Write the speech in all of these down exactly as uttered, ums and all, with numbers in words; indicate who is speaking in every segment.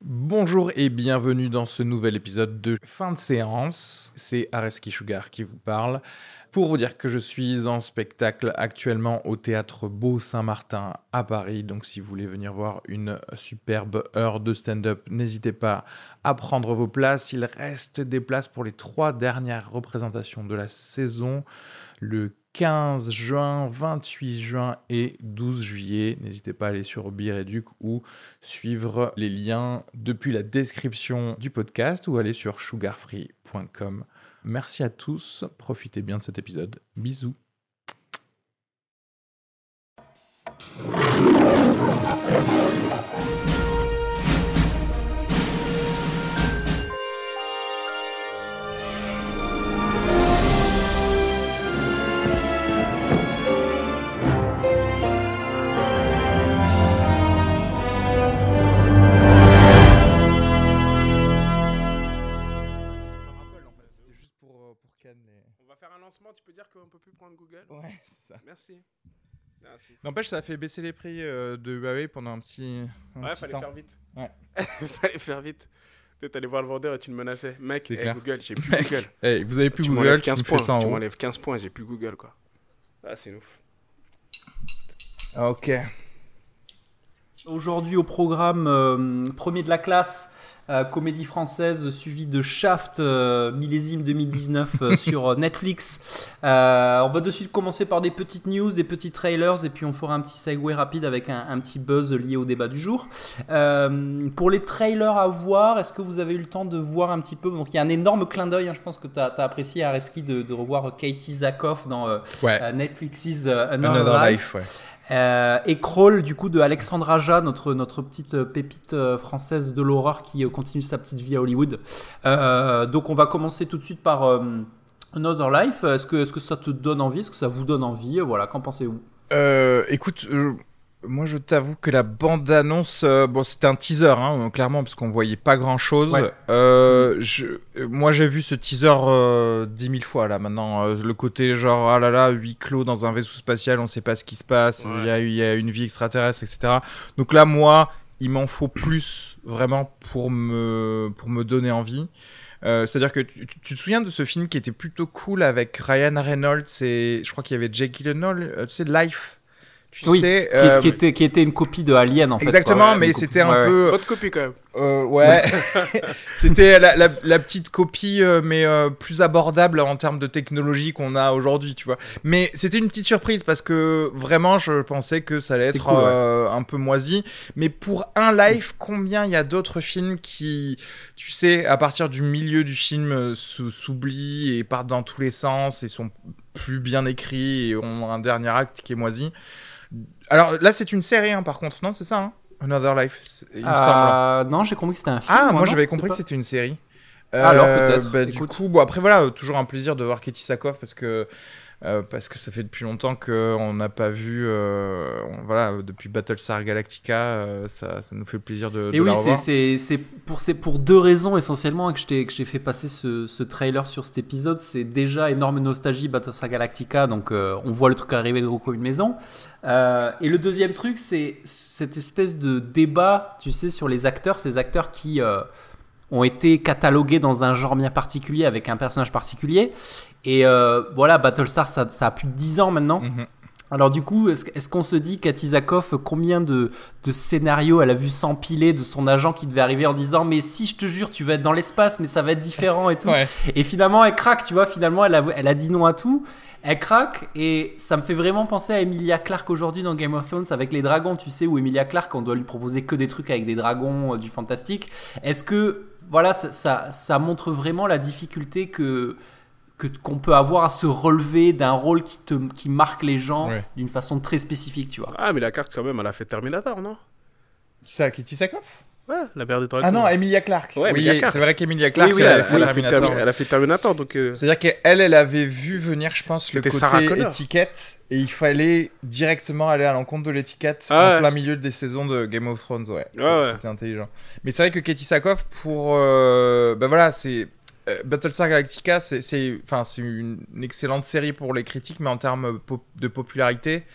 Speaker 1: Bonjour et bienvenue dans ce nouvel épisode de Fin de séance. C'est Areski Sugar qui vous parle. Pour vous dire que je suis en spectacle actuellement au Théâtre Beau Saint-Martin à Paris. Donc si vous voulez venir voir une superbe heure de stand-up, n'hésitez pas à prendre vos places. Il reste des places pour les trois dernières représentations de la saison. Le quinze juin, vingt-huit juin et douze juillet. N'hésitez pas à aller sur Bireduc ou suivre les liens depuis la description du podcast ou aller sur sugarfree point com. Merci à tous, profitez bien de cet épisode. Bisous.
Speaker 2: Tu peux dire qu'on peut plus prendre Google ?
Speaker 1: Ouais, c'est ça.
Speaker 2: Merci. Ah,
Speaker 1: N'empêche, ça a fait baisser les prix euh, de Huawei pendant un petit, un
Speaker 2: ouais,
Speaker 1: petit
Speaker 2: fallait
Speaker 1: temps.
Speaker 2: faire vite.
Speaker 1: Ouais.
Speaker 2: fallait faire vite. Peut-être aller voir le vendeur et tu le menaçais. Mec,
Speaker 1: C'est
Speaker 2: hey,
Speaker 1: clair.
Speaker 2: Google, j'ai plus
Speaker 1: Mec,
Speaker 2: Google.
Speaker 1: Hey, vous avez plus
Speaker 2: tu
Speaker 1: Google,
Speaker 2: m'enlèves
Speaker 1: tu
Speaker 2: quinze
Speaker 1: me fais
Speaker 2: points.
Speaker 1: ça en
Speaker 2: Tu
Speaker 1: haut.
Speaker 2: m'enlèves quinze points, j'ai plus Google, quoi. Ah, c'est ouf.
Speaker 1: Ok.
Speaker 3: Aujourd'hui au programme, euh, premier de la classe, euh, comédie française suivie de Shaft, euh, millésime deux mille dix-neuf euh, sur Netflix. Euh, on va de suite commencer par des petites news, des petits trailers et puis on fera un petit segue rapide avec un, un petit buzz lié au débat du jour. Euh, pour les trailers à voir, est-ce que vous avez eu le temps de voir un petit peu ? Donc il y a un énorme clin d'œil, hein, je pense que tu as apprécié Areski de, de revoir Katie Sackhoff dans euh,
Speaker 1: Ouais.
Speaker 3: euh, Netflix's uh, Another,
Speaker 1: Another
Speaker 3: Life.
Speaker 1: Life, ouais.
Speaker 3: Euh, et Crawl du coup de Alexandre Aja, notre, notre petite euh, pépite euh, française de l'horreur qui euh, continue sa petite vie à Hollywood. Euh, donc on va commencer tout de suite par euh, Another Life. Est-ce que, est-ce que ça te donne envie ? Est-ce que ça vous donne envie ? Voilà, qu'en pensez-vous ?
Speaker 1: Euh, écoute, euh, moi je t'avoue que la bande-annonce, euh, bon c'était un teaser, hein, clairement, parce qu'on voyait pas grand-chose.
Speaker 3: Ouais.
Speaker 1: Euh, je, euh, moi j'ai vu ce teaser euh, dix mille fois là maintenant. Euh, le côté genre, ah là là, huis clos dans un vaisseau spatial, on sait pas ce qui se passe, il
Speaker 2: Ouais.
Speaker 1: y a, il y a une vie extraterrestre, et cetera. Donc là, moi, il m'en faut plus vraiment pour me, pour me donner envie. Euh, c'est-à-dire que tu, tu, tu te souviens de ce film qui était plutôt cool avec Ryan Reynolds et je crois qu'il y avait Jake Gyllenhaal, euh, tu sais, Life. Tu
Speaker 3: Oui,
Speaker 1: sais,
Speaker 3: qui,
Speaker 1: euh,
Speaker 3: qui, était, qui était une copie de Alien en fait.
Speaker 1: exactement,
Speaker 3: quoi.
Speaker 1: mais
Speaker 3: Une
Speaker 1: c'était
Speaker 3: copie.
Speaker 1: un
Speaker 3: Ouais,
Speaker 1: peu,
Speaker 2: Autre copie, quand même.
Speaker 1: euh, ouais, c'était la, la, la petite copie, euh, mais euh, plus abordable en termes de technologie qu'on a aujourd'hui, tu vois. Mais c'était une petite surprise parce que vraiment, je pensais que ça allait
Speaker 3: C'était
Speaker 1: être
Speaker 3: cool, ouais.
Speaker 1: euh, un peu moisi. Mais pour un live, combien il y a d'autres films qui, tu sais, à partir du milieu du film, euh, se- s'oublient et partent dans tous les sens et sont plus bien écrits et ont un dernier acte qui est moisi. Alors là, c'est une série, hein, par contre, non, c'est ça, hein Another Life, c'est- il me semble.
Speaker 3: Euh, non, j'ai compris que c'était un film.
Speaker 1: Ah, moi,
Speaker 3: non,
Speaker 1: j'avais
Speaker 3: c'est
Speaker 1: compris
Speaker 3: pas-
Speaker 1: que c'était une série.
Speaker 3: Alors, peut-être,
Speaker 1: Bah, du
Speaker 3: écoute.
Speaker 1: coup, bon, après, voilà, euh, toujours un plaisir de voir Katie Sackhoff parce que, euh, parce que ça fait depuis longtemps qu'on n'a pas vu. Euh, on- voilà, depuis Battlestar Galactica, euh, ça, ça nous fait le plaisir de, de
Speaker 3: Et oui,
Speaker 1: la
Speaker 3: c'est,
Speaker 1: revoir.
Speaker 3: c'est, c'est, pour, c'est pour deux raisons essentiellement que je t'ai, que j'ai fait passer ce, ce trailer sur cet épisode. C'est déjà énorme nostalgie, Battlestar Galactica, donc euh, on voit le truc arriver gros comme une maison. Euh, et le deuxième truc, c'est cette espèce de débat, tu sais, sur les acteurs, ces acteurs qui euh, ont été catalogués dans un genre bien particulier avec un personnage particulier. Et euh, voilà, Battlestar, ça, ça a plus de dix ans maintenant.
Speaker 1: Mhm.
Speaker 3: Alors du coup, est-ce, est-ce qu'on se dit, Katie Sackhoff, combien de, de scénarios elle a vu s'empiler de son agent qui devait arriver en disant « Mais si, je te jure, tu vas être dans l'espace, mais ça va être différent et tout.
Speaker 1: Ouais. »
Speaker 3: Et finalement, elle craque, tu vois, finalement, elle a, elle a dit non à tout. Elle craque et ça me fait vraiment penser à Emilia Clarke aujourd'hui dans Game of Thrones avec les dragons, tu sais, où Emilia Clarke, on doit lui proposer que des trucs avec des dragons, euh, du fantastique. Est-ce que, voilà, ça, ça, ça montre vraiment la difficulté que... Que, qu'on peut avoir à se relever d'un rôle qui, te, qui marque les gens
Speaker 1: Ouais.
Speaker 2: Ah,
Speaker 3: d'une façon très spécifique, tu vois.
Speaker 2: Ah, mais la carte, quand même, elle a fait Terminator, non ?
Speaker 1: Qui ça, Katie Sackhoff?
Speaker 2: Ouais, la mère des dragons.
Speaker 1: Ah non, Emilia Clarke.
Speaker 2: Ouais,
Speaker 1: oui,
Speaker 2: Emilia Clarke.
Speaker 1: c'est vrai qu'Emilia Clarke,
Speaker 2: oui, oui,
Speaker 1: elle,
Speaker 2: elle,
Speaker 1: a fait
Speaker 2: elle, a fait
Speaker 1: Terminator.
Speaker 2: Termi- elle a fait Terminator, donc... euh,
Speaker 1: C'est-à-dire qu'elle, elle avait vu venir, je pense, le
Speaker 2: C'était Sarah
Speaker 1: côté
Speaker 2: Connor.
Speaker 1: étiquette, et il fallait directement aller à l'encontre de l'étiquette
Speaker 2: Ah
Speaker 1: en
Speaker 2: ouais.
Speaker 1: plein milieu des saisons de Game of Thrones, ouais. C'est-
Speaker 2: Ouais, ouais.
Speaker 1: C'était intelligent. Mais c'est vrai que Katie Sackhoff, pour... Euh, ben voilà, c'est... euh, Battlestar Galactica, c'est, c'est, enfin, c'est une, une excellente série pour les critiques, mais en termes po- de popularité...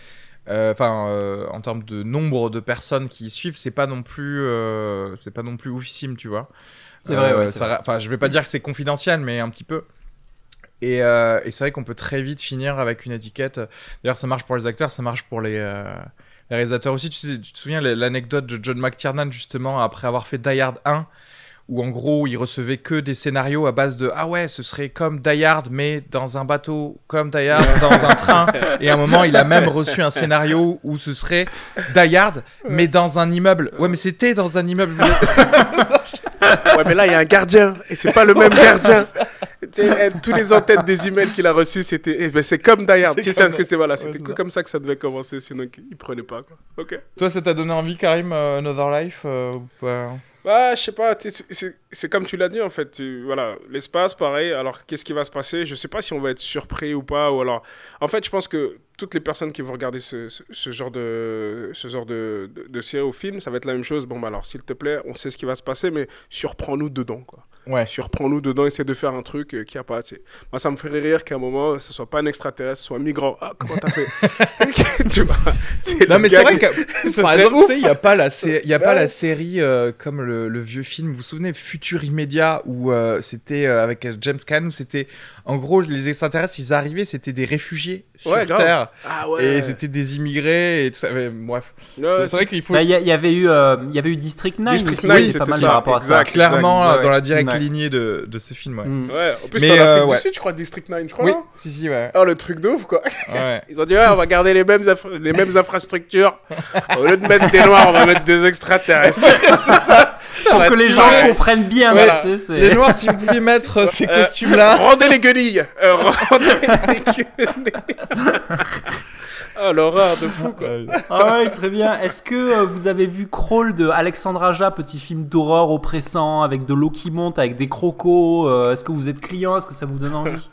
Speaker 1: Enfin, euh, euh, en termes de nombre de personnes qui y suivent, c'est pas non plus, euh, c'est pas non plus oufissime, tu vois.
Speaker 3: C'est vrai,
Speaker 1: euh,
Speaker 3: ouais.
Speaker 1: Ça, enfin, je vais pas dire que c'est confidentiel, mais un petit peu. Et, euh, et c'est vrai qu'on peut très vite finir avec une étiquette. D'ailleurs, ça marche pour les acteurs, ça marche pour les, euh, les réalisateurs aussi. Tu, sais, tu te souviens l'anecdote de John McTiernan, justement, après avoir fait Die Hard un, où en gros, il recevait que des scénarios à base de « Ah ouais, ce serait comme Die Hard, mais dans un bateau, comme Die Hard, dans un train. » Et à un moment, il a même reçu un scénario où ce serait Die Hard, mais dans un immeuble. Ouais, mais c'était dans un immeuble.
Speaker 2: Ouais, mais là, il y a un gardien, et c'est pas le même gardien. T'sais, tous les en-têtes des emails qu'il a reçus, c'était eh ben, c'est comme Die Hard. C'est ça que c'était, voilà, c'était ouais, comme ça que ça devait commencer, sinon il prenait pas, quoi. Ok.
Speaker 1: Toi, ça t'a donné envie, Karim, uh, Another Life euh, ou pas?
Speaker 2: Bah, je sais pas, c'est, c'est comme tu l'as dit en fait. Tu, voilà, l'espace, pareil. Alors, qu'est-ce qui va se passer? Je sais pas si on va être surpris ou pas. Ou alors, en fait, je pense que toutes les personnes qui vont regarder ce, ce, ce genre de, ce genre de, de, de série ou film, ça va être la même chose. Bon, bah alors, s'il te plaît, on sait ce qui va se passer, mais surprends-nous dedans, quoi.
Speaker 1: Ouais.
Speaker 2: Surprends-nous dedans, essaie de faire un truc euh, qui a pas. T'sais. Moi, ça me ferait rire qu'à un moment, ce soit pas un extraterrestre, ce soit un migrant. Ah, comment t'as fait? Tu vois,
Speaker 1: non, mais c'est vrai que, par exemple, tu sais, il n'y a pas la, sé- y a pas la série euh, comme le, le vieux film, vous vous souvenez, Futur Immédiat, où euh, c'était euh, avec James Caan, où c'était, en gros, les extraterrestres, ils arrivaient, c'était des réfugiés sur
Speaker 2: ouais,
Speaker 1: Terre.
Speaker 2: Ah, ouais.
Speaker 1: Et c'était des immigrés et tout ça. Mais, bref.
Speaker 2: Ouais,
Speaker 1: c'est,
Speaker 2: c'est,
Speaker 1: c'est vrai qu'il faut.
Speaker 3: Il bah, y, y avait eu, il euh, y avait eu District neuf.
Speaker 2: District
Speaker 3: aussi,
Speaker 2: neuf,
Speaker 3: oui,
Speaker 2: c'était
Speaker 3: pas mal
Speaker 2: ça,
Speaker 3: par rapport
Speaker 2: exact,
Speaker 3: à ça.
Speaker 1: Clairement,
Speaker 2: exact,
Speaker 1: dans
Speaker 2: ouais.
Speaker 1: la directe
Speaker 3: ouais.
Speaker 1: lignée de, de ce film, ouais.
Speaker 3: Mm.
Speaker 2: Ouais, en plus,
Speaker 1: mais
Speaker 2: c'était en Afrique
Speaker 1: euh, ouais.
Speaker 2: du Sud, je crois, District neuf, je crois.
Speaker 1: Oui,
Speaker 2: hein
Speaker 1: si, si, ouais.
Speaker 2: Oh, le truc de ouf, quoi.
Speaker 1: Ouais.
Speaker 2: Ils ont dit, ouais, on va garder les mêmes, infra- les mêmes infrastructures. Au lieu de mettre des noirs, on va mettre des extraterrestres.
Speaker 1: C'est ça. ça
Speaker 3: Pour que les gens
Speaker 1: ouais.
Speaker 3: comprennent bien,
Speaker 1: ouais.
Speaker 3: tu sais, c'est...
Speaker 1: Les noirs, si vous pouviez mettre euh, ces
Speaker 2: Euh,
Speaker 1: costumes-là.
Speaker 2: Rendez les guenilles. Euh, rendez les guenilles. Oh, l'horreur de fou, quoi.
Speaker 3: Ah ouais, très bien. Est-ce que euh, vous avez vu Crawl de Alexandre Aja, petit film d'horreur oppressant, avec de l'eau qui monte, avec des crocos euh, Est-ce que vous êtes client? Est-ce que ça vous donne envie?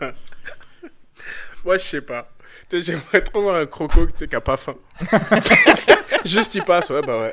Speaker 2: Moi, je sais pas. T'sais, j'aimerais trop voir un croco qui n'a pas faim. Juste, il passe, ouais, bah ouais.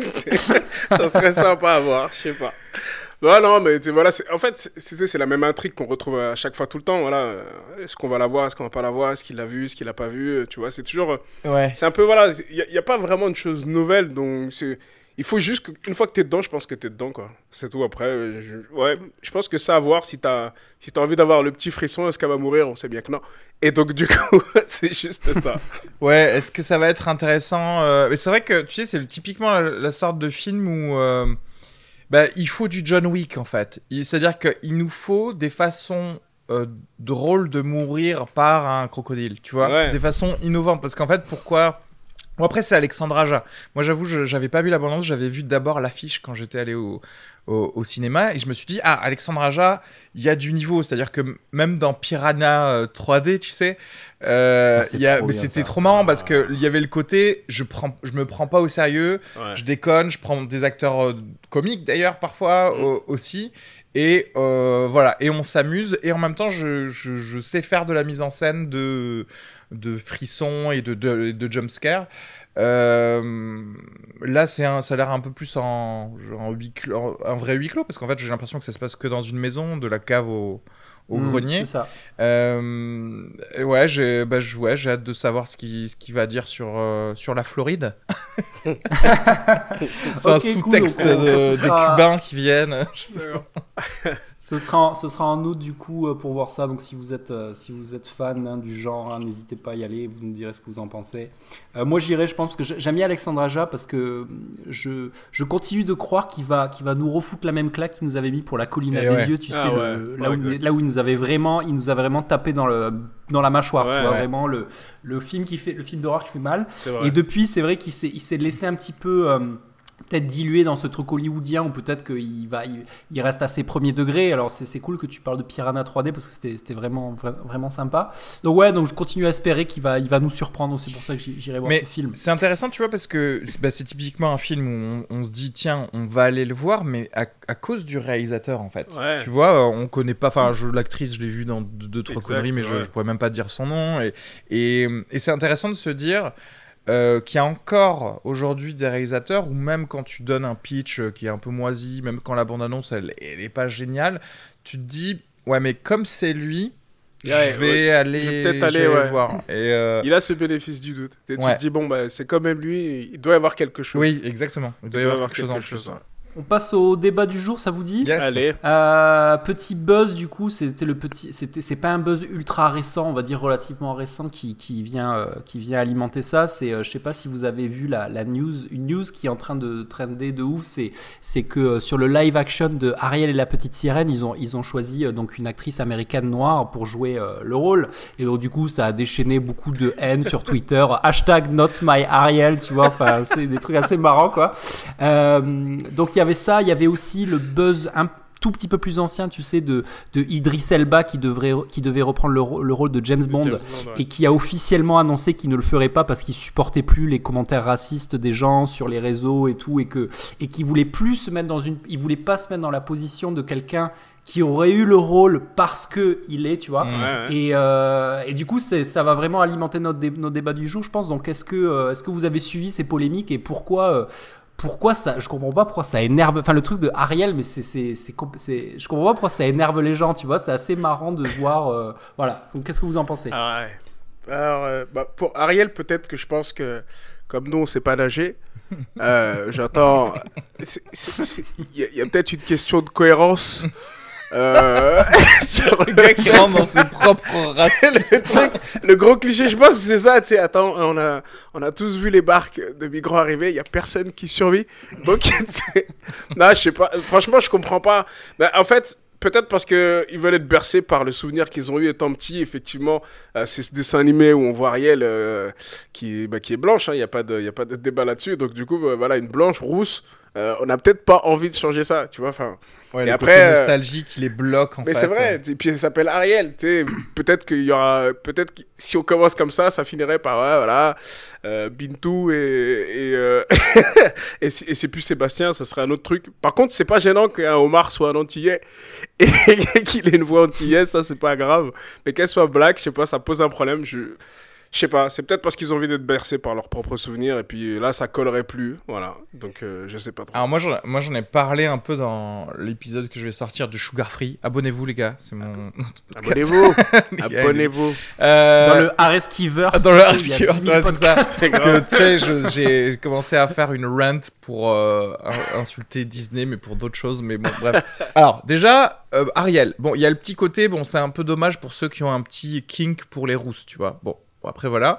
Speaker 2: Ça serait sympa à voir, je sais pas. Non, non, mais voilà, c'est, en fait, c'est, c'est la même intrigue qu'on retrouve à chaque fois tout le temps. Voilà. Est-ce qu'on va la voir, est-ce qu'on va pas la voir, est-ce qu'il l'a vu, est-ce qu'il l'a pas vu, tu vois, c'est toujours...
Speaker 1: Ouais.
Speaker 2: C'est un peu, voilà, il n'y a, a pas vraiment de choses nouvelles, donc c'est... Il faut juste qu'une fois que t'es dedans, je pense que t'es dedans, quoi. C'est tout. Après, je, ouais, je pense que ça à voir si t'as, si t'as envie d'avoir le petit frisson, est-ce qu'elle va mourir? On sait bien que non. Et donc, du coup, c'est juste ça.
Speaker 1: Ouais, est-ce que ça va être intéressant euh... Mais c'est vrai que, tu sais, c'est typiquement la, la sorte de film où euh, bah, il faut du John Wick, en fait. Il, c'est-à-dire qu'il nous faut des façons euh, drôles de mourir par un crocodile, tu vois, ouais. Des façons innovantes. Parce qu'en fait, pourquoi... Bon, après, c'est Alexandre Aja. Moi, j'avoue, je, j'avais pas vu la bande-annonce, j'avais vu d'abord l'affiche quand j'étais allé au, au, au cinéma, et je me suis dit, ah, Alexandre Aja, il y a du niveau, c'est-à-dire que même dans Piranha euh, trois D, tu sais, euh,
Speaker 3: ah,
Speaker 1: y a,
Speaker 3: trop
Speaker 1: mais
Speaker 3: bien,
Speaker 1: c'était
Speaker 3: ça.
Speaker 1: trop marrant parce que il y avait le côté, je prends, je me prends pas au sérieux, ouais. Je déconne, je prends des acteurs euh, comiques d'ailleurs parfois mmh. euh, aussi. Et euh, voilà, et on s'amuse, et en même temps, je, je, je sais faire de la mise en scène de, de frissons et de, de, de jumpscares. Euh, là, c'est un, ça a l'air un peu plus en, en huis clos, un vrai huis clos, parce qu'en fait, j'ai l'impression que ça se passe que dans une maison, de la cave au, au mmh, grenier.
Speaker 3: C'est ça.
Speaker 1: Euh, ouais, j'ai, bah, ouais, j'ai hâte de savoir ce qu'il ce qu'il va dire sur, euh, sur la Floride. C'est okay, un sous-texte cool, de, des sera... Cubains qui viennent.
Speaker 3: ce, sera en, ce sera en août du coup pour voir ça. Donc si vous êtes, euh, si vous êtes fan hein, du genre, hein, n'hésitez pas à y aller. Vous nous direz ce que vous en pensez. Euh, moi j'irai, je pense, parce que j'aime bien Alexandre Aja parce que je, je continue de croire qu'il va, qu'il va nous refoutre la même claque qu'il nous avait mis pour La Colline à des ouais. yeux. Tu ah, sais, ouais. le, là, ouais, où, là où il nous avait vraiment, il nous a vraiment tapé dans le dans la mâchoire. Ouais, tu vois ouais. vraiment le, le film qui fait, le film d'horreur qui fait mal. Et depuis, c'est vrai qu'il s'est, il s'est laissé un petit peu euh, peut-être dilué dans ce truc hollywoodien, ou peut-être qu'il va, il, il reste à ses premiers degrés. Alors c'est, c'est cool que tu parles de Piranha trois D parce que c'était, c'était vraiment, vraiment sympa. Donc ouais, donc je continue à espérer qu'il va, il va nous surprendre. C'est pour ça que j'irai voir
Speaker 1: Mais
Speaker 3: ce film.
Speaker 1: C'est intéressant, tu vois, parce que c'est, bah, c'est typiquement un film où on, on se dit tiens, on va aller le voir, mais à, à cause du réalisateur en fait.
Speaker 2: Ouais.
Speaker 1: Tu vois, on connaît pas. Enfin, l'actrice, je l'ai vue dans deux, deux trois conneries, mais je, je pourrais même pas dire son nom. Et, et, et c'est intéressant de se dire. Euh, qu'il y a encore aujourd'hui des réalisateurs où même quand tu donnes un pitch euh, qui est un peu moisi, même quand la bande-annonce elle, elle est pas géniale, tu te dis ouais mais comme c'est lui,
Speaker 2: Ouais,
Speaker 1: je vais
Speaker 2: ouais.
Speaker 1: aller,
Speaker 2: Je vais peut-être
Speaker 1: je
Speaker 2: aller,
Speaker 1: vais
Speaker 2: ouais.
Speaker 1: voir. Et euh,
Speaker 2: Il a ce bénéfice du doute. Et tu
Speaker 1: Ouais.
Speaker 2: te dis, bon, bah, c'est quand même lui, il doit y avoir quelque chose.
Speaker 1: oui, exactement. Il doit y avoir quelque chose en plus.
Speaker 2: ouais.
Speaker 3: On passe au débat du jour, ça vous dit?
Speaker 1: Yes.
Speaker 2: Allez.
Speaker 3: Euh, petit buzz du coup, c'était le petit, c'était, c'est pas un buzz ultra récent, on va dire relativement récent qui, qui vient, euh, qui vient alimenter ça. C'est, euh, je sais pas si vous avez vu la, la news, une news qui est en train de trender de ouf. C'est, c'est que euh, sur le live action de Ariel et la petite sirène, ils ont, ils ont choisi euh, donc une actrice américaine noire pour jouer euh, le rôle. Et donc du coup, ça a déchaîné beaucoup de haine sur Twitter. Hashtag not my Ariel, tu vois. Enfin, c'est des trucs assez marrants quoi. Euh, donc il y avait ça, il y avait aussi le buzz un tout petit peu plus ancien, tu sais, de, de Idris Elba qui, devrait, qui devait reprendre le, le rôle de James Bond,
Speaker 2: James Bond, ouais.
Speaker 3: et qui a officiellement annoncé qu'il ne le ferait pas parce qu'il supportait plus les commentaires racistes des gens sur les réseaux et tout, et que et qu'il voulait plus se mettre dans une, il voulait pas se mettre dans la position de quelqu'un qui aurait eu le rôle parce que il est, tu vois.
Speaker 2: Ouais, ouais.
Speaker 3: Et, euh, et du coup, c'est, ça va vraiment alimenter notre, dé, notre débat du jour, je pense. Donc, est-ce que, euh, est-ce que vous avez suivi ces polémiques et pourquoi euh, Pourquoi ça, je comprends pas pourquoi ça énerve, enfin le truc de Ariel, mais c'est, c'est, c'est, c'est, je comprends pas pourquoi ça énerve les gens, tu vois, c'est assez marrant de voir, euh, voilà. Donc qu'est-ce que vous en pensez?
Speaker 2: Ah ouais. Alors, euh, bah, pour Ariel, peut-être que je pense que, comme nous, on sait pas nager, euh, j'entends. Il y, y a peut-être une question de cohérence. Euh, sur le gars qui
Speaker 1: rentre dans ses propres racismes.
Speaker 2: le, truc, le gros cliché, je pense que c'est ça, tu sais, attends, on a, on a tous vu les barques de migrants arriver, il y a personne qui survit, donc, non, je sais pas, franchement, je comprends pas, mais en fait, peut-être parce qu'ils veulent être bercés par le souvenir qu'ils ont eu étant petits, effectivement, euh, c'est ce dessin animé où on voit Ariel euh, qui, bah, qui est blanche, il hein, n'y a pas de, y a pas de débat là-dessus, donc du coup, bah, voilà, une blanche, rousse, euh, on n'a peut-être pas envie de changer ça, tu vois, enfin...
Speaker 1: Ouais,
Speaker 2: et
Speaker 1: le
Speaker 2: après,
Speaker 1: côté nostalgie qui les bloque en
Speaker 2: mais
Speaker 1: fait.
Speaker 2: c'est vrai, et puis ça s'appelle Ariel, tu sais, peut-être qu'il y aura, peut-être que si on commence comme ça, ça finirait par, ouais, voilà, euh, Bintou et, et, euh, et, c'est, et c'est plus Sébastien, ce serait un autre truc. Par contre, c'est pas gênant qu'un homard soit un antillais et qu'il ait une voix antillaise, ça c'est pas grave, mais qu'elle soit black, je sais pas, ça pose un problème, je... Je sais pas, c'est peut-être parce qu'ils ont envie d'être bercés par leurs propres souvenirs et puis là ça collerait plus, voilà. Donc euh, je sais pas trop.
Speaker 1: Alors moi j'en, moi j'en ai parlé un peu dans l'épisode que je vais sortir de Sugar Free. Abonnez-vous les gars, c'est mon
Speaker 2: Abonnez-vous. Abonnez-vous.
Speaker 1: Euh...
Speaker 3: Dans le Areskiver.
Speaker 1: Dans le Areskiver, ouais, c'est ça.
Speaker 2: C'est
Speaker 1: que, tu sais, je, j'ai commencé à faire une rant pour euh, insulter Disney, mais pour d'autres choses. Mais bon, bref. Alors déjà, euh, Ariel. Bon, il y a le petit côté. Bon, c'est un peu dommage pour ceux qui ont un petit kink pour les rousses, tu vois. Bon. Bon, après, voilà.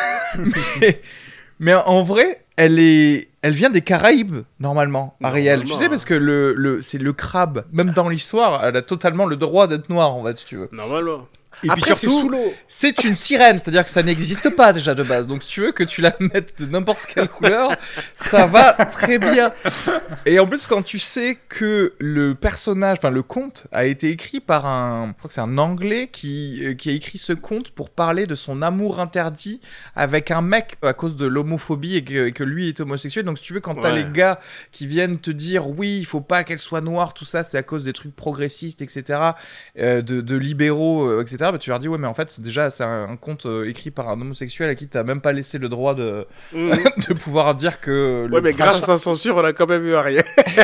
Speaker 1: mais, mais en vrai, elle, est, elle vient des Caraïbes, normalement, Ariel. Tu sais, parce que le, le, c'est le crabe. Même dans l'histoire, elle a totalement le droit d'être noire, en fait, si tu veux.
Speaker 2: Normalement.
Speaker 1: Et
Speaker 2: après,
Speaker 1: puis surtout,
Speaker 2: c'est, sous l'eau.
Speaker 1: C'est une sirène, c'est-à-dire que ça n'existe pas déjà de base. Donc si tu veux que tu la mettes de n'importe quelle couleur, ça va très bien. Et en plus, quand tu sais que le personnage, enfin le conte, a été écrit par un, je crois que c'est un Anglais qui qui a écrit ce conte pour parler de son amour interdit avec un mec à cause de l'homophobie et que, et que lui est homosexuel. Donc si tu veux, quand t'as
Speaker 2: ouais.
Speaker 1: les gars qui viennent te dire oui, il faut pas qu'elle soit noire, tout ça, c'est à cause des trucs progressistes, et cetera, euh, de, de libéraux, euh, et cetera. Bah, tu leur dis ouais mais en fait c'est déjà c'est un, un conte euh, écrit par un homosexuel à qui t'as même pas laissé le droit de mmh. de pouvoir dire que
Speaker 2: ouais mais grâce à sa censure on a quand même eu Ariel.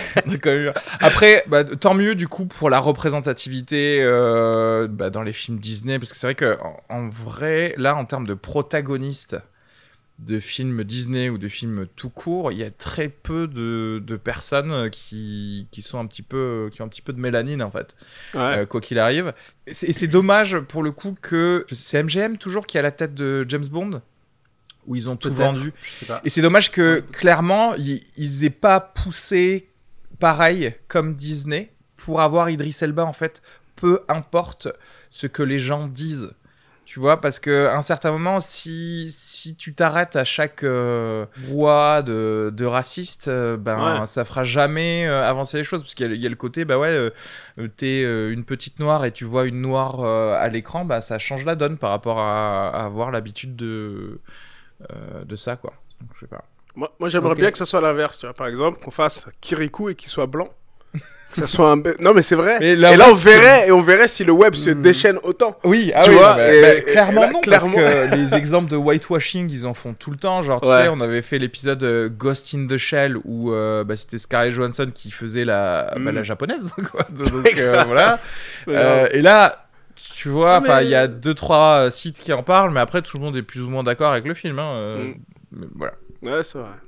Speaker 1: Après bah, tant mieux du coup pour la représentativité euh, bah, dans les films Disney parce que c'est vrai que en, en vrai là en termes de protagonistes de films Disney ou de films tout court, il y a très peu de, de personnes qui, qui sont un petit peu, qui ont un petit peu de mélanine en fait, ouais. euh, quoi qu'il arrive. Et c'est, c'est dommage pour le coup que c'est M G M toujours qui a la tête de James Bond où ils ont tout
Speaker 3: Peut-être,
Speaker 1: vendu.
Speaker 3: Je sais pas.
Speaker 1: Et c'est dommage que clairement ils, ils aient pas poussé pareil comme Disney pour avoir Idris Elba en fait. Peu importe ce que les gens disent. Tu vois, parce qu'à un certain moment, si, si tu t'arrêtes à chaque euh, voix de, de raciste, euh, ben, ouais. ça fera jamais euh, avancer les choses. Parce qu'il y a, il y a le côté, bah ouais, euh, t'es euh, une petite noire et tu vois une noire euh, à l'écran, bah, ça change la donne par rapport à, à avoir l'habitude de, euh, de ça, quoi. Donc, je sais pas.
Speaker 2: Moi, moi j'aimerais okay. bien que ça soit l'inverse, tu vois. Par exemple, qu'on fasse Kirikou et qu'il soit blanc. Que ça soit un be... non mais c'est vrai mais là, et là on verrait c'est... et on verrait si le web se mmh. déchaîne autant
Speaker 1: oui ah
Speaker 2: tu
Speaker 1: oui
Speaker 2: vois,
Speaker 1: bah,
Speaker 2: et,
Speaker 1: bah,
Speaker 2: et,
Speaker 1: clairement
Speaker 2: et là,
Speaker 1: non
Speaker 2: clairement...
Speaker 1: parce que les exemples de whitewashing ils en font tout le temps genre tu ouais. sais on avait fait l'épisode euh, Ghost in the Shell où euh, bah, c'était Scarlett Johansson qui faisait la, mmh. bah, la japonaise quoi. Donc euh, voilà euh, et là Tu vois, enfin, il
Speaker 2: mais...
Speaker 1: y a deux trois sites qui en parlent, mais après tout le monde est plus ou moins d'accord avec le film. Hein, euh,
Speaker 2: Mm.
Speaker 1: mais voilà.
Speaker 2: Ouais, c'est vrai.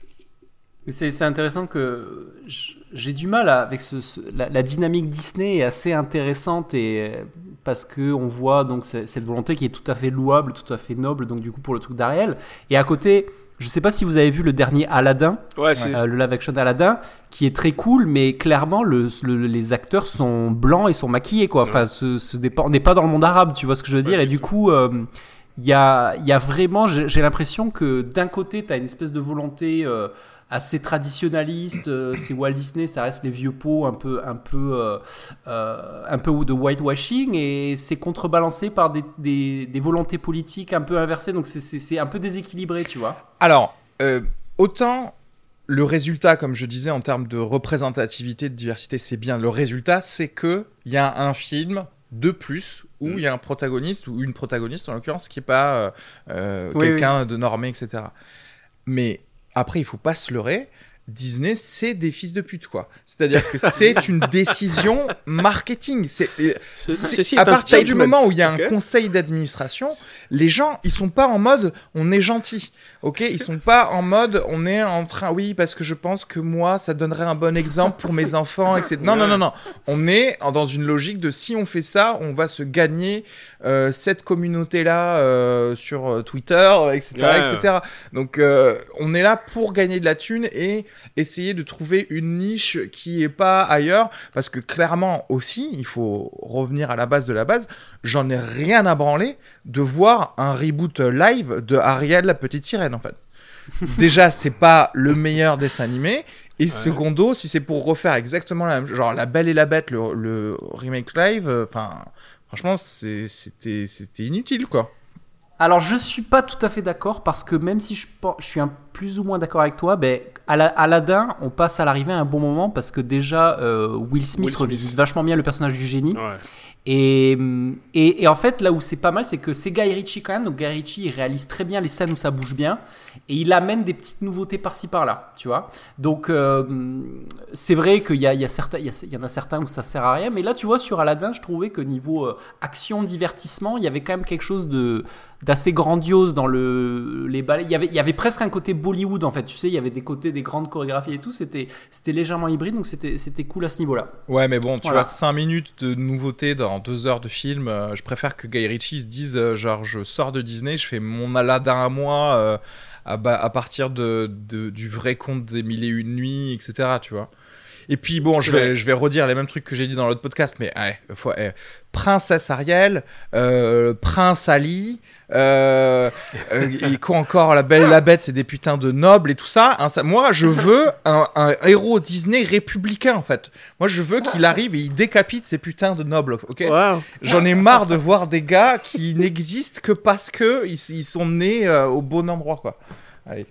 Speaker 3: Mais c'est, c'est intéressant que j'ai du mal à, avec ce, ce la, la dynamique Disney est assez intéressante et parce que on voit donc cette volonté qui est tout à fait louable, tout à fait noble, donc du coup pour le truc d'Ariel. Et à côté, je sais pas si vous avez vu le dernier Aladdin,
Speaker 2: Ouais, c'est...
Speaker 3: euh, le live action Aladdin, qui est très cool, mais clairement le, le, les acteurs sont blancs et sont maquillés quoi. Enfin, ce, ce dépend, on n'est pas dans le monde arabe, tu vois ce que je veux dire.
Speaker 2: Ouais,
Speaker 3: et du coup. Euh, Il y a, il y a vraiment, j'ai, j'ai l'impression que d'un côté, tu as une espèce de volonté euh, assez traditionnaliste. Euh, c'est Walt Disney, ça reste les vieux pots, un peu, un peu, euh, euh, un peu de whitewashing, et c'est contrebalancé par des, des, des volontés politiques un peu inversées. Donc c'est, c'est, c'est un peu déséquilibré, tu vois.
Speaker 1: Alors, euh, autant le résultat, comme je disais, en termes de représentativité, de diversité, c'est bien. Le résultat, c'est qu'il y a un film de plus où il mm. y a un protagoniste ou une protagoniste en l'occurrence qui n'est pas euh, euh, oui, quelqu'un oui. de normé, et cetera. Mais après, il ne faut pas se leurrer. Disney, c'est des fils de pute, quoi. C'est-à-dire que c'est une décision marketing. C'est, c'est, c'est à partir statement. Du moment où il y a okay. un conseil d'administration, les gens, ils sont pas en mode on est gentil, ok. Ils sont pas en mode on est en train, oui, parce que je pense que moi, ça donnerait un bon exemple pour mes enfants, et cetera. Non, non, non, non. On est dans une logique de si on fait ça, on va se gagner euh, cette communauté-là euh, sur Twitter, et cetera, yeah. et cetera. Donc, euh, on est là pour gagner de la thune et essayer de trouver une niche qui est pas ailleurs, parce que clairement aussi, il faut revenir à la base de la base, j'en ai rien à branler de voir un reboot live de Ariel la petite sirène en fait. Déjà, c'est pas le meilleur dessin animé, et ouais. secondo, si c'est pour refaire exactement la même chose, genre La Belle et la Bête, le, le remake live, enfin, euh, franchement, c'est, c'était, c'était inutile quoi.
Speaker 3: Alors, je suis pas tout à fait d'accord parce que même si je, je suis un plus ou moins d'accord avec toi, ben, à la, Aladdin, on passe à l'arrivée à un bon moment parce que déjà, euh, Will Smith Will revisite Smith. vachement bien le personnage du génie. Ouais. Et, et, et en fait, là où c'est pas mal, c'est que c'est Guy Ritchie quand même. Donc, Guy Ritchie, il réalise très bien les scènes où ça bouge bien. Et il amène des petites nouveautés par-ci, par-là, tu vois. Donc, euh, c'est vrai qu'il y, a, il y, a certains, il, y a, il y en a certains où ça sert à rien. Mais là, tu vois, sur Aladdin, je trouvais que niveau euh, action, divertissement, il y avait quand même quelque chose de, d'assez grandiose dans le, les ballets. Il y, avait, il y avait presque un côté Bollywood, en fait. Tu sais, il y avait des côtés, des grandes chorégraphies et tout. C'était, c'était légèrement hybride, donc c'était, c'était cool à ce niveau-là.
Speaker 1: Ouais, mais bon, tu voilà. vois, cinq minutes de nouveautés dans en deux heures de film, euh, je préfère que Guy Ritchie se dise euh, genre je sors de Disney, je fais mon Aladdin à moi euh, à, ba- à partir de, de, du vrai conte des mille et une nuits, et cetera. Tu vois. Et puis bon, je vais, je vais redire les mêmes trucs que j'ai dit dans l'autre podcast, mais ouais, faut, eh, Princesse Ariel, euh, Prince Ali, euh, euh, et quoi encore, La Belle et la Bête, c'est des putains de nobles et tout ça. Hein, ça moi, je veux un, un héros Disney républicain en fait. Moi, je veux qu'il arrive et il décapite ces putains de nobles, ok. Wow. J'en ai marre de voir des gars qui n'existent que parce que ils, ils sont nés euh, au bon endroit, quoi. Allez.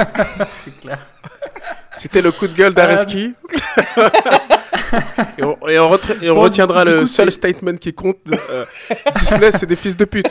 Speaker 3: C'est clair.
Speaker 2: C'était le coup de gueule d'Areski. Euh... et on, et on, retra- et on bon, retiendra le coup, seul c'est... statement qui compte. Euh, Disney, c'est des fils de pute.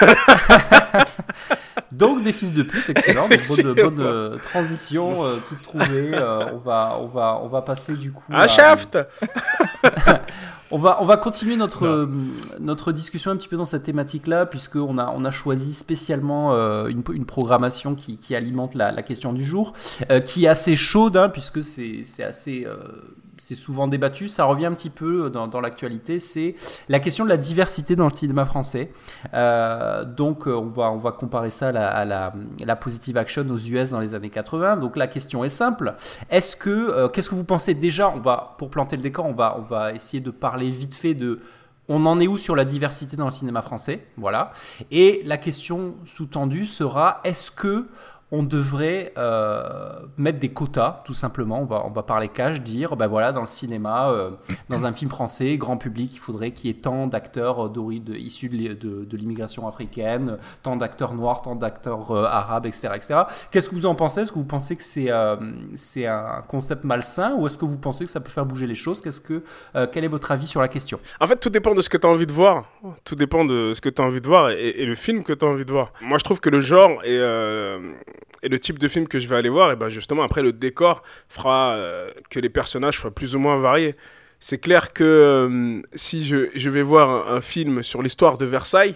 Speaker 3: Donc des fils de pute, excellent. Bonne, bonne euh, transition, euh, toute trouvée. Euh, on va, on va, on va passer du coup.
Speaker 2: À Shaft.
Speaker 3: On va, on va continuer notre, euh, notre discussion un petit peu dans cette thématique-là, puisqu'on a, on a choisi spécialement euh, une, une programmation qui, qui alimente la, la question du jour, euh, qui est assez chaude, hein, puisque c'est, c'est assez... Euh, c'est souvent débattu, ça revient un petit peu dans, dans l'actualité, c'est la question de la diversité dans le cinéma français. Euh, donc on va, on va comparer ça à la, à la, à la positive action aux U S dans les années quatre-vingts. Donc la question est simple, est-ce que, euh, qu'est-ce que vous pensez déjà, on va, pour planter le décor, on va, on va essayer de parler vite fait de on en est où sur la diversité dans le cinéma français, voilà. Et la question sous-tendue sera, est-ce que on devrait euh, mettre des quotas, tout simplement. On va, on va parler cash, dire, ben voilà, dans le cinéma, euh, dans un film français, grand public, il faudrait qu'il y ait tant d'acteurs de, de, issus de, de, de l'immigration africaine, tant d'acteurs noirs, tant d'acteurs euh, arabes, et cetera, et cetera. Qu'est-ce que vous en pensez ? Est-ce que vous pensez que c'est, euh, c'est un concept malsain ou est-ce que vous pensez que ça peut faire bouger les choses ? Qu'est-ce que, euh, quel est votre avis sur la question ?
Speaker 2: En fait, tout dépend de ce que tu as envie de voir. Tout dépend de ce que tu as envie de voir et, et le film que tu as envie de voir. Moi, je trouve que le genre est... Euh... Et le type de film que je vais aller voir, et ben justement, après, le décor fera euh, que les personnages soient plus ou moins variés. c'est clair que euh, si je, je vais voir un, un film sur l'histoire de Versailles,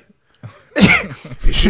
Speaker 2: je,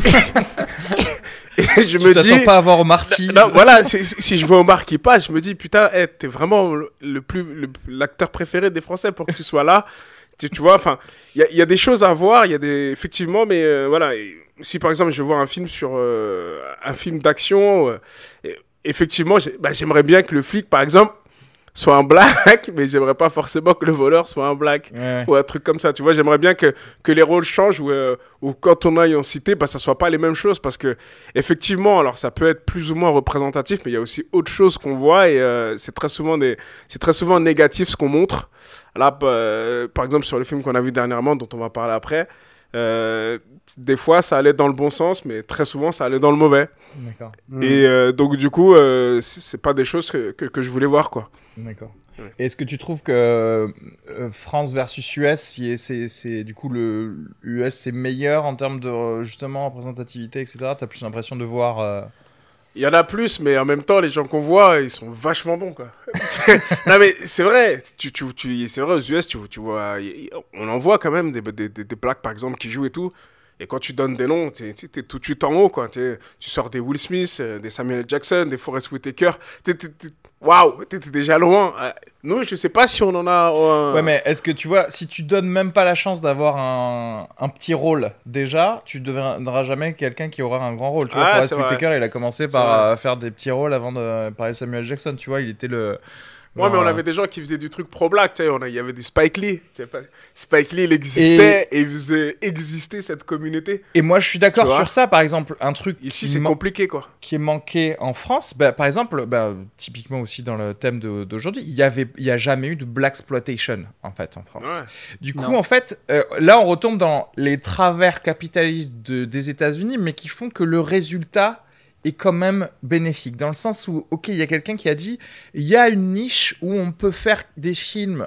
Speaker 2: et je
Speaker 1: tu
Speaker 2: me
Speaker 1: t'attends
Speaker 2: dis...
Speaker 1: pas à voir Omar Sy.
Speaker 2: Non, voilà, si, si je vois Omar qui passe, je me dis, putain, hey, t'es vraiment le, le plus, le, l'acteur préféré des Français pour que tu sois là. Tu, tu vois, enfin, il y, y a des choses à voir, il y a des... Effectivement, mais euh, voilà, et, si par exemple je vois un film sur... Euh, un film d'action, euh, et, effectivement, j'ai, bah, j'aimerais bien que le flic, par exemple, soit un black, mais j'aimerais pas forcément que le voleur soit un black,
Speaker 1: Ouais.
Speaker 2: ou un truc comme ça, tu vois, j'aimerais bien que, que les rôles changent, ou, euh, ou quand on aille en cité, bah, ça soit pas les mêmes choses, parce que, effectivement, alors ça peut être plus ou moins représentatif, mais il y a aussi autre chose qu'on voit, et euh, c'est très souvent des, c'est très souvent négatif ce qu'on montre. Là, euh, par exemple, sur le film qu'on a vu dernièrement, dont on va parler après, euh, des fois ça allait dans le bon sens, mais très souvent ça allait dans le mauvais.
Speaker 1: D'accord.
Speaker 3: Mm.
Speaker 2: Et euh, donc du coup, euh, c'est, c'est pas des choses que, que, que je voulais voir, quoi.
Speaker 1: D'accord.
Speaker 2: Ouais.
Speaker 1: Est-ce que tu trouves que euh, France versus U S, c'est, c'est, c'est du coup le U S c'est meilleur en termes de justement représentativité, et cetera. T'as plus l'impression de voir. Euh...
Speaker 2: Il y en a plus, mais en même temps, les gens qu'on voit, ils sont vachement bons, quoi. Non, mais c'est vrai. Tu, tu, tu, c'est vrai, aux U S, tu, tu vois, y, y, on en voit quand même des, des, des, des blacks, par exemple, qui jouent et tout. Et quand tu donnes des noms, t'es, t'es, t'es tout de suite en haut, quoi. T'es, tu sors des Will Smith, euh, des Samuel L. Jackson, des Forest Whitaker. T'es, t'es, t'es, waouh, t'es, t'es déjà loin. Euh, nous, je sais pas si on en a... Euh...
Speaker 1: Ouais, mais est-ce que tu vois, si tu donnes même pas la chance d'avoir un, un petit rôle déjà, tu deviendras jamais quelqu'un qui aura un grand rôle. Tu vois,
Speaker 2: Ah,
Speaker 1: Forest Whitaker, il a commencé par euh, faire des petits rôles avant de parler de Samuel Jackson. Tu vois, il était le...
Speaker 2: Ouais, mais on avait des gens qui faisaient du truc pro-black, tu sais, il y avait du Spike Lee. Pas... Spike Lee, il existait et... et il faisait exister cette communauté.
Speaker 1: Et moi, je suis d'accord sur ça, par exemple, un truc...
Speaker 2: Ici, c'est man... compliqué, quoi.
Speaker 1: Qui est manqué en France, bah, par exemple, bah, typiquement aussi dans le thème de, d'aujourd'hui, il y avait, il y a jamais eu de blaxploitation, en fait, en France. Ouais. Du coup, non. en fait, euh, là, on retombe dans les travers capitalistes de, des États-Unis, mais qui font que le résultat... est quand même bénéfique, dans le sens où, ok, il y a quelqu'un qui a dit, il y a une niche où on peut faire des films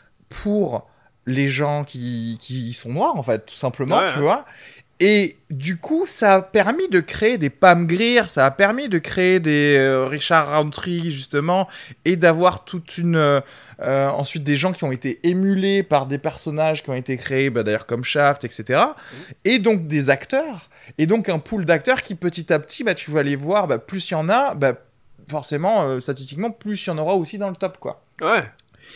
Speaker 1: pour les gens qui, qui sont noirs, en fait, tout simplement, ouais. tu vois. Et du coup, ça a permis de créer des Pam Grier, ça a permis de créer des euh, Richard Roundtree, justement, et d'avoir toute une... Euh, euh, ensuite, des gens qui ont été émulés par des personnages qui ont été créés, bah, d'ailleurs, comme Shaft, et cetera. Mmh. Et donc, des acteurs. Et donc, un pool d'acteurs qui, petit à petit, bah, tu vas les voir, bah, plus il y en a, bah, forcément, euh, statistiquement, plus il y en aura aussi dans le top, quoi.
Speaker 2: Ouais.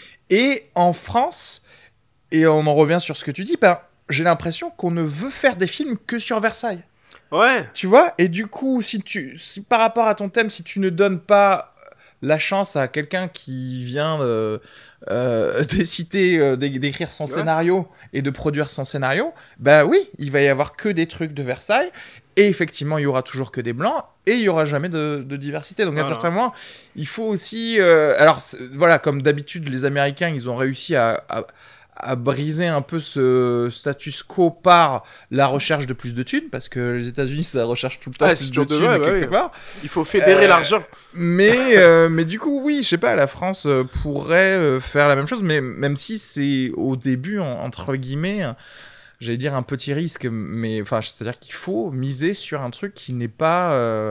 Speaker 1: Et en France, et on en revient sur ce que tu dis, bah, j'ai l'impression qu'on ne veut faire des films que sur Versailles.
Speaker 2: Ouais.
Speaker 1: Tu vois ? Et du coup, si tu, si par rapport à ton thème, si tu ne donnes pas la chance à quelqu'un qui vient euh, euh, décider euh, d'écrire son ouais. scénario et de produire son scénario, bah oui, il va y avoir que des trucs de Versailles. Et effectivement, il y aura toujours que des blancs et il y aura jamais de, de diversité. Donc, voilà. à certains moments, il faut aussi... Euh, alors, voilà, comme d'habitude, les Américains, ils ont réussi à... à à briser un peu ce status quo par la recherche de plus de thunes, parce que les États-Unis, ça recherche tout le temps
Speaker 2: ah,
Speaker 1: plus de thunes
Speaker 2: ouais,
Speaker 1: quelque
Speaker 2: ouais.
Speaker 1: part.
Speaker 2: Il faut fédérer euh, l'argent.
Speaker 1: Mais, euh, mais du coup, oui, je sais pas, la France pourrait faire la même chose, mais même si c'est au début, en, entre guillemets, j'allais dire un petit risque, mais enfin, c'est-à-dire qu'il faut miser sur un truc qui n'est pas euh,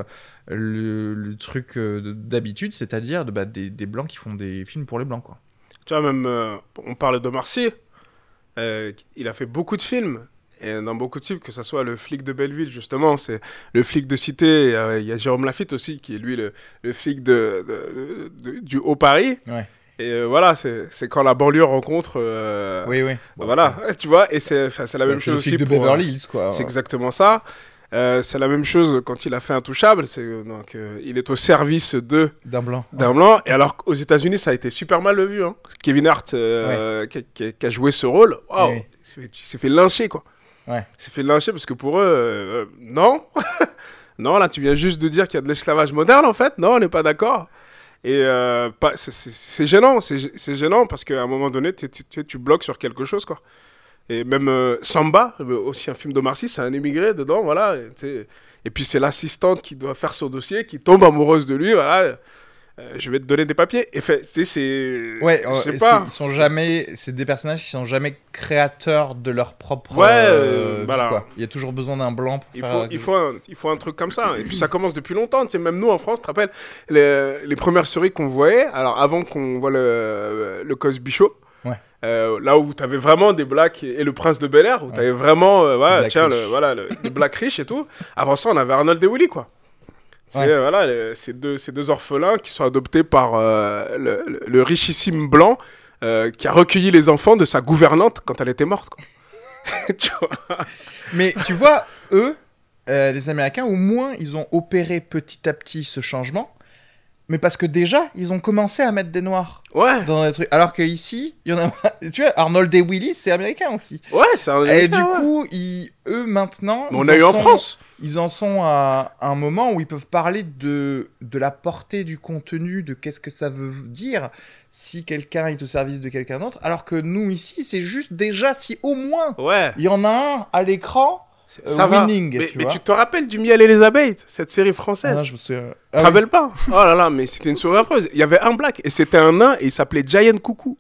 Speaker 1: le, le truc d'habitude, c'est-à-dire bah, des, des blancs qui font des films pour les blancs, quoi.
Speaker 2: Tu vois, même, euh, on parle d'Omar Sy, euh, il a fait beaucoup de films, et dans beaucoup de films, que ce soit le flic de Belleville, justement, c'est le flic de Cité, il y a, il y a Jérôme Laffitte aussi, qui est lui le, le flic de, de, de, de, du Haut-Paris.
Speaker 1: Ouais.
Speaker 2: Et euh, voilà, c'est, c'est quand la banlieue rencontre... Euh,
Speaker 1: oui, oui.
Speaker 2: Bah, voilà, ouais. tu vois, et c'est, c'est la même
Speaker 1: bah,
Speaker 2: chose
Speaker 1: aussi
Speaker 2: aussi
Speaker 1: de
Speaker 2: pour...
Speaker 1: Beverly Hills, quoi.
Speaker 2: C'est exactement ça. Euh, c'est la même chose quand il a fait Intouchable. C'est, donc, euh, il est au service de
Speaker 1: d'un blanc.
Speaker 2: D'un blanc. Et alors qu'aux États-Unis, ça a été super mal vu. Hein. Kevin Hart, euh, ouais. qui, qui, qui a joué ce rôle, wow, oui. il, s'est fait, il s'est fait lyncher, quoi.
Speaker 1: Ouais.
Speaker 2: Il s'est fait lyncher parce que pour eux, euh, non. non, là, tu viens juste de dire qu'il y a de l'esclavage moderne, en fait. Non, on n'est pas d'accord. Et euh, pas, c'est, c'est, c'est gênant. C'est, c'est gênant parce qu'à un moment donné, tu, tu, tu bloques sur quelque chose, quoi. Et même euh, Samba, aussi un film d'Omar Sy, c'est un émigré dedans, voilà. Et, et puis c'est l'assistante qui doit faire son dossier, qui tombe amoureuse de lui, voilà. Euh, je vais te donner des papiers. Et fait, c'est, c'est,
Speaker 1: ouais,
Speaker 2: je sais
Speaker 1: c'est,
Speaker 2: pas.
Speaker 1: Ils sont jamais, c'est des personnages qui sont jamais créateurs de leur propre.
Speaker 2: Ouais, euh,
Speaker 1: vie,
Speaker 2: voilà.
Speaker 1: Quoi. Il y a toujours besoin d'un blanc. Pour
Speaker 2: il
Speaker 1: faire
Speaker 2: faut,
Speaker 1: un...
Speaker 2: il faut, un, il faut un truc comme ça. Et puis ça commence depuis longtemps. Tu sais, même nous en France, tu te rappelles les, les premières séries qu'on voyait. Alors avant qu'on voit le, le Cosby Show.
Speaker 1: Ouais.
Speaker 2: Euh, là où t'avais vraiment des blacks et, et le prince de Bel-Air, où t'avais vraiment, euh, voilà, tiens, le, voilà, le, les blacks riches et tout. Avant ça, on avait Arnold et Willy, quoi. C'est, ouais. voilà, le, ces, deux, ces deux orphelins qui sont adoptés par euh, le, le, le richissime blanc euh, qui a recueilli les enfants de sa gouvernante quand elle était morte, quoi. Tu vois.
Speaker 1: Mais tu vois, eux, euh, les Américains, au moins, ils ont opéré petit à petit ce changement. Mais parce que déjà, ils ont commencé à mettre des noirs
Speaker 2: ouais.
Speaker 1: dans les trucs. Alors qu'ici, il y en a. Tu vois, Arnold et Willy, c'est américain aussi.
Speaker 2: Ouais, c'est américain.
Speaker 1: Et du
Speaker 2: ouais.
Speaker 1: coup, ils, eux maintenant.
Speaker 2: Mais on a eu en
Speaker 1: sont,
Speaker 2: France.
Speaker 1: Ils en sont à un moment où ils peuvent parler de, de la portée du contenu, de qu'est-ce que ça veut dire si quelqu'un est au service de quelqu'un d'autre. Alors que nous, ici, c'est juste déjà si au moins
Speaker 2: ouais.
Speaker 1: il y en a un à l'écran.
Speaker 2: Ça
Speaker 1: euh,
Speaker 2: va.
Speaker 1: Winning,
Speaker 2: mais,
Speaker 1: tu
Speaker 2: mais
Speaker 1: vois.
Speaker 2: tu te rappelles du Miel et les abeilles, cette série française?
Speaker 1: Ah non, je me souviens.
Speaker 2: Tu
Speaker 1: Ah,
Speaker 2: te rappelles oui. pas? Oh là là, mais c'était une souris affreuse. Il y avait un black et c'était un nain et il s'appelait Giant Coucou.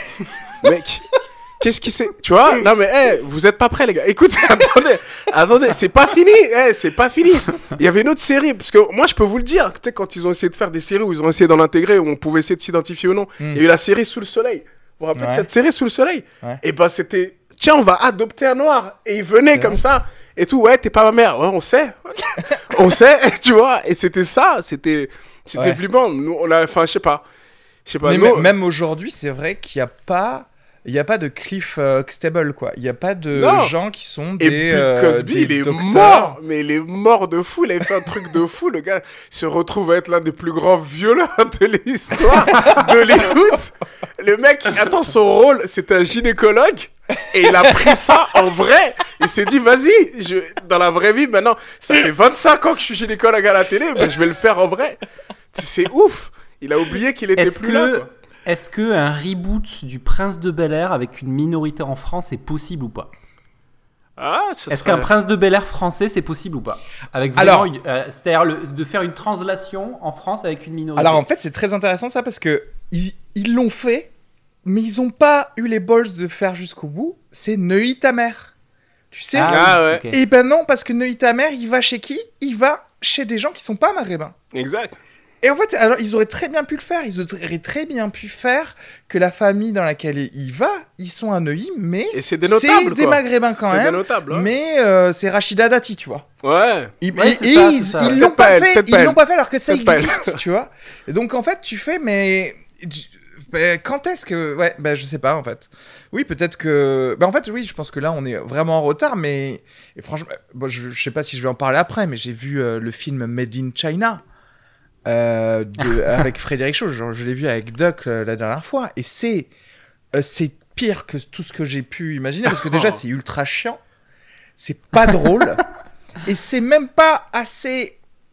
Speaker 2: Mec, qu'est-ce qui c'est? Tu vois? Non mais hey, vous êtes pas prêts les gars. Écoute, attendez, attendez, c'est pas fini. Hey, c'est pas fini. Il y avait une autre série parce que moi je peux vous le dire. Tu sais quand ils ont essayé de faire des séries où ils ont essayé d'en intégrer où on pouvait essayer de s'identifier ou non. Mm. Il y a eu la série Sous le Soleil. Vous vous rappelez ouais. de cette série Sous le Soleil? Ouais. Et ben bah, c'était tiens on va adopter un noir et il venait ouais. comme ça. Et tout, ouais, t'es pas ma mère. Ouais, on sait. on sait, tu vois. Et c'était ça. C'était, c'était ouais. flippant. Nous, on a, enfin, je sais pas. Je sais pas.
Speaker 1: Mais
Speaker 2: nous,
Speaker 1: m- même aujourd'hui, c'est vrai qu'il n'y a pas, il y a pas de Cliff euh, Stable, quoi. Il n'y a pas de
Speaker 2: non.
Speaker 1: gens qui sont
Speaker 2: des. Et
Speaker 1: des.
Speaker 2: Bill
Speaker 1: euh,
Speaker 2: Cosby,
Speaker 1: des
Speaker 2: il est
Speaker 1: docteurs.
Speaker 2: mort. Mais il est mort de fou. Il avait fait un truc de fou. Le gars se retrouve à être l'un des plus grands violeurs de l'histoire d'Hollywood. Le mec, attends, son rôle, c'était un gynécologue. Et il a pris ça en vrai. Il s'est dit, vas-y, je... dans la vraie vie, maintenant, ça fait vingt-cinq ans que je suis gynécologue à la télé, mais je vais le faire en vrai. C'est ouf. Il a oublié qu'il était
Speaker 3: est-ce
Speaker 2: plus
Speaker 3: que,
Speaker 2: là. Quoi.
Speaker 3: Est-ce qu'un reboot du Prince de Bel-Air avec une minorité en France est possible ou pas?
Speaker 2: Ah, ça
Speaker 3: Est-ce
Speaker 2: serait...
Speaker 3: qu'un Prince de Bel-Air français, c'est possible ou pas? Avec vraiment
Speaker 1: Alors,
Speaker 3: une, euh, c'est-à-dire le, de faire une translation en France avec une minorité.
Speaker 1: Alors en fait, c'est très intéressant ça parce que ils, ils l'ont fait. Mais ils ont pas eu les balls de faire jusqu'au bout. C'est Neuilly ta mère. Tu sais?
Speaker 2: Ah, ah ouais.
Speaker 1: Okay. Et ben non, parce que Neuilly ta mère, il va chez qui? Il va chez des gens qui sont pas maghrébins.
Speaker 2: Exact.
Speaker 1: Et en fait, alors ils auraient très bien pu le faire. Ils auraient très bien pu faire que la famille dans laquelle il va, ils sont à Neuilly, mais
Speaker 2: et c'est des notables,
Speaker 1: c'est des
Speaker 2: quoi.
Speaker 1: maghrébins quand
Speaker 2: c'est
Speaker 1: même.
Speaker 2: Des notables, hein.
Speaker 1: Mais euh, c'est Rachida Dati, tu vois.
Speaker 2: Ouais.
Speaker 1: Ils,
Speaker 3: ouais,
Speaker 1: et,
Speaker 3: c'est
Speaker 1: et
Speaker 3: ça,
Speaker 1: ils,
Speaker 3: c'est ça.
Speaker 1: ils l'ont pas,
Speaker 2: pas
Speaker 1: fait.
Speaker 2: elle,
Speaker 1: Ils l'ont pas fait alors que ça
Speaker 2: peut-être
Speaker 1: existe, tu vois. Et donc en fait, tu fais, mais. Bah, quand est-ce que... Ouais, bah, je sais pas, en fait. Oui, peut-être que... Bah, en fait, oui, je pense que là, on est vraiment en retard, mais... Et franchement, bon, je, je sais pas si je vais en parler après, mais j'ai vu euh, le film Made in China euh, de... avec Frédéric Shaw. Genre, je l'ai vu avec Duck euh, la dernière fois, et c'est... Euh, c'est pire que tout ce que j'ai pu imaginer, parce que déjà, c'est ultra chiant, c'est pas drôle, et c'est même pas assez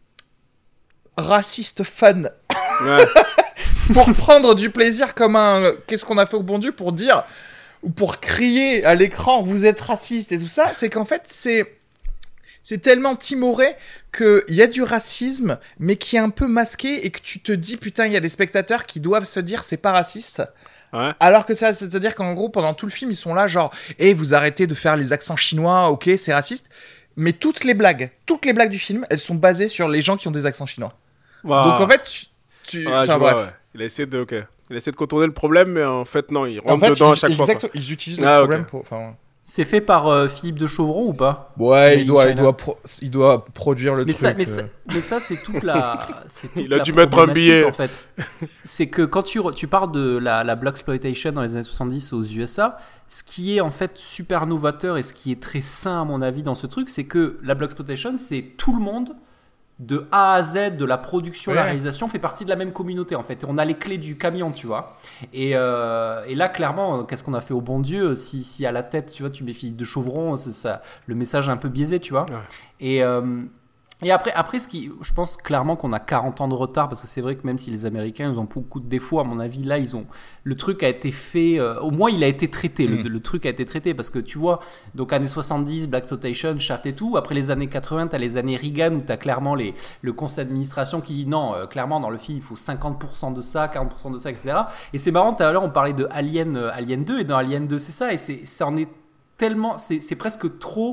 Speaker 1: raciste fun.
Speaker 2: Ouais.
Speaker 1: Pour prendre du plaisir comme un qu'est-ce qu'on a fait au bon Dieu pour dire ou pour crier à l'écran vous êtes raciste et tout ça, c'est qu'en fait c'est c'est tellement timoré qu'il y a du racisme mais qui est un peu masqué et que tu te dis putain il y a des spectateurs qui doivent se dire c'est pas raciste.
Speaker 2: Ouais.
Speaker 1: Alors que ça, c'est-à-dire qu'en gros pendant tout le film ils sont là genre et hey, vous arrêtez de faire les accents chinois, ok c'est raciste, mais toutes les blagues toutes les blagues du film elles sont basées sur les gens qui ont des accents chinois. Wow. Donc en fait tu, tu...
Speaker 2: Ouais,
Speaker 1: enfin
Speaker 2: vois,
Speaker 1: bref.
Speaker 2: Ouais. Il a essayé de, okay. il a essayé de contourner le problème, mais en fait, non, il rentre
Speaker 1: en fait,
Speaker 2: dedans
Speaker 1: ils,
Speaker 2: à chaque
Speaker 1: exact,
Speaker 2: fois.
Speaker 1: Quoi. Ils utilisent le
Speaker 2: ah,
Speaker 1: problème
Speaker 2: okay.
Speaker 1: pour. Enfin,
Speaker 3: c'est fait par euh, Philippe de Chauvron ou pas?
Speaker 1: Ouais, il doit, il, doit pro- il doit produire le
Speaker 3: mais
Speaker 1: truc.
Speaker 3: Ça, mais,
Speaker 1: euh...
Speaker 3: ça, mais ça, c'est toute la. C'est toute
Speaker 2: il a
Speaker 3: la
Speaker 2: dû mettre un billet.
Speaker 3: En fait. C'est que quand tu, tu parles de la, la Blaxploitation dans les années soixante-dix aux U S A, ce qui est en fait super novateur et ce qui est très sain à mon avis dans ce truc, c'est que la Blaxploitation, c'est tout le monde. De A à Z, de la production, ouais. La réalisation fait partie de la même communauté en fait. Et on a les clés du camion, tu vois. Et, euh, et là, clairement, qu'est-ce qu'on a fait au bon Dieu? Si, si à la tête, tu vois, tu mets Philippe de Chauvron, c'est ça, le message est un peu biaisé, tu vois. Ouais. Et, euh, et après, après, ce qui, je pense clairement qu'on a quarante ans de retard parce que c'est vrai que même si les Américains ils ont beaucoup de défauts, à mon avis, là, ils ont le truc a été fait. Euh, au moins, il a été traité. Mm. Le, le truc a été traité parce que tu vois, donc années soixante-dix, Blaxploitation, Shaft et tout. Après les années quatre-vingts, t'as les années Reagan où t'as clairement les, le conseil d'administration qui dit non, euh, clairement dans le film, il faut cinquante pour cent de ça, quarante pour cent de ça, et cetera. Et c'est marrant. Tout à l'heure, on parlait de Alien, euh, Alien deux et dans Alien deux, c'est ça. Et c'est, ça en est tellement, c'est, c'est presque trop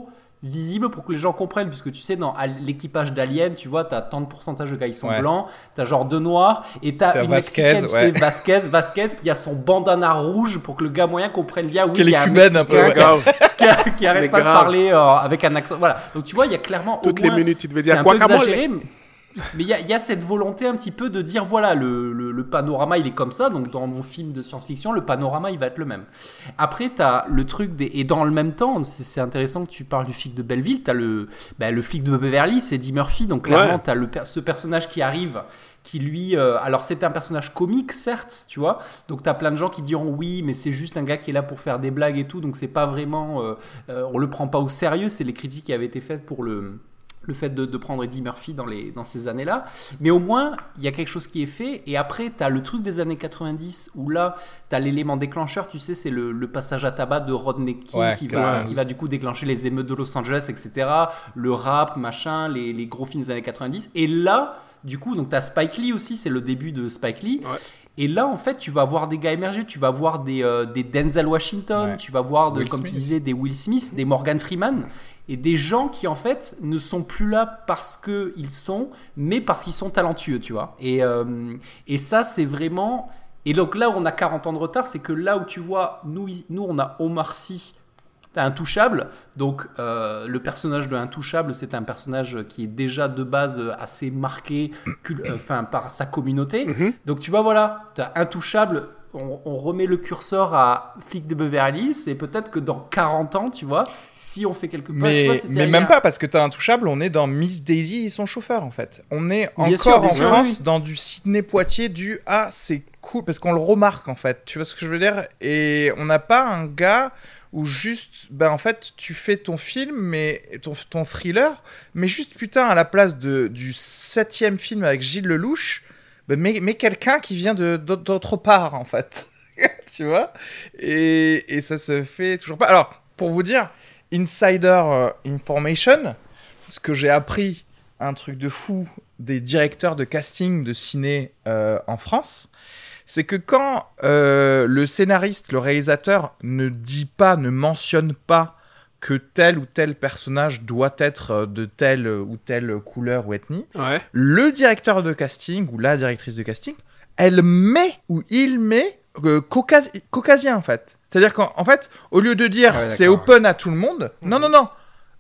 Speaker 3: visible pour que les gens comprennent, puisque tu sais, dans l'équipage d'Alien, tu vois, t'as tant de pourcentage de gars, ils sont
Speaker 1: Ouais.
Speaker 3: blancs, t'as genre deux noirs, et t'as,
Speaker 1: T'as
Speaker 3: une
Speaker 1: Vasquez,
Speaker 3: Mexicaine, tu
Speaker 1: ouais.
Speaker 3: sais, Vasquez, Vasquez, qui a son bandana rouge pour que le gars moyen comprenne bien, oui,
Speaker 1: Quelle
Speaker 3: il y a un
Speaker 1: écumène un peu,
Speaker 3: Mexicain
Speaker 1: ouais.
Speaker 3: qui,
Speaker 2: Grave.
Speaker 3: qui, a- qui arrête
Speaker 2: Mais
Speaker 3: pas
Speaker 2: grave.
Speaker 3: de parler euh, avec un accent. Voilà. Donc tu vois, il y a clairement
Speaker 2: Toutes
Speaker 3: au
Speaker 2: les
Speaker 3: moins,
Speaker 2: minutes, tu devais
Speaker 3: c'est
Speaker 2: dire
Speaker 3: un peu
Speaker 2: guacamole.
Speaker 3: exagéré, mais mais il y, a- il y a cette volonté un petit peu de dire voilà, le, le, le panorama il est comme ça, donc dans mon film de science-fiction, le panorama il va être le même. Après, tu as le truc des. Et dans le même temps, c'est, c'est intéressant que tu parles du flic de Belleville, tu as le, bah, le flic de Beverly, c'est Eddie Murphy, donc clairement,
Speaker 2: Ouais.
Speaker 3: tu as le, per- ce personnage qui arrive. Qui lui, euh, alors c'est un personnage comique certes, tu vois, donc t'as plein de gens qui diront oui, mais c'est juste un gars qui est là pour faire des blagues et tout, donc c'est pas vraiment, euh, euh, on le prend pas au sérieux, c'est les critiques qui avaient été faites pour le, le fait de, de prendre Eddie Murphy dans, les, dans ces années-là, mais au moins il y a quelque chose qui est fait, et après t'as le truc des années quatre-vingt-dix où là t'as l'élément déclencheur, tu sais, c'est le, le passage à tabac de Rodney King
Speaker 1: Ouais,
Speaker 3: qui, va,
Speaker 1: quatre-vingt-douze.
Speaker 3: qui va du coup déclencher les émeutes de Los Angeles, et cetera, le rap, machin, les, les gros films des années quatre-vingt-dix, et là du coup, donc tu as Spike Lee aussi, c'est le début de Spike Lee.
Speaker 2: Ouais.
Speaker 3: Et là, en fait, tu vas voir des gars émerger, tu vas voir des, euh, des Denzel Washington,
Speaker 1: Ouais.
Speaker 3: tu vas voir, de,
Speaker 1: Will
Speaker 3: comme
Speaker 1: Smith.
Speaker 3: tu disais, des Will Smith, des Morgan Freeman, et des gens qui, en fait, ne sont plus là parce qu'ils sont, mais parce qu'ils sont talentueux, tu vois. Et, euh, et ça, c'est vraiment... Et donc là où on a quarante ans de retard, c'est que là où tu vois, nous, nous on a Omar Sy, t'as Intouchable, donc euh, le personnage de Intouchable, c'est un personnage qui est déjà de base assez marqué cul- euh, enfin, par sa communauté.
Speaker 2: Mhm.
Speaker 3: Donc tu vois, voilà, t'as Intouchable, on, on remet le curseur à Flic de Beverly Hills, et peut-être que dans quarante ans, tu vois, si on fait quelque part... tu vois,
Speaker 1: Mais,
Speaker 3: c'était
Speaker 1: mais
Speaker 3: il y
Speaker 1: même
Speaker 3: a-
Speaker 1: pas, parce que t'as Intouchable, on est dans Miss Daisy et son chauffeur, en fait. On est
Speaker 3: Bien
Speaker 1: encore
Speaker 3: sûr, bien
Speaker 1: en
Speaker 3: sûr,
Speaker 1: France
Speaker 3: oui.
Speaker 1: dans du Sydney-Poitiers, du « Ah, c'est cool », parce qu'on le remarque, en fait. Tu vois ce que je veux dire? Et on n'a pas un gars où juste, ben en fait, tu fais ton film, mais ton, ton thriller, mais juste, putain, à la place de, du septième film avec Gilles Lelouch, ben, mais, mais quelqu'un qui vient de, d'autre part, en fait. Tu vois, et, et ça se fait toujours pas. Alors, pour vous dire, Insider euh, Information, ce que j'ai appris, un truc de fou des directeurs de casting de ciné euh, en France, c'est que quand euh, le scénariste, le réalisateur ne dit pas, ne mentionne pas que tel ou tel personnage doit être de telle ou telle couleur ou ethnie,
Speaker 2: Ouais.
Speaker 1: le directeur de casting ou la directrice de casting, elle met ou il met euh, caucas- caucasien en fait. C'est-à-dire qu'en en fait, au lieu de dire
Speaker 3: Ah ouais,
Speaker 1: c'est
Speaker 3: d'accord.
Speaker 1: open à tout le monde, non, non, non,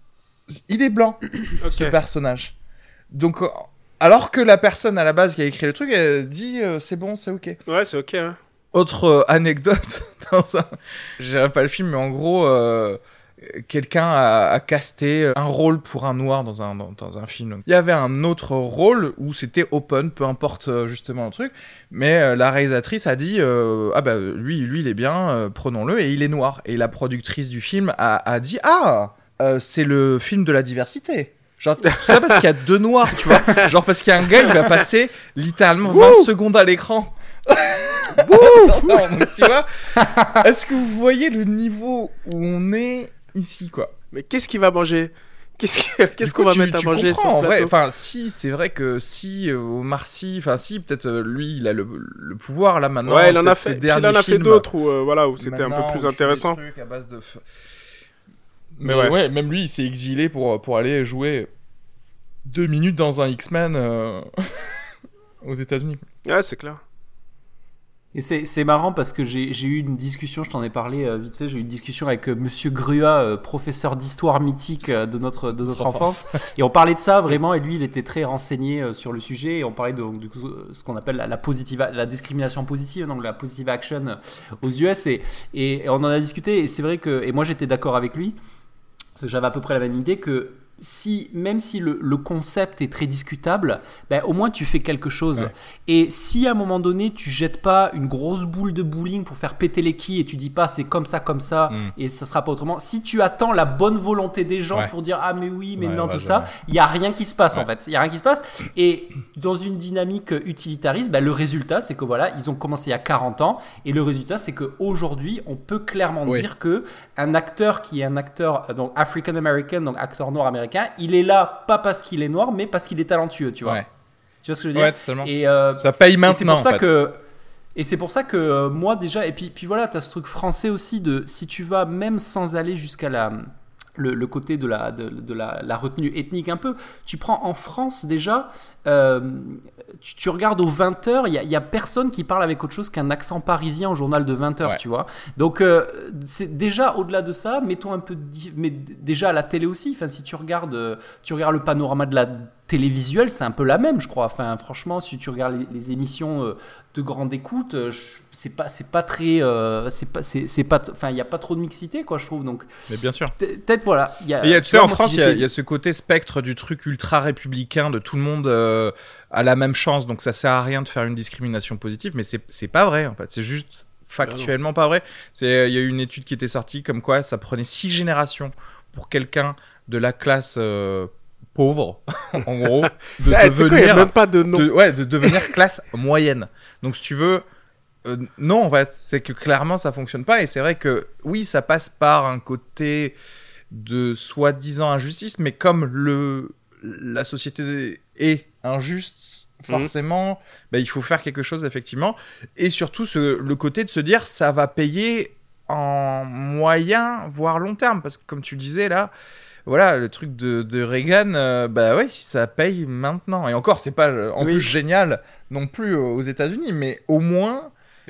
Speaker 1: il est blanc, ce
Speaker 2: Ok.
Speaker 1: personnage. Donc, euh, alors que la personne à la base qui a écrit le truc, elle dit euh, c'est bon, c'est ok.
Speaker 2: Ouais, c'est ok. Hein.
Speaker 1: Autre euh, anecdote, dans un... je dirais pas le film, mais en gros, euh, quelqu'un a, a casté un rôle pour un noir dans un, dans, dans un film. Il y avait un autre rôle où c'était open, peu importe euh, justement le truc, mais euh, la réalisatrice a dit euh, ah bah lui, lui il est bien, euh, prenons-le, et il est noir. Et la productrice du film a, a dit ah euh, c'est le film de la diversité. Genre, tout ça parce qu'il y a deux noirs, tu vois. Genre, parce qu'il y a un gars, il va passer littéralement vingt secondes à l'écran. Non, donc, tu vois, est-ce que vous voyez le niveau où on est ici, quoi?
Speaker 2: Mais qu'est-ce qu'il va manger? Qu'est-ce qui- qu'est-ce
Speaker 1: Du coup,
Speaker 2: qu'on va
Speaker 1: tu-
Speaker 2: mettre à
Speaker 1: tu
Speaker 2: manger
Speaker 1: comprends,
Speaker 2: sur
Speaker 1: en
Speaker 2: le
Speaker 1: vrai.
Speaker 2: plateau?
Speaker 1: Enfin, si, c'est vrai que si euh, Omar Sy, enfin si, peut-être euh, lui, il a le, le pouvoir là maintenant.
Speaker 2: Ouais, il en a
Speaker 1: peut-être
Speaker 2: fait,
Speaker 1: ses
Speaker 2: puis il en
Speaker 1: derniers
Speaker 2: a fait
Speaker 1: films,
Speaker 2: d'autres où, euh, voilà, où c'était un peu
Speaker 1: maintenant, où
Speaker 2: plus
Speaker 1: il fait des
Speaker 2: intéressant.
Speaker 1: trucs à base de f-
Speaker 2: Mais
Speaker 1: Mais
Speaker 2: ouais.
Speaker 1: ouais. même lui, il s'est exilé pour, pour aller jouer deux minutes dans un X-Men euh, aux États-Unis.
Speaker 2: Ouais, c'est clair.
Speaker 3: Et c'est, c'est marrant parce que j'ai, j'ai eu une discussion, je t'en ai parlé euh, vite fait, j'ai eu une discussion avec euh, Monsieur Grua, euh, professeur d'histoire mythique euh, de notre, de notre enfance. Et on parlait de ça vraiment, et lui il était très renseigné euh, sur le sujet, et on parlait de, de, de ce qu'on appelle la, la, positive, la discrimination positive, donc la positive action euh, aux U S, et, et, et on en a discuté, et c'est vrai que, et moi j'étais d'accord avec lui, parce que j'avais à peu près la même idée, que si, même si le, le concept est très discutable, ben, au moins tu fais quelque chose.
Speaker 1: Ouais.
Speaker 3: Et si à un moment donné tu jettes pas une grosse boule de bowling pour faire péter les quilles et tu dis pas c'est comme ça, comme ça,
Speaker 1: Mm.
Speaker 3: et ça sera pas autrement, si tu attends la bonne volonté des gens
Speaker 1: Ouais.
Speaker 3: pour dire ah mais oui, mais
Speaker 1: Ouais,
Speaker 3: non,
Speaker 1: ouais,
Speaker 3: tout
Speaker 1: jamais.
Speaker 3: ça, il y a rien qui se passe en
Speaker 1: Ouais.
Speaker 3: fait. Il y a rien qui se passe. Et dans une dynamique utilitariste, ben, le résultat c'est que voilà, ils ont commencé il y a quarante ans, et le résultat c'est qu'aujourd'hui on peut clairement
Speaker 1: Oui.
Speaker 3: dire que un acteur qui est un acteur euh, donc African American, donc acteur noir américain, il est là pas parce qu'il est noir, mais parce qu'il est talentueux, tu vois.
Speaker 1: Ouais,
Speaker 3: Tu vois ce que je veux dire?
Speaker 1: ouais, totalement.
Speaker 3: Et, euh,
Speaker 1: Ça paye
Speaker 3: et c'est
Speaker 1: maintenant,
Speaker 3: pour ça
Speaker 1: en fait.
Speaker 3: que et c'est pour ça que euh, moi déjà, et puis puis voilà, t'as ce truc français aussi de si tu vas même sans aller jusqu'à la Le, le côté de, la, de, de la, la retenue ethnique un peu. Tu prends en France déjà, euh, tu, tu regardes aux vingt heures, il n'y a, a personne qui parle avec autre chose qu'un accent parisien au journal de vingt heures, ouais. tu vois. Donc euh, c'est déjà au-delà de ça, mettons un peu, de, mais déjà à la télé aussi, enfin, si tu regardes, tu regardes le panorama de la télévisuelle, c'est un peu la même, je crois. Enfin, franchement, si tu regardes les, les émissions de grande écoute, je, c'est pas, c'est pas très, euh, c'est pas, c'est, c'est pas, enfin, il y a pas trop de mixité, quoi, je trouve. Donc,
Speaker 1: mais bien sûr.
Speaker 3: Peut-être voilà.
Speaker 1: Il y a, y a tu sais, en France, il si y, y a ce côté spectre du truc ultra républicain, de tout le monde euh, a la même chance, donc ça sert à rien de faire une discrimination positive, mais c'est, c'est pas vrai en fait. C'est juste factuellement pas vrai. C'est, il y a eu une étude qui était sortie comme quoi ça prenait six générations pour quelqu'un de la classe euh, pauvre, en gros, de
Speaker 2: ah,
Speaker 1: devenir,
Speaker 2: même pas de nom.
Speaker 1: De, ouais, de devenir classe moyenne. Donc, si tu veux, euh, non, en fait, c'est que clairement, ça fonctionne pas. Et c'est vrai que, oui, ça passe par un côté de soi-disant injustice, mais comme le, la société est injuste, forcément, mmh. bah, il faut faire quelque chose, effectivement. Et surtout, ce, le côté de se dire, ça va payer en moyen, voire long terme. Parce que, comme tu le disais, là, voilà, le truc de, de Reagan, euh, bah ouais, ça paye maintenant. Et encore, c'est pas en oui. plus génial non plus aux États-Unis, mais au moins,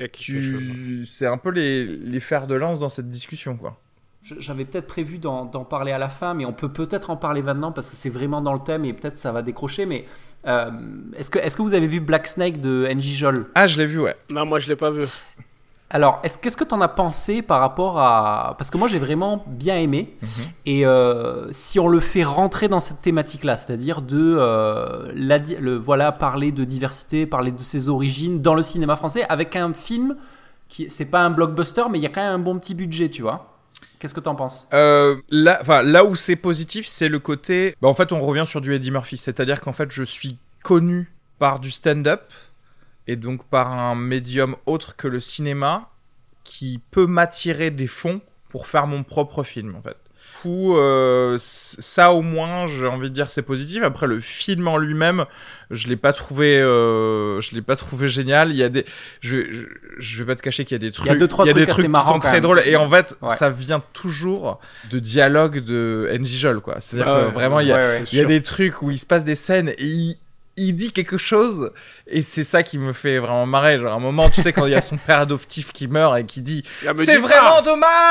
Speaker 1: tu... c'est un peu les, les fers de lance dans cette discussion, quoi.
Speaker 3: J'avais peut-être prévu d'en, d'en parler à la fin, mais on peut peut-être en parler maintenant parce que c'est vraiment dans le thème et peut-être ça va décrocher. Mais euh, est-ce que, est-ce que vous avez vu Black Snake de N J Jol ?
Speaker 1: Ah, je l'ai vu, ouais.
Speaker 2: Non, moi je l'ai pas vu.
Speaker 3: Alors, est-ce, qu'est-ce que tu en as pensé par rapport à... Parce que moi, j'ai vraiment bien aimé. Mm-hmm. Et euh, si on le fait rentrer dans cette thématique-là, c'est-à-dire de euh, la, le, voilà, parler de diversité, parler de ses origines dans le cinéma français, avec un film qui... C'est pas un blockbuster, mais il y a quand même un bon petit budget, tu vois. Qu'est-ce que tu en penses ?
Speaker 1: euh, là, là où c'est positif, c'est le côté... Bah, en fait, on revient sur du Eddie Murphy. C'est-à-dire qu'en fait, je suis connu par du stand-up et donc par un médium autre que le cinéma qui peut m'attirer des fonds pour faire mon propre film, en fait. Du coup, euh, ça au moins, j'ai envie de dire, c'est positif. Après, le film en lui-même, je l'ai pas trouvé, euh, je l'ai pas trouvé génial. Il y a des, je, je, je vais pas te cacher qu'il y a des trucs, il y a, deux, trois il y a trucs des trucs qui sont très drôles. Et en fait, ouais. ça vient toujours de dialogues de N J Jol, quoi. C'est-à-dire ah, que ouais, vraiment, il y a, ouais, ouais, il y a des trucs où il se passe des scènes et il, il dit quelque chose et c'est ça qui me fait vraiment marrer. Genre, à un moment, tu sais, quand il y a son père adoptif qui meurt et qui dit « C'est vraiment dommage !»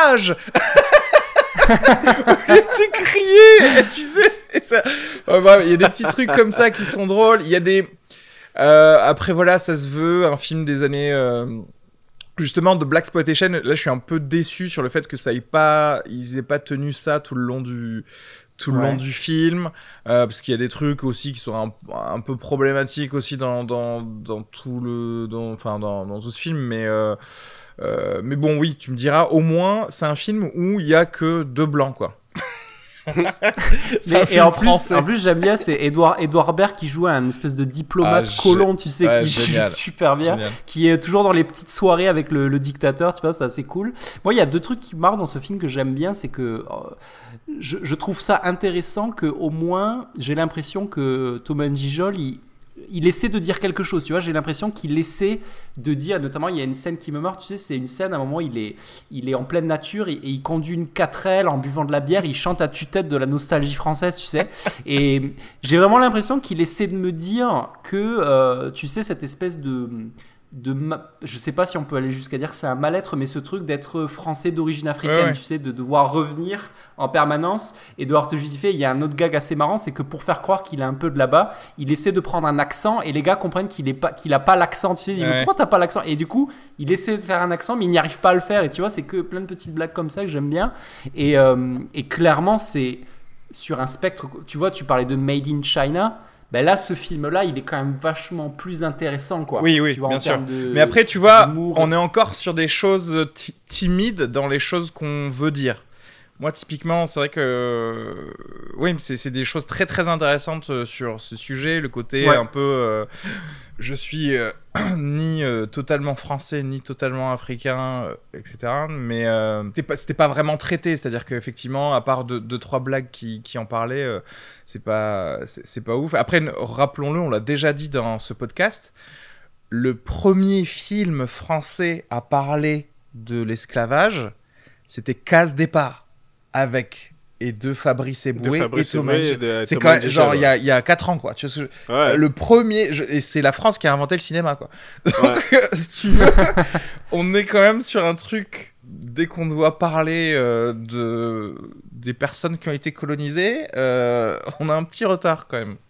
Speaker 1: Il était crié, et tu sais, et ça... ouais, bref, il y a des petits trucs comme ça qui sont drôles. Il y a des, euh, après voilà, ça se veut un film des années euh... justement de blaxploitation. Là, je suis un peu déçu sur le fait que ça ait pas, ils aient pas tenu ça tout le long du, tout le ouais. long du film, euh, parce qu'il y a des trucs aussi qui sont un, un peu problématiques aussi dans dans dans tout le, dans, enfin dans dans tout ce film, mais euh... Euh, mais bon, oui, tu me diras, au moins, c'est un film où il y a que deux blancs, quoi.
Speaker 3: c'est un film et en plus, en plus, j'aime bien, c'est Edouard, Edouard Baird qui joue un espèce de diplomate ah, colon, tu sais, ouais, qui génial. joue super bien, génial. Qui est toujours dans les petites soirées avec le, le dictateur, tu vois, c'est assez cool. Moi, il y a deux trucs qui marquent dans ce film que j'aime bien, c'est que euh, je, je trouve ça intéressant que, au moins, j'ai l'impression que Thomas N J Jol, il il essaie de dire quelque chose, tu vois, j'ai l'impression qu'il essaie de dire, notamment il y a une scène qui me marque, tu sais, c'est une scène à un moment il est, il est en pleine nature et, et il conduit une quatre L en buvant de la bière, il chante à tue-tête de la nostalgie française, tu sais, et j'ai vraiment l'impression qu'il essaie de me dire que, euh, tu sais, cette espèce de... de ma... je sais pas si on peut aller jusqu'à dire que c'est un mal-être, mais ce truc d'être français d'origine africaine, ouais, ouais. tu sais, de devoir revenir en permanence et devoir te justifier. Il y a un autre gag assez marrant, c'est que pour faire croire qu'il est un peu de là-bas, il essaie de prendre un accent et les gars comprennent qu'il est pas, qu'il a pas l'accent, tu sais, ils disent, ouais. pourquoi t'as pas l'accent? Et du coup, il essaie de faire un accent, mais il n'y arrive pas à le faire, et tu vois, c'est que plein de petites blagues comme ça que j'aime bien, et, euh, et clairement, c'est sur un spectre, tu vois, tu parlais de Made in China. Ben là, ce film-là, il est quand même vachement plus intéressant, quoi.
Speaker 1: Oui, oui,
Speaker 3: tu vois,
Speaker 1: bien sûr. De, mais après, tu vois, on est encore sur des choses t- timides dans les choses qu'on veut dire. Moi, typiquement, c'est vrai que... Oui, c'est, c'est des choses très, très intéressantes sur ce sujet. Le côté ouais. un peu... Euh, je suis euh, ni euh, totalement français, ni totalement africain, euh, et cetera. Mais euh, c'était, pas, c'était pas vraiment traité. C'est-à-dire qu'effectivement, à part deux, deux trois blagues qui, qui en parlaient, euh, c'est pas, c'est, c'est pas ouf. Après, rappelons-le, on l'a déjà dit dans ce podcast, le premier film français à parler de l'esclavage, c'était Case Départ, avec et de Fabrice Eboué
Speaker 2: De Fabrice
Speaker 1: et Thomas
Speaker 2: Eboué
Speaker 1: G.
Speaker 2: et de
Speaker 1: C'est
Speaker 2: Thomas
Speaker 1: quand même,
Speaker 2: G.
Speaker 1: genre,
Speaker 2: ouais.
Speaker 1: il y a, il y a quatre ans, quoi. Tu vois, ce que je-
Speaker 2: Ouais.
Speaker 1: Le premier, je- et c'est la France qui a inventé le cinéma, quoi. Donc,
Speaker 2: Ouais.
Speaker 1: si tu veux, on est quand même sur un truc, dès qu'on doit parler euh, de... des personnes qui ont été colonisées, euh, on a un petit retard, quand même.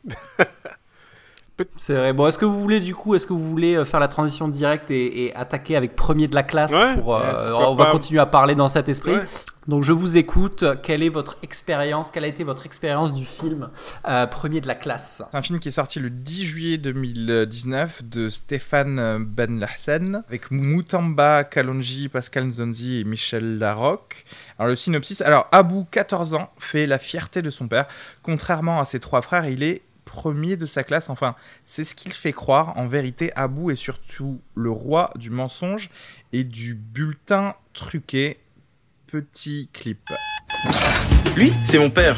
Speaker 3: C'est vrai. Bon, est-ce que vous voulez du coup, est-ce que vous voulez euh, faire la transition directe et, et attaquer avec premier de la classe
Speaker 2: Ouais,
Speaker 3: pour, euh,
Speaker 1: yes.
Speaker 3: on va
Speaker 2: Pas-
Speaker 3: continuer à parler dans cet esprit.
Speaker 2: Ouais.
Speaker 3: Donc je vous écoute. Quelle est votre expérience Quelle a été votre expérience du film euh, premier de la classe?
Speaker 1: C'est un film qui est sorti le dix juillet deux mille dix-neuf de Stéphane Ben Lassen avec Moutamba Kalonji, Pascal Nzonzi et Michel Larocque. Alors le synopsis, alors Abou, quatorze ans, fait la fierté de son père. Contrairement à ses trois frères, il est premier de sa classe. Enfin, c'est ce qu'il fait croire. En vérité, Abou est surtout le roi du mensonge et du bulletin truqué. Petit clip.
Speaker 4: Lui, c'est mon père.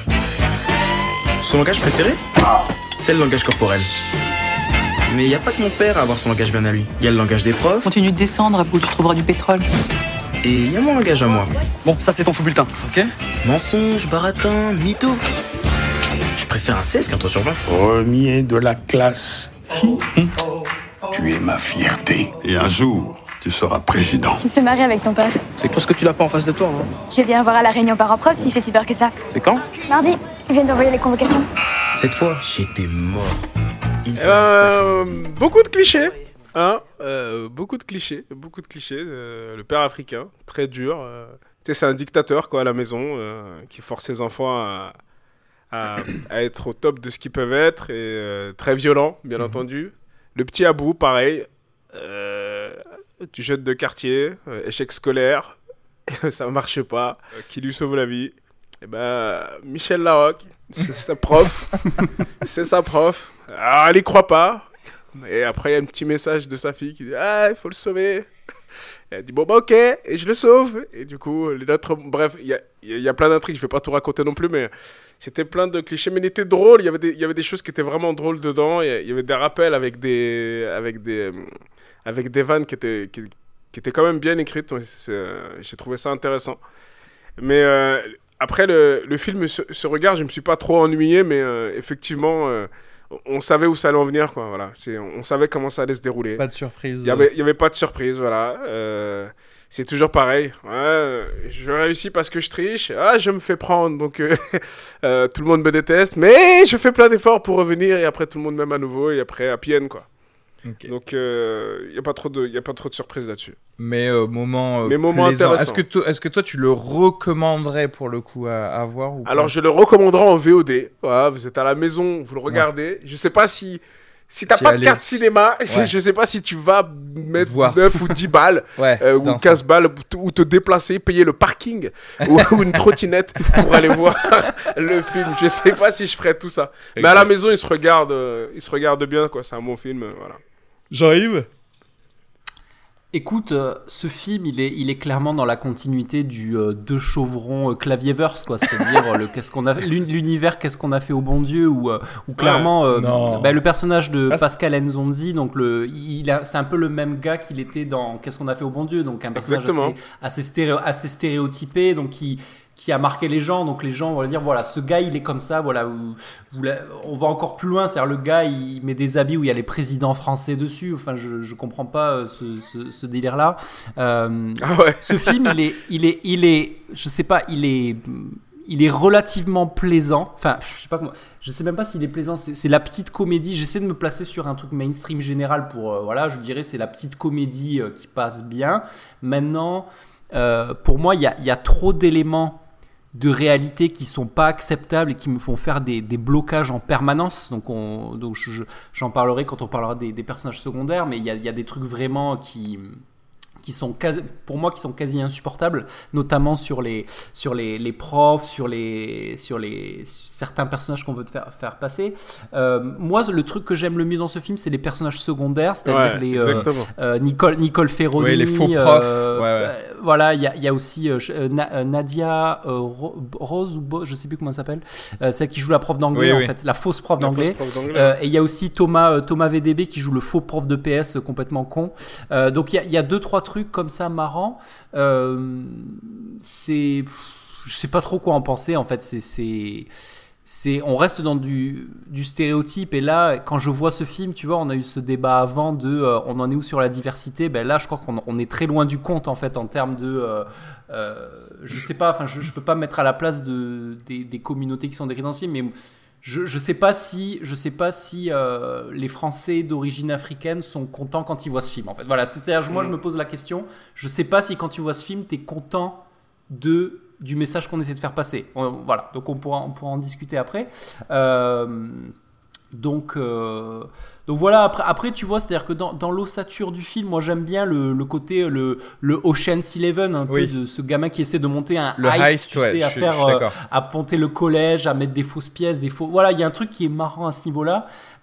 Speaker 4: Son langage préféré, c'est le langage corporel. Mais il n'y a pas que mon père à avoir son langage bien à lui. Il y a le langage des profs,
Speaker 5: Continue de descendre, où tu trouveras du pétrole.
Speaker 4: et il y a mon langage à moi.
Speaker 6: Bon, ça c'est ton faux bulletin, ok?
Speaker 4: Mensonge, baratin, mytho. Je préfère un seize qu'un trois sur vingt.
Speaker 7: Premier de la classe. Tu es ma fierté. Et un jour, tu seras président.
Speaker 8: Tu me fais marrer avec ton père.
Speaker 6: C'est parce que tu l'as pas en face de toi, non?
Speaker 8: Je viens voir à la réunion parents-prof s'il fait si peur que ça.
Speaker 6: C'est quand?
Speaker 8: Mardi, ils viennent d'envoyer les convocations.
Speaker 4: Cette fois, j'étais mort. Il fallait
Speaker 2: Euh,
Speaker 4: sacrifier.
Speaker 2: beaucoup de clichés. Hein euh, beaucoup de clichés. Beaucoup de clichés. Euh, le père africain, très dur. euh, tu sais, c'est un dictateur quoi, à la maison euh, qui force ses enfants à, à, à être au top de ce qu'ils peuvent être. Et euh, très violent, bien entendu. Le petit Abou, pareil. Euh, du jeune de quartier, euh, échec scolaire. Ça marche pas. euh, qui lui sauve la vie. Et ben, Michel Larocque, c'est sa prof. C'est sa prof. Alors, elle y croit pas. Et après, il y a un petit message de sa fille qui dit « Ah, il faut le sauver !» Et elle dit « Bon, bah ok, et je le sauve !» Et du coup, les autres... Bref, il y a, il y a plein d'intrigues, je vais pas tout raconter non plus, mais c'était plein de clichés. Mais il était drôle, il y avait des, il y avait des choses qui étaient vraiment drôles dedans. Il y a- il y avait des rappels avec des, avec des, avec des vannes qui étaient, qui, qui étaient quand même bien écrites. Ouais, c'est, euh, j'ai trouvé ça intéressant. Mais euh, après, le, le film se, se regarde, je me suis pas trop ennuyé, mais euh, effectivement... euh, on savait où ça allait en venir, quoi, voilà. C'est, on savait comment ça allait se dérouler.
Speaker 1: Pas de surprise.
Speaker 2: Il y avait, il y avait pas de surprise, voilà. Euh, c'est toujours pareil. Ouais, euh, je réussis parce que je triche. Ah, je me fais prendre, donc euh, euh, tout le monde me déteste. Mais je fais plein d'efforts pour revenir et après tout le monde m'aime à nouveau et après happy end, quoi.
Speaker 1: Ok.
Speaker 2: Donc il euh, y a pas trop de, y a pas trop de surprises là-dessus.
Speaker 1: Mais euh, moment, euh,
Speaker 2: Mais moment
Speaker 1: plaisant.
Speaker 2: intéressant.
Speaker 1: Est-ce que, to- est-ce que toi, tu le recommanderais pour le coup à, à voir ou pas
Speaker 2: Alors je le recommanderai en V O D. Voilà, vous êtes à la maison, vous le regardez. Je sais pas si si t'as
Speaker 1: Si
Speaker 2: pas de
Speaker 1: aller-
Speaker 2: carte cinéma,
Speaker 1: Ouais.
Speaker 2: je sais pas si tu vas mettre
Speaker 1: Voir.
Speaker 2: neuf ou dix balles.
Speaker 1: Ouais,
Speaker 2: Euh,
Speaker 1: non,
Speaker 2: ou
Speaker 1: ça-
Speaker 2: quinze balles, ou te- ou te déplacer, payer le parking, ou, ou une trottinette pour aller voir le film. Je sais pas si je ferais tout ça. Mais à la maison, il se regarde, euh, il se regarde bien, quoi. C'est un bon film, euh, voilà.
Speaker 1: Jean-Yves.
Speaker 3: Écoute, euh, ce film, il est, il est clairement dans la continuité du euh, deux chevrons euh, clavierverse, quoi. C'est-à-dire euh, le qu'est-ce qu'on a, l'un- l'univers qu'est-ce qu'on a fait au bon Dieu, où, euh, où clairement, euh,
Speaker 1: Non.
Speaker 3: bah, le personnage de
Speaker 1: Ah, c'est-
Speaker 3: Pascal Nzonzi, donc le, il a, c'est un peu le même gars qu'il était dans qu'est-ce qu'on a fait au bon Dieu, donc un personnage
Speaker 2: Exactement.
Speaker 3: assez, assez, stéréo, assez stéréotypé, donc qui qui a marqué les gens, donc les gens vont dire voilà, ce gars il est comme ça, voilà, vous- vous la- on va encore plus loin, c'est-à-dire le gars il met des habits où il y a les présidents français dessus, enfin je, je comprends pas euh, ce, ce, ce délire là. Euh,
Speaker 2: Ah ouais.
Speaker 3: ce film il est, il est, il est, je sais pas, il est, il est relativement plaisant, enfin je sais pas comment, je sais même pas s'il est plaisant, c'est, c'est la petite comédie, j'essaie de me placer sur un truc mainstream général pour, euh, voilà, je dirais c'est la petite comédie euh, qui passe bien. Maintenant, euh, pour moi il y a, il y a trop d'éléments de réalité qui sont pas acceptables et qui me font faire des, des blocages en permanence. Donc, on, donc je, je- j'en parlerai quand on parlera des, des personnages secondaires, mais il y a, il y a des trucs vraiment qui, qui sont quasi, pour moi qui sont quasi insupportables, notamment sur les, sur les, les profs, sur les, sur les certains personnages qu'on veut te faire, faire passer. Euh, moi, le truc que j'aime le mieux dans ce film, c'est les personnages secondaires, c'est-à-dire
Speaker 2: Ouais,
Speaker 3: les euh,
Speaker 2: exactement.
Speaker 3: euh, Nicole, Nicole Ferroni,
Speaker 1: Ouais, les faux profs.
Speaker 3: euh,
Speaker 1: Ouais, ouais.
Speaker 3: euh, voilà, il y a, il y a aussi euh, euh, Na- euh, Nadia euh, Ro- Rose ou Bo, je sais plus comment elle s'appelle, euh, celle qui joue la prof d'anglais
Speaker 1: Oui,
Speaker 3: en
Speaker 1: oui.
Speaker 3: fait, la fausse prof
Speaker 2: La
Speaker 3: d'anglais.
Speaker 2: fausse prof d'anglais.
Speaker 3: Euh, et il y a aussi Thomas, euh, Thomas V D B qui joue le faux prof de P S euh, complètement con. Euh, donc il y, a- il y a deux trois trucs comme ça marrants. Euh, c'est, pff, je sais pas trop quoi en penser. En fait, c'est, c'est, c'est, on reste dans du, du stéréotype. Et là, quand je vois ce film, tu vois, on a eu ce débat avant de, euh, on en est où sur la diversité. Ben là, je crois qu'on on est très loin du compte en fait en termes de, euh, euh, je sais pas. Enfin, je, je peux pas me mettre à la place de des, des communautés qui sont décrites dans ce film, mais Je je sais pas si je sais pas si euh, les Français d'origine africaine sont contents quand ils voient ce film en fait. Voilà, c'est-à-dire moi je me pose la question, je sais pas si quand tu vois ce film tu es content de du message qu'on essaie de faire passer. On, voilà, donc on pourra on pourra en discuter après. Euh, donc euh, donc voilà, après, après tu vois, c'est-à-dire que dans, dans l'ossature du film, moi j'aime bien le, le côté le, le Ocean's Eleven un
Speaker 1: oui.
Speaker 3: peu de ce gamin qui essaie de monter un
Speaker 1: le
Speaker 3: heist,
Speaker 1: heist
Speaker 3: tu
Speaker 1: ouais,
Speaker 3: sais, à
Speaker 1: je,
Speaker 3: faire
Speaker 1: je suis
Speaker 3: euh, à monter le collège, à mettre des fausses pièces, des faux. Voilà, il y a un truc qui est marrant à ce niveau-là,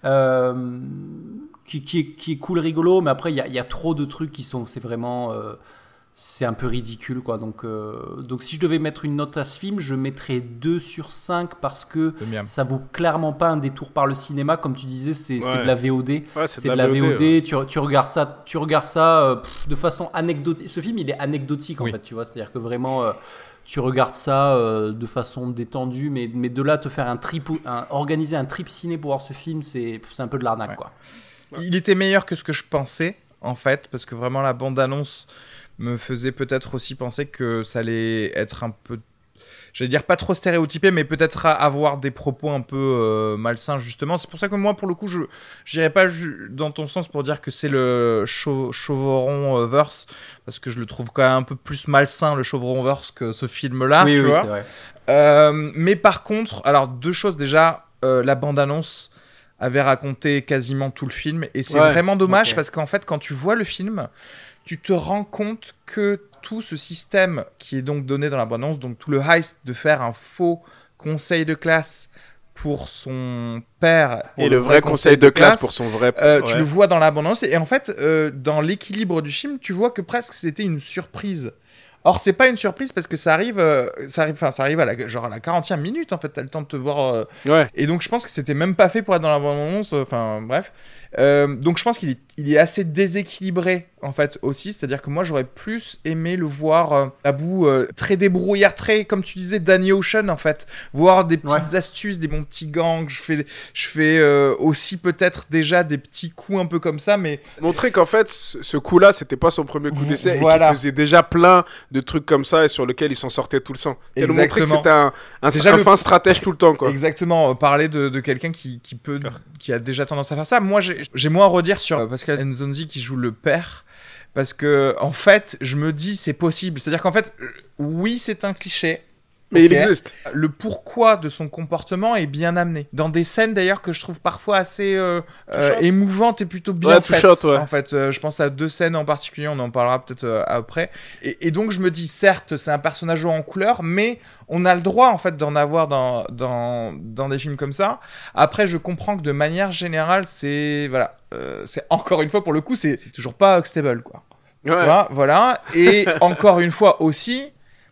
Speaker 3: euh, qui, qui, est, qui est cool, rigolo, mais après il y a, il y a trop de trucs qui sont, c'est vraiment, euh, c'est un peu ridicule quoi. Donc, euh, donc si je devais mettre une note à ce film, je mettrais deux sur cinq parce que ça vaut clairement pas un détour par le cinéma, comme tu disais, c'est, ouais. c'est de la V O D,
Speaker 2: ouais, c'est,
Speaker 3: c'est
Speaker 2: de
Speaker 3: de
Speaker 2: la,
Speaker 3: la V O D.
Speaker 2: V O D ouais.
Speaker 3: tu, tu regardes ça, tu regardes ça euh, pff, de façon anecdotique. Ce film, il est anecdotique en
Speaker 1: oui.
Speaker 3: fait, tu vois, c'est-à-dire que vraiment. Euh, tu regardes ça euh, de façon détendue, mais, mais de là te faire un trip, un, organiser un trip ciné pour voir ce film, c'est, c'est un peu de l'arnaque ouais. quoi.
Speaker 1: Il était meilleur que ce que je pensais en fait, parce que vraiment la bande-annonce me faisait peut-être aussi penser que ça allait être un peu, j'allais dire pas trop stéréotypé, mais peut-être avoir des propos un peu euh, malsains justement. C'est pour ça que moi, pour le coup, je n'irais pas ju- dans ton sens pour dire que c'est le chau- Chauveron-verse, parce que je le trouve quand même un peu plus malsain, le Chauveron-verse, que ce film-là,
Speaker 3: oui,
Speaker 1: tu
Speaker 3: oui,
Speaker 1: vois.
Speaker 3: C'est vrai.
Speaker 1: Euh, mais par contre, alors deux choses déjà, euh, la bande-annonce avait raconté quasiment tout le film, et c'est ouais, vraiment dommage, okay. parce qu'en fait, quand tu vois le film, tu te rends compte que tout ce système qui est donc donné dans la bande-annonce, donc tout le heist de faire un faux conseil de classe pour son père pour
Speaker 2: et le, le vrai, vrai conseil de, de classe, classe pour son vrai
Speaker 1: euh,
Speaker 2: ouais.
Speaker 1: tu le vois dans la bande-annonce, et en fait euh, dans l'équilibre du film tu vois que presque c'était une surprise. Or c'est pas une surprise parce que ça arrive euh, ça arrive enfin ça arrive à la genre à la quarantième minute en fait, t'as le temps de te voir euh,
Speaker 2: ouais.
Speaker 1: et donc je pense que c'était même pas fait pour être dans la bande-annonce, enfin bref. Euh, donc je pense qu'il est, il est assez déséquilibré en fait aussi, c'est-à-dire que moi j'aurais plus aimé le voir euh, à bout euh, très débrouillard, très comme tu disais Danny Ocean en fait, voir des petites ouais. astuces, des bons petits gangs, je fais, je fais euh, aussi peut-être déjà des petits coups un peu comme ça, mais
Speaker 2: montrer qu'en fait ce coup-là c'était pas son premier coup d'essai
Speaker 1: voilà.
Speaker 2: et qu'il faisait déjà plein de trucs comme ça et sur lequel il s'en sortait tout le sang. Et montrer que c'était un, un, un le... fin stratège tout le temps quoi.
Speaker 1: Exactement, euh, parler de, de quelqu'un qui, qui peut, qui a déjà tendance à faire ça. Moi j'ai J'ai moins à redire sur euh, Pascal Nzonzi qui joue le père, parce que en fait, je me dis c'est possible. C'est-à-dire qu'en fait, euh, oui, c'est un cliché,
Speaker 2: mais okay. il existe.
Speaker 1: Le pourquoi de son comportement est bien amené. Dans des scènes d'ailleurs que je trouve parfois assez euh, euh, émouvantes et plutôt bien
Speaker 2: ouais,
Speaker 1: faites.
Speaker 2: Shot, ouais.
Speaker 1: En fait, euh, je pense à deux scènes en particulier, on en parlera peut-être euh, après. Et, et donc je me dis, certes, c'est un personnage haut en couleur, mais on a le droit en fait d'en avoir dans dans dans des films comme ça. Après, je comprends que de manière générale, c'est voilà, euh, c'est encore une fois pour le coup, c'est c'est toujours pas Huxtable quoi.
Speaker 2: Ouais.
Speaker 1: Voilà, voilà. Et encore une fois aussi.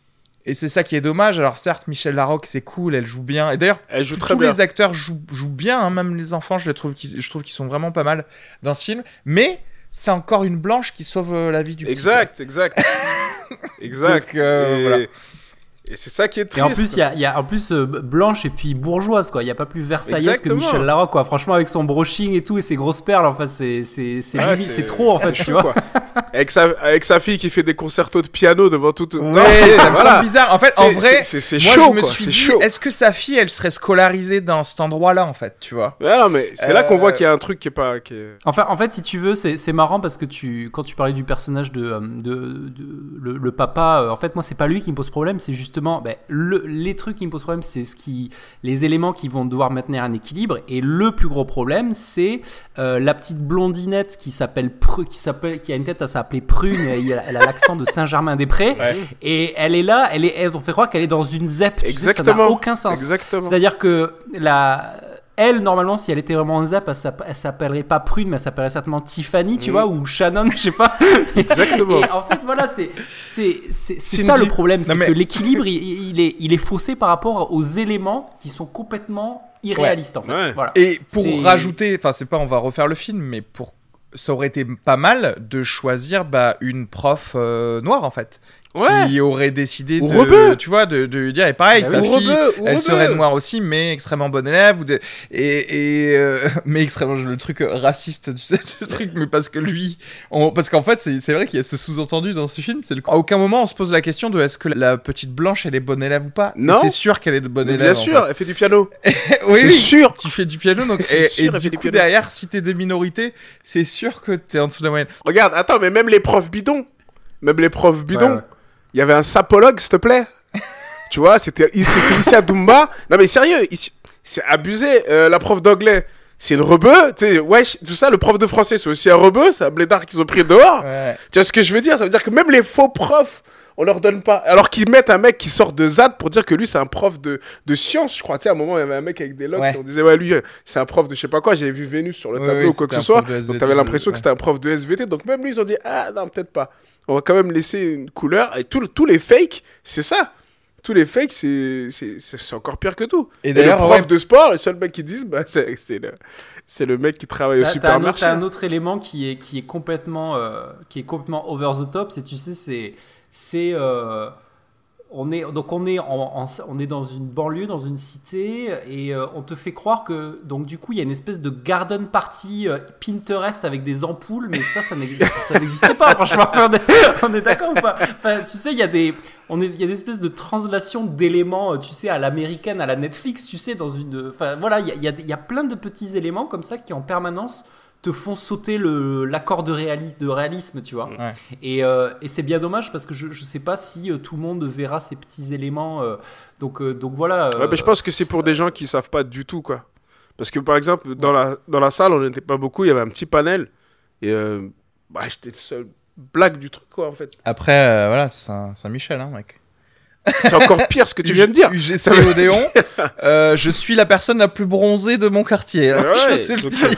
Speaker 1: Et c'est ça qui est dommage. Alors certes, Michelle Larocque, c'est cool, elle joue bien. Et d'ailleurs,
Speaker 2: elle joue
Speaker 1: tous
Speaker 2: très bien.
Speaker 1: Les acteurs jouent, jouent bien, hein, même les enfants, je les trouve, je trouve qu'ils sont vraiment pas mal dans ce film. Mais c'est encore une blanche qui sauve la vie du petit.
Speaker 2: Exact, exact, exact.
Speaker 1: Donc, euh,
Speaker 2: et...
Speaker 1: voilà.
Speaker 2: Et c'est ça qui est triste.
Speaker 3: Et en plus, il y a, y a en plus euh, blanche et puis bourgeoise, quoi. Il n'y a pas plus versaillaise
Speaker 2: Exactement.
Speaker 3: que Michelle Larocque, quoi. Franchement, avec son brushing et tout et ses grosses perles, enfin, c'est, c'est, c'est,
Speaker 2: ouais,
Speaker 3: limite,
Speaker 2: c'est...
Speaker 3: c'est trop, en fait,
Speaker 2: chaud,
Speaker 3: tu vois.
Speaker 2: Quoi. Avec, sa, avec sa fille qui fait des concertos de piano devant toute.
Speaker 1: Ouais, non, ça me voilà. semble bizarre. En fait,
Speaker 2: c'est,
Speaker 1: en vrai,
Speaker 2: c'est, c'est, c'est
Speaker 1: moi,
Speaker 2: chaud,
Speaker 1: je me
Speaker 2: quoi.
Speaker 1: suis
Speaker 2: c'est
Speaker 1: dit,
Speaker 2: chaud.
Speaker 1: est-ce que sa fille, elle serait scolarisée dans cet endroit-là, en fait, tu vois?
Speaker 2: Ouais, non, mais c'est euh... là qu'on voit qu'il y a un truc qui est pas. Qui est...
Speaker 3: Enfin, en fait, si tu veux, c'est, c'est marrant parce que tu, quand tu parlais du personnage de, de, de, de le, le papa, en fait, moi, c'est pas lui qui me pose problème, c'est justement ben, le, les trucs qui me posent problème, c'est ce qui, les éléments qui vont devoir maintenir un équilibre. Et le plus gros problème, c'est euh, la petite blondinette qui s'appelle, Pr- qui s'appelle, qui a une tête à s'appeler Prune. Et elle a l'accent de Saint-Germain-des-Prés. Ouais. Et elle est là, elle est, elle, on fait croire qu'elle est dans une Z E P.
Speaker 2: Exactement.
Speaker 3: Tu sais, ça n'a aucun sens.
Speaker 2: Exactement.
Speaker 3: C'est-à-dire que la elle, normalement, si elle était vraiment en Z E P, elle, elle s'appellerait pas Prune, mais elle s'appellerait certainement Tiffany, tu mmh. vois, ou Shannon, je sais pas.
Speaker 2: Exactement.
Speaker 3: Et en fait, voilà, c'est, c'est, c'est, c'est ça le problème, c'est non, mais... que l'équilibre, il, il, est, il est faussé par rapport aux éléments qui sont complètement irréalistes,
Speaker 1: ouais.
Speaker 3: en fait.
Speaker 1: Ouais.
Speaker 3: Voilà.
Speaker 1: Et pour
Speaker 3: c'est...
Speaker 1: rajouter, enfin, c'est pas on va refaire le film, mais pour ça aurait été pas mal de choisir bah, une prof euh, noire, en fait.
Speaker 2: Ouais.
Speaker 1: qui aurait décidé
Speaker 2: Ou
Speaker 1: de,
Speaker 2: rebeu.
Speaker 1: tu vois, de, de lui dire, et pareil,
Speaker 3: Bah
Speaker 1: sa
Speaker 2: oui.
Speaker 1: fille,
Speaker 2: Ou rebeu, ou
Speaker 1: elle
Speaker 2: rebeu.
Speaker 1: serait noire aussi, mais extrêmement bonne élève, ou de, et, et euh, mais extrêmement, le truc raciste, tu sais, ce truc, mais parce que lui, on, parce qu'en fait, c'est, c'est vrai qu'il y a ce sous-entendu dans ce film, c'est le, à aucun moment on se pose la question de est-ce que la petite blanche, elle est bonne élève ou pas.
Speaker 2: Non.
Speaker 1: Et c'est sûr qu'elle est de bonne
Speaker 2: Mais
Speaker 1: élève.
Speaker 2: bien sûr, elle fait du piano.
Speaker 1: oui,
Speaker 2: c'est
Speaker 1: oui.
Speaker 2: sûr.
Speaker 1: Tu fais du piano, donc,
Speaker 2: C'est
Speaker 1: et,
Speaker 2: sûr,
Speaker 1: et
Speaker 2: elle fait
Speaker 1: du
Speaker 2: du
Speaker 1: coup,
Speaker 2: piano.
Speaker 1: derrière, si t'es des minorités, c'est sûr que t'es en dessous de la moyenne.
Speaker 2: Regarde, attends, mais même les profs bidons, même les profs bidons, il
Speaker 3: Ouais, ouais.
Speaker 2: y avait un sapologue, s'il te plaît. Tu vois, c'était c'était Issa Doumbia. Non mais sérieux, ici- c'est abusé. Euh, la prof d'anglais, c'est une rebeu. Tu sais, wesh, tout ça. Le prof de français, c'est aussi un rebeu. C'est un blédard qu'ils ont pris dehors.
Speaker 1: Ouais.
Speaker 2: Tu vois ce que je veux dire? Ça veut dire que même les faux profs, on leur donne pas. Alors qu'ils mettent un mec qui sort de Z A D pour dire que lui, c'est un prof de, de sciences, je crois. Tu sais, à un moment, il y avait un mec avec des locks.
Speaker 1: Ouais.
Speaker 2: Et on disait, ouais, lui, euh, c'est un prof de je sais pas quoi. J'avais vu Vénus sur le
Speaker 1: Ouais,
Speaker 2: tableau
Speaker 1: ouais,
Speaker 2: ou quoi que
Speaker 1: c'était
Speaker 2: ce
Speaker 1: un
Speaker 2: soit.
Speaker 1: prof de S V T,
Speaker 2: Donc, t'avais l'impression
Speaker 1: ouais.
Speaker 2: que c'était un prof de S V T. Donc, même lui, ils ont dit, ah non, peut-être pas. On va quand même laisser une couleur. Et tout- tous les fakes, c'est ça. Tous les fakes, c'est, c'est, c'est, c'est encore pire que tout.
Speaker 1: Et
Speaker 2: Et,
Speaker 1: d'ailleurs,
Speaker 2: le prof
Speaker 1: ouais.
Speaker 2: de sport, le seul mec qui disent, bah, c'est, c'est, le, c'est le mec qui travaille au
Speaker 3: T'as, t'as un, autre,
Speaker 2: supermarché.
Speaker 3: t'as un autre élément qui est, qui est complètement, euh, qui est complètement over the top, c'est tu sais, c'est, c'est euh, on est donc on est en, en- on est dans une banlieue, dans une cité, et euh, on te fait croire que donc du coup il y a une espèce de garden party euh, Pinterest avec des ampoules, mais ça ça n'existe, ça n'existe pas franchement. On est, on est d'accord ou pas? Enfin, tu sais, il y a des on est il y a des espèces de translation d'éléments, euh, tu sais, à l'américaine, à la Netflix, tu sais, dans une enfin voilà, il y a, il y a il y a plein de petits éléments comme ça qui en permanence te font sauter le, l'accord de, réali- de réalisme, tu vois.
Speaker 1: Ouais.
Speaker 3: Et, euh, et c'est bien dommage parce que je ne sais pas si euh, tout le monde verra ces petits éléments. euh, donc, euh, donc voilà. euh,
Speaker 2: Ouais, mais je pense que c'est pour des gens qui savent pas du tout, quoi. Parce que, par exemple, dans, la, dans la salle, on n'était pas beaucoup, il y avait un petit panel. Et euh, bah, j'étais le seul blague du truc, quoi, en fait.
Speaker 1: Après, euh, voilà, c'est Saint- Saint-Michel, hein, mec.
Speaker 2: C'est encore pire ce que tu viens de dire.
Speaker 1: U G C
Speaker 2: Ça veut
Speaker 1: Odéon, euh, je suis la personne la plus bronzée de mon quartier. hein,
Speaker 2: Ouais,
Speaker 1: je te le
Speaker 2: donc,
Speaker 1: dis.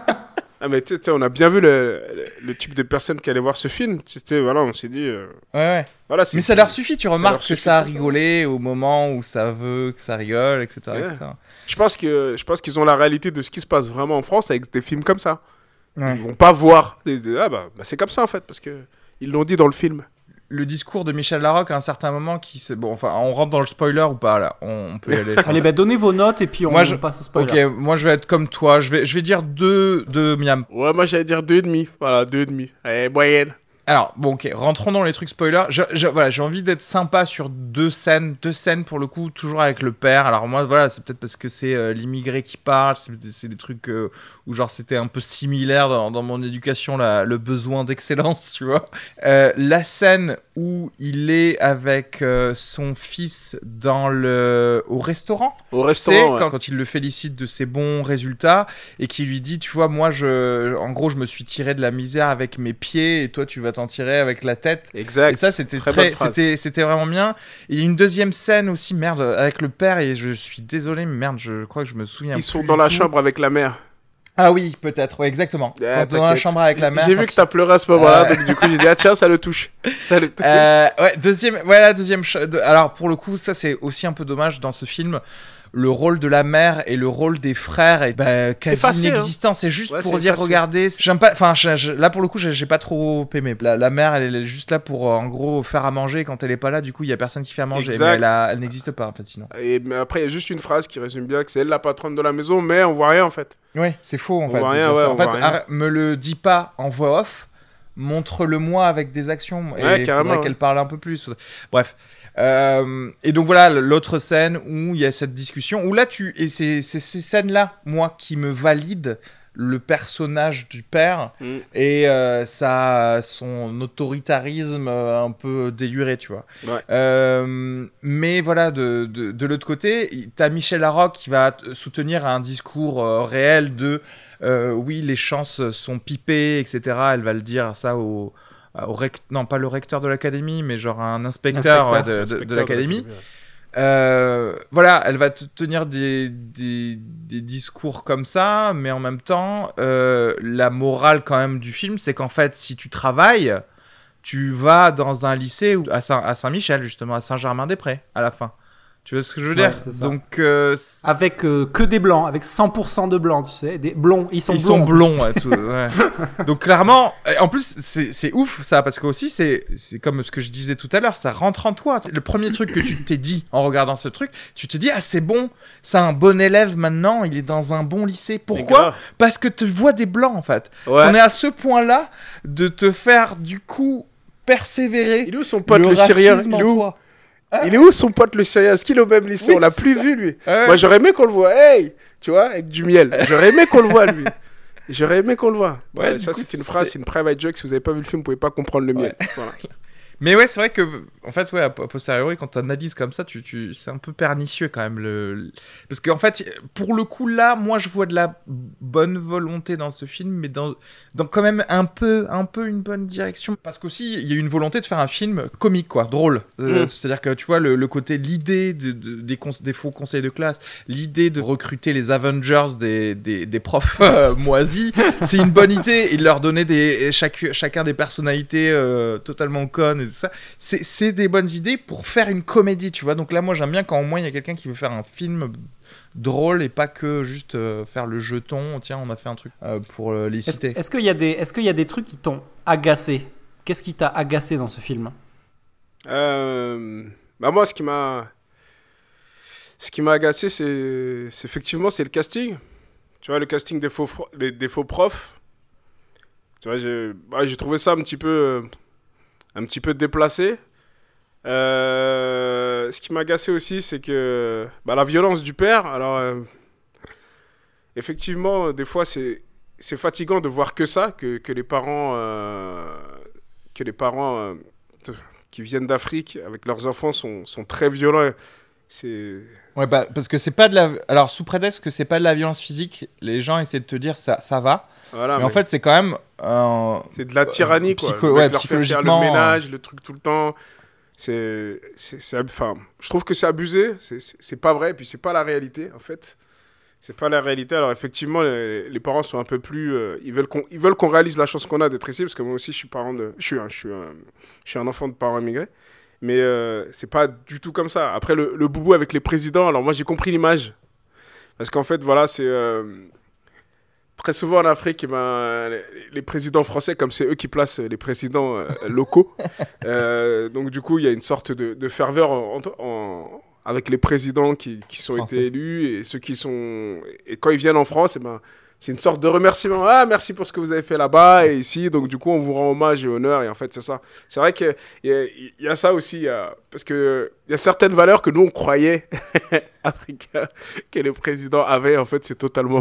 Speaker 2: Ah, mais tu sais, tu sais, on a bien vu le, le, le type de personnes qui allaient voir ce film. C'était, voilà, on s'est dit. euh,
Speaker 1: Ouais, ouais.
Speaker 2: voilà, c'est-
Speaker 1: Mais ça leur suffit, tu
Speaker 2: ça
Speaker 1: remarques
Speaker 2: leur
Speaker 1: que
Speaker 2: suffit
Speaker 1: ça a
Speaker 2: tout ça.
Speaker 1: rigolé au moment où ça veut que ça rigole, et cetera
Speaker 2: Ouais.
Speaker 1: et cetera.
Speaker 2: Je pense que je pense qu'ils ont la réalité de ce qui se passe vraiment en France avec des films comme ça.
Speaker 1: Ouais.
Speaker 2: Ils vont pas voir. Des, des- ah bah, bah, c'est comme ça en fait parce que ils l'ont dit dans le film.
Speaker 1: Le discours de Michel Larocque à un certain moment qui se... Bon, enfin, on rentre dans le spoiler ou pas, là? On, on peut y aller. je
Speaker 3: Allez,
Speaker 1: pense.
Speaker 3: bah, donnez vos notes et puis on,
Speaker 1: Moi, je-
Speaker 3: on passe au spoiler.
Speaker 1: Ok, moi je vais être comme toi, je vais, je vais dire deux, deux miam.
Speaker 2: Ouais, moi j'allais dire deux et demi. Voilà, deux et demi. Allez, moyenne.
Speaker 1: Alors, bon, ok, rentrons dans les trucs spoilers. Je, je- voilà, j'ai envie d'être sympa sur deux scènes, deux scènes pour le coup, toujours avec le père. Alors moi, voilà, c'est peut-être parce que c'est euh, l'immigré qui parle, c'est, c'est des trucs euh, où genre c'était un peu similaire dans, dans mon éducation, la, le besoin d'excellence, tu vois. Euh, la scène où il est avec euh, son fils dans le au restaurant.
Speaker 2: Au
Speaker 1: C'est
Speaker 2: restaurant. ouais.
Speaker 1: quand, quand il le félicite de ses bons résultats et qu'il lui dit, tu vois, moi, je, en gros, je me suis tiré de la misère avec mes pieds et toi, tu vas t'en tirer avec la tête.
Speaker 2: Exact.
Speaker 1: Et ça, c'était
Speaker 2: Très
Speaker 1: très,
Speaker 2: bonne phrase.
Speaker 1: c'était, c'était vraiment bien. Et il y a une deuxième scène aussi, merde, avec le père et je suis désolé, mais merde, je crois que je me souviens.
Speaker 2: Ils
Speaker 1: plus
Speaker 2: sont
Speaker 1: du
Speaker 2: dans la
Speaker 1: tout.
Speaker 2: chambre avec la mère.
Speaker 1: Ah oui, peut-être, ouais, exactement.
Speaker 2: Ah,
Speaker 1: Quand dans la
Speaker 2: t'inquiète.
Speaker 1: chambre avec la mère.
Speaker 2: J'ai
Speaker 1: quand
Speaker 2: vu que
Speaker 1: il-
Speaker 2: t'as pleuré à ce moment-là,
Speaker 1: Euh.
Speaker 2: donc du coup j'ai dit ah tiens ça le touche. Ça le touche.
Speaker 1: Euh, ouais, deuxième, ouais, la deuxième. ch- de- Alors pour le coup, ça c'est aussi un peu dommage dans ce film. Le rôle de la mère et le rôle des frères est bah, quasi
Speaker 2: Effacé, hein.
Speaker 1: inexistant. C'est juste
Speaker 2: Ouais,
Speaker 1: pour
Speaker 2: c'est
Speaker 1: dire
Speaker 2: effacé.
Speaker 1: regardez. J'aime pas. Enfin, je- je- là pour le coup, j'ai j'ai pas trop aimé. La, la mère, elle, elle est juste là pour euh, en gros faire à manger. Quand elle est pas là, du coup, il y a personne qui fait à manger.
Speaker 2: Exact.
Speaker 1: Mais elle, a- elle n'existe pas en fait sinon.
Speaker 2: Et mais après il y a juste une phrase qui résume bien que c'est elle la patronne de la maison, mais on voit rien en fait.
Speaker 1: Ouais, c'est faux en
Speaker 2: On
Speaker 1: fait.
Speaker 2: voit
Speaker 1: de
Speaker 2: rien,
Speaker 1: dire
Speaker 2: ouais,
Speaker 1: ça.
Speaker 2: on
Speaker 1: En fait,
Speaker 2: voit rien.
Speaker 1: arrête- me le dis pas en voix off. Montre-le moi avec des actions. Et
Speaker 2: Ouais,
Speaker 1: il
Speaker 2: carrément,
Speaker 1: faudrait
Speaker 2: ouais.
Speaker 1: qu'elle parle un peu plus. Bref. Euh, et donc voilà l'autre scène où il y a cette discussion où là tu et c'est c'est ces scènes là moi qui me valident le personnage du père
Speaker 2: Mm.
Speaker 1: et euh, ça son autoritarisme euh, un peu déluré tu vois.
Speaker 2: Ouais.
Speaker 1: Euh, mais voilà de de, de l'autre côté t'as Michel Larocque qui va t- soutenir un discours euh, réel de euh, oui les chances sont pipées etc. Elle va le dire ça au au rect... non pas le recteur de l'académie mais genre un inspecteur,
Speaker 3: Inspecteur,
Speaker 1: ouais, de, de-
Speaker 2: Inspecteur
Speaker 1: de l'académie euh, voilà elle va te tenir des, des, des discours comme ça mais en même temps euh, la morale quand même du film c'est qu'en fait si tu travailles tu vas dans un lycée où- à, Saint- à Saint-Michel justement à Saint-Germain-des-Prés à la fin Tu vois ce que je veux
Speaker 3: Ouais,
Speaker 1: dire?
Speaker 3: c'est ça.
Speaker 1: Donc, euh,
Speaker 3: Avec euh, que des blancs, avec cent pour cent de blancs, tu sais, des blonds, ils sont
Speaker 1: ils
Speaker 3: blonds.
Speaker 1: sont
Speaker 3: en plus.
Speaker 1: blonds, ouais, tout, ouais. Donc clairement, en plus, c'est, c'est ouf ça, parce que aussi, c'est, c'est comme ce que je disais tout à l'heure, ça rentre en toi. Le premier truc que tu t'es dit en regardant ce truc, tu te dis, ah c'est bon, c'est un bon élève maintenant, il est dans un bon lycée. Pourquoi? Parce que tu vois des blancs en fait.
Speaker 2: Ouais.
Speaker 1: On est à ce point-là de te faire du coup persévérer.
Speaker 2: Il est où son pote
Speaker 1: le,
Speaker 2: le Syrien?
Speaker 1: racisme
Speaker 2: Il est
Speaker 1: en
Speaker 2: où
Speaker 1: toi.
Speaker 2: Il est où son pote le Syrien? Est-ce qu'il est au même lycée?
Speaker 1: Oui,
Speaker 2: On l'a
Speaker 1: c'est
Speaker 2: plus
Speaker 1: ça.
Speaker 2: vu lui.
Speaker 1: Ouais.
Speaker 2: Moi j'aurais aimé qu'on le voit. Hey, tu vois, avec du miel. J'aurais aimé qu'on le voit lui. J'aurais aimé qu'on le voit.
Speaker 1: Ouais,
Speaker 2: Ouais, ça
Speaker 1: coup,
Speaker 2: c'est une phrase,
Speaker 1: c'est-
Speaker 2: c'est une private joke. Si vous avez pas vu le film, vous pouvez pas comprendre le miel. Voilà.
Speaker 1: Mais ouais, c'est vrai que, en fait, ouais, a posteriori, quand tu analyses comme ça, tu, tu, c'est un peu pernicieux quand même. Le... le- Parce qu'en fait, pour le coup, là, moi, je vois de la bonne volonté dans ce film, mais dans, dans quand même un peu, un peu une bonne direction. Parce qu'aussi, il y a eu une volonté de faire un film comique, quoi, drôle. Euh,
Speaker 2: Mm.
Speaker 1: C'est-à-dire que, tu vois, le, le côté, l'idée de, de- des, cons- des faux conseils de classe, l'idée de recruter les Avengers des, des, des profs euh, moisis, c'est une bonne idée. Et de leur donner des, chaque, chacun des personnalités euh, totalement connes et tout ça. C'est, c'est des bonnes idées pour faire une comédie, tu vois. Donc là, moi, j'aime bien quand au moins il y a quelqu'un qui veut faire un film drôle et pas que juste euh, faire le jeton. Tiens, on a fait un truc euh, pour euh, les
Speaker 3: Est-ce,
Speaker 1: citer.
Speaker 3: est-ce qu'il y a des, est-ce qu'il y a des trucs qui t'ont agacé? Qu'est-ce qui t'a agacé dans ce film?
Speaker 2: Euh, bah moi, ce qui m'a, ce qui m'a agacé, c'est, c'est effectivement c'est le casting. Tu vois, le casting des faux, fro- des, des faux profs. Tu vois, j'ai, bah, j'ai trouvé ça un petit peu, euh, un petit peu déplacé. Euh, ce qui m'a agacé aussi, c'est que bah, la violence du père. Alors, euh, effectivement, des fois, c'est, c'est fatigant de voir que ça, que, que les parents, euh, que les parents. euh, te- qui viennent d'Afrique avec leurs enfants sont, sont très violents. C'est...
Speaker 1: Ouais, bah, parce que c'est pas de la. Alors, sous prétexte que c'est pas de la violence physique, les gens essaient de te dire ça, ça va.
Speaker 2: Voilà,
Speaker 1: mais, en fait, c'est quand même. euh,
Speaker 2: c'est de la tyrannie, quoi.
Speaker 1: psycho-
Speaker 2: Le mec
Speaker 1: ouais,
Speaker 2: leur fait faire
Speaker 1: psychologiquement,
Speaker 2: le ménage, le truc tout le temps. C'est, c'est, c'est, enfin, je trouve que c'est abusé. C'est, c'est, c'est pas vrai. Puis c'est pas la réalité, en fait. C'est pas la réalité. Alors effectivement, les, les parents sont un peu plus. Euh, ils veulent qu'on, ils veulent qu'on réalise la chance qu'on a d'être ici, parce que moi aussi, je suis parent de. Je suis un, je suis un, je suis un enfant de parents immigrés. Mais euh, c'est pas du tout comme ça. Après, le, le boubou avec les présidents, alors moi j'ai compris l'image. Parce qu'en fait, voilà, c'est. Euh, très souvent en Afrique, eh ben, les, les présidents français, comme c'est eux qui placent les présidents euh, locaux, euh, donc du coup, il y a une sorte de, de ferveur en, en, avec les présidents qui, qui sont
Speaker 1: Français.
Speaker 2: été élus et ceux qui sont. Et quand ils viennent en France, eh ben, c'est une sorte de remerciement. Ah, merci pour ce que vous avez fait là-bas et ici. Donc, du coup, on vous rend hommage et honneur. Et en fait, c'est ça. C'est vrai qu'il y, y, y a ça aussi. Y a, parce qu'il y a certaines valeurs que nous, on croyait, africains, que le président avait. En fait, c'est totalement.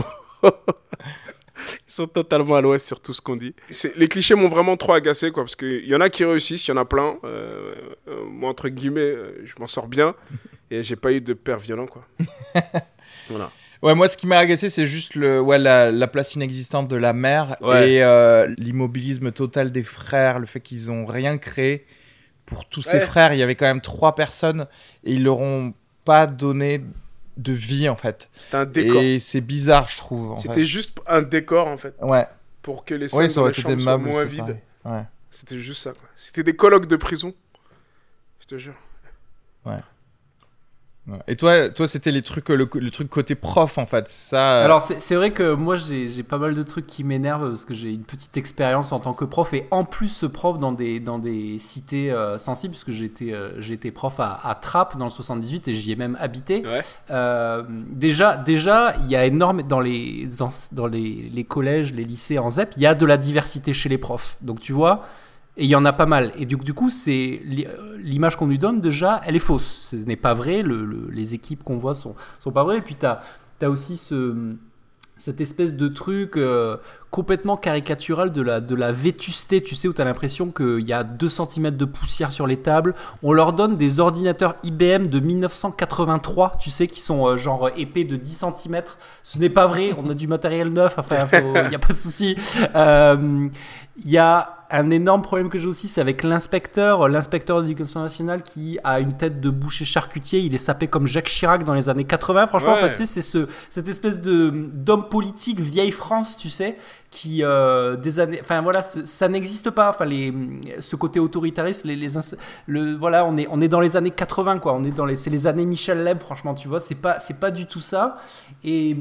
Speaker 2: Ils sont totalement à l'ouest sur tout ce qu'on dit. C'est, les clichés m'ont vraiment trop agacé, quoi. Parce qu'il y en a qui réussissent, il y en a plein. Euh, euh, moi, entre guillemets, euh, je m'en sors bien. Et j'ai pas eu de père violent, quoi. Voilà.
Speaker 1: Ouais, moi, ce qui m'a agacé, c'est juste le, ouais, la, la place inexistante de la mère
Speaker 2: Ouais.
Speaker 1: et euh, l'immobilisme total des frères, le fait qu'ils ont rien créé pour tous ces
Speaker 2: Ouais.
Speaker 1: frères. Il y avait quand même trois personnes et ils leur ont pas donné de vie, en fait.
Speaker 2: C'était un décor.
Speaker 1: Et c'est bizarre, je trouve. En
Speaker 2: C'était
Speaker 1: fait.
Speaker 2: juste un décor, en fait.
Speaker 1: Ouais.
Speaker 2: Pour que les scènes
Speaker 1: Ouais, ça
Speaker 2: dans
Speaker 1: aurait
Speaker 2: les
Speaker 1: été
Speaker 2: chambres
Speaker 1: des
Speaker 2: soient
Speaker 1: meubles,
Speaker 2: moins
Speaker 1: c'est
Speaker 2: vides.
Speaker 1: pareil. Ouais.
Speaker 2: C'était juste ça, quoi. C'était des colloques de prison. Je te jure.
Speaker 1: Ouais. Ouais. Et toi, toi, c'était les trucs, le, le truc côté prof, en fait. Ça. euh,
Speaker 3: Alors c'est, c'est vrai que moi j'ai, j'ai pas mal de trucs qui m'énervent parce que j'ai une petite expérience en tant que prof et en plus ce prof dans des, dans des cités euh, sensibles puisque j'ai été, euh, j'ai été prof à, à Trappes dans le soixante-dix-huit et j'y ai même habité.
Speaker 2: Ouais.
Speaker 3: Euh, déjà, déjà, il y a énorme dans les dans, dans les, les collèges, les lycées en Z E P, il y a de la diversité chez les profs. Donc tu vois, et il y en a pas mal. Et du, du coup, c'est l'i- l'image qu'on lui donne déjà, elle est fausse. Ce n'est pas vrai. Le, le, les équipes qu'on voit sont sont pas vraies. Et puis t'as t'as aussi ce cette espèce de truc euh, complètement caricatural de la, de la vétusté, tu sais, où tu as l'impression qu'il y a deux centimètres de poussière sur les tables. On leur donne des ordinateurs I B M de mille neuf cent quatre-vingt-trois, tu sais, qui sont euh, genre épais de dix centimètres. Ce n'est pas vrai, on a du matériel neuf, enfin, il n'y a pas de souci. Il euh, y a... un énorme problème que j'ai aussi, c'est avec l'inspecteur, l'inspecteur de l'éducation nationale qui a une tête de boucher charcutier. Il est sapé comme Jacques Chirac dans les années quatre-vingts. Franchement,
Speaker 2: Ouais.
Speaker 3: en fait, c'est ce, cette espèce de d'homme politique vieille France, tu sais, qui euh, des années, enfin voilà, ça n'existe pas. Enfin, les, ce côté autoritariste, les, les le, voilà, on est on est dans les années quatre-vingts, quoi. On est dans les, c'est les années Michel Leb, franchement, tu vois. C'est pas c'est pas du tout ça. Et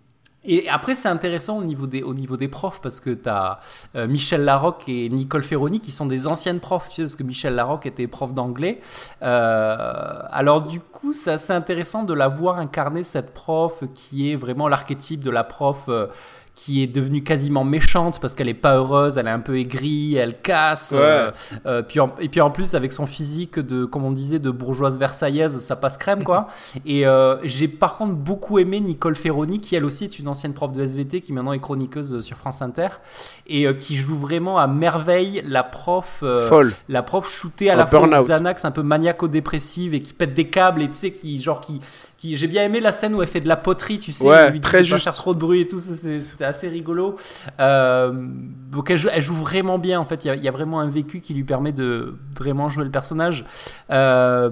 Speaker 3: Et après, c'est intéressant au niveau des, au niveau des profs parce que tu as euh, Michel Larocque et Nicole Ferroni qui sont des anciennes profs, tu sais, parce que Michel Larocque était prof d'anglais. Euh, alors, du coup, c'est assez intéressant de la voir incarner cette prof qui est vraiment l'archétype de la prof. Euh, qui est devenue quasiment méchante parce qu'elle est pas heureuse, elle est un peu aigrie, elle casse.
Speaker 2: Ouais.
Speaker 3: Euh, euh, puis en, et puis en plus, avec son physique de, comme on disait, de bourgeoise versaillaise, ça passe crème, quoi. Et euh, j'ai par contre beaucoup aimé Nicole Ferroni, qui elle aussi est une ancienne prof de S V T, qui maintenant est chroniqueuse sur France Inter, et euh, qui joue vraiment à merveille la prof, euh,
Speaker 2: Folle.
Speaker 3: la prof shootée à
Speaker 2: Un
Speaker 3: la fois
Speaker 2: burn-out.
Speaker 3: aux Xanax, un peu maniaco-dépressive et qui pète des câbles et tu sais, qui genre qui Qui, j'ai bien aimé la scène où elle fait de la poterie, tu sais,
Speaker 2: Ouais,
Speaker 3: elle lui dit
Speaker 2: très
Speaker 3: de pas
Speaker 2: juste.
Speaker 3: faire trop de bruit et tout, ça, c'est- c'était assez rigolo. Euh, donc elle joue, elle joue vraiment bien, en fait, il y a, il y a vraiment un vécu qui lui permet de vraiment jouer le personnage. Euh,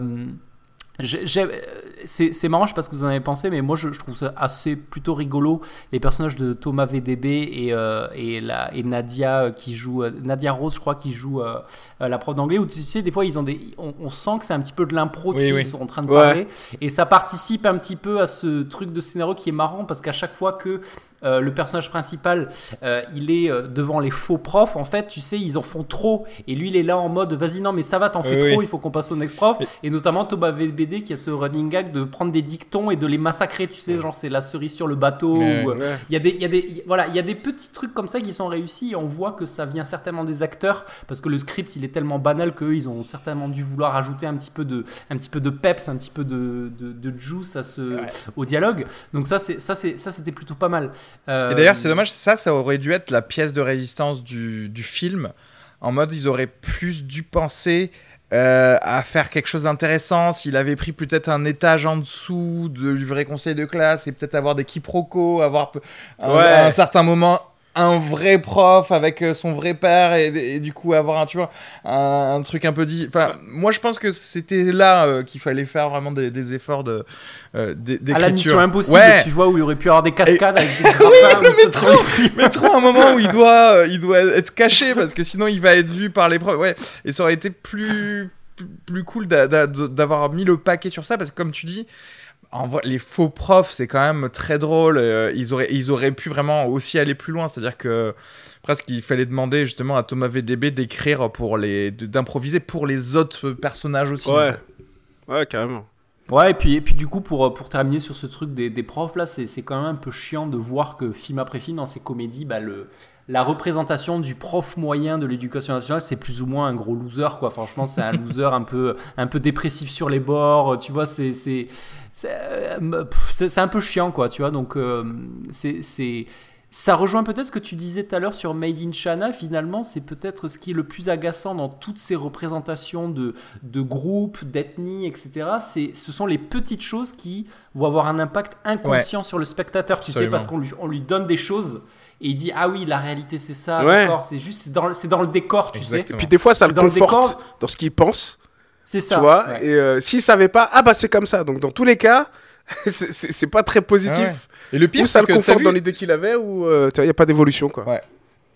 Speaker 3: j'ai- j'ai- c'est, c'est marrant, je sais pas ce que vous en avez pensé, mais moi je, je trouve ça assez plutôt rigolo, les personnages de Thomas V D B et, euh, et, la, et Nadia euh, qui joue, euh, Nadia Rose, je crois, qui joue euh, euh, la prof d'anglais, où tu sais, des fois ils ont des, on, on sent que c'est un petit peu de l'impro, tu
Speaker 1: Oui,
Speaker 3: sais,
Speaker 1: oui.
Speaker 3: ils sont en train de
Speaker 2: Ouais.
Speaker 3: parler, et ça participe un petit peu à ce truc de scénario qui est marrant parce qu'à chaque fois que euh, le personnage principal euh, il est euh, devant les faux profs, en fait, tu sais, ils en font trop et lui il est là en mode vas-y, non mais ça va, t'en fais
Speaker 1: Oui,
Speaker 3: trop,
Speaker 1: oui.
Speaker 3: il faut qu'on passe au next prof. Et notamment Thomas V B D qui a ce running gag de prendre des dictons et de les massacrer, tu sais, genre c'est la cerise sur le bateau.
Speaker 1: Ouais,
Speaker 3: ou,
Speaker 2: ouais.
Speaker 3: euh, Il y a des, il y a des, voilà, il y a des petits trucs comme ça qui sont réussis et on voit que ça vient certainement des acteurs parce que le script il est tellement banal qu'eux ils ont certainement dû vouloir ajouter un petit peu de, un petit peu de peps, un petit peu de, de, de juice à ce, au dialogue. Donc ça c'est, ça c'est, ça c'était plutôt pas mal. Euh,
Speaker 1: Et d'ailleurs, c'est dommage, ça, ça aurait dû être la pièce de résistance du, du film. En mode, ils auraient plus dû penser euh, à faire quelque chose d'intéressant. S'il avait pris peut-être un étage en dessous de- du vrai conseil de classe et peut-être avoir des quiproquos, avoir peu- un-
Speaker 2: Ouais.
Speaker 1: à un certain moment un vrai prof avec euh, son vrai père et, et du coup avoir un, tu vois, un, un truc un peu dit. Enfin, moi, je pense que c'était là euh, qu'il fallait faire vraiment des, des efforts de, euh, d'é- d'écriture.
Speaker 3: à la mission impossible,
Speaker 1: Ouais.
Speaker 3: tu vois, où il y aurait pu y avoir des cascades avec des grappins où
Speaker 1: mais
Speaker 3: se
Speaker 1: trop.
Speaker 3: ici.
Speaker 1: Mais trop un moment où il doit, euh, il doit être caché parce que sinon il va être vu par les profs. Ouais, et ça aurait été plus, plus, plus cool d'a- d'a- d'avoir mis le paquet sur ça parce que comme tu dis, en vrai, les faux profs c'est quand même très drôle. euh, Ils auraient, ils auraient pu vraiment aussi aller plus loin. C'est-à-dire que presque il fallait demander justement à Thomas V D B d'écrire pour les, de- d'improviser pour les autres personnages aussi.
Speaker 2: Ouais. Ouais, carrément.
Speaker 3: Ouais, et puis, et puis du coup, pour, pour terminer sur ce truc des, des profs, là, c'est, c'est quand même un peu chiant de voir que film après film, dans ces comédies, bah, le, la représentation du prof moyen de l'éducation nationale, c'est plus ou moins un gros loser, quoi. Franchement, c'est un loser un peu, un peu dépressif sur les bords, tu vois, c'est, c'est, c'est, euh, pff, c'est, c'est un peu chiant, quoi, tu vois, donc euh, c'est... c'est ça rejoint peut-être ce que tu disais tout à l'heure sur Made in China. Finalement, c'est peut-être ce qui est le plus agaçant dans toutes ces représentations de, de groupes, d'ethnies, et cetera. C'est, ce sont les petites choses qui vont avoir un impact inconscient sur le spectateur. Tu
Speaker 1: Absolument.
Speaker 3: sais, parce qu'on lui, on lui donne des choses et il dit « Ah oui, la réalité, c'est ça.
Speaker 2: Ouais.
Speaker 3: D'accord, c'est juste, c'est dans, le- c'est dans le décor, tu
Speaker 1: Exactement.
Speaker 2: Puis des fois, ça le
Speaker 3: Dans le
Speaker 2: conforte
Speaker 3: décor-
Speaker 2: dans ce qu'il pense,
Speaker 3: sais. C'est ça.
Speaker 2: tu vois.
Speaker 3: Ouais.
Speaker 2: Et euh, s'il savait pas, ah bah c'est comme ça. Donc dans tous les cas, c'est- c'est c'est pas très positif.
Speaker 1: Ah ouais. Et le pire,
Speaker 2: Ou ça
Speaker 1: c'est
Speaker 2: le
Speaker 1: que t'as
Speaker 2: conforte
Speaker 1: vu-
Speaker 2: dans l'idée qu'il avait, ou il n'y a pas d'évolution, quoi.
Speaker 1: Ouais.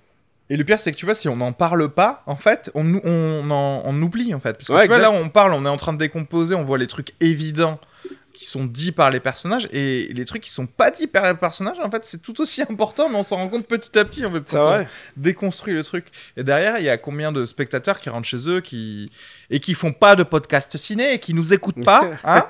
Speaker 1: Et le pire, c'est que tu vois, si on n'en parle pas, en fait, on, nou- on, en- on oublie, en fait. Parce que
Speaker 2: Ouais,
Speaker 1: tu vois, là,
Speaker 2: exact.
Speaker 1: on parle, on est en train de décomposer, on voit les trucs évidents qui sont dits par les personnages, et les trucs qui sont pas dits par les personnages, en fait, c'est tout aussi important, mais on s'en rend compte petit à petit, en fait,
Speaker 2: C'est
Speaker 1: quand
Speaker 2: vrai.
Speaker 1: on déconstruit le truc. Et derrière, il y a combien de spectateurs qui rentrent chez eux, qui... et qui font pas de podcast ciné, et qui nous écoutent pas, hein.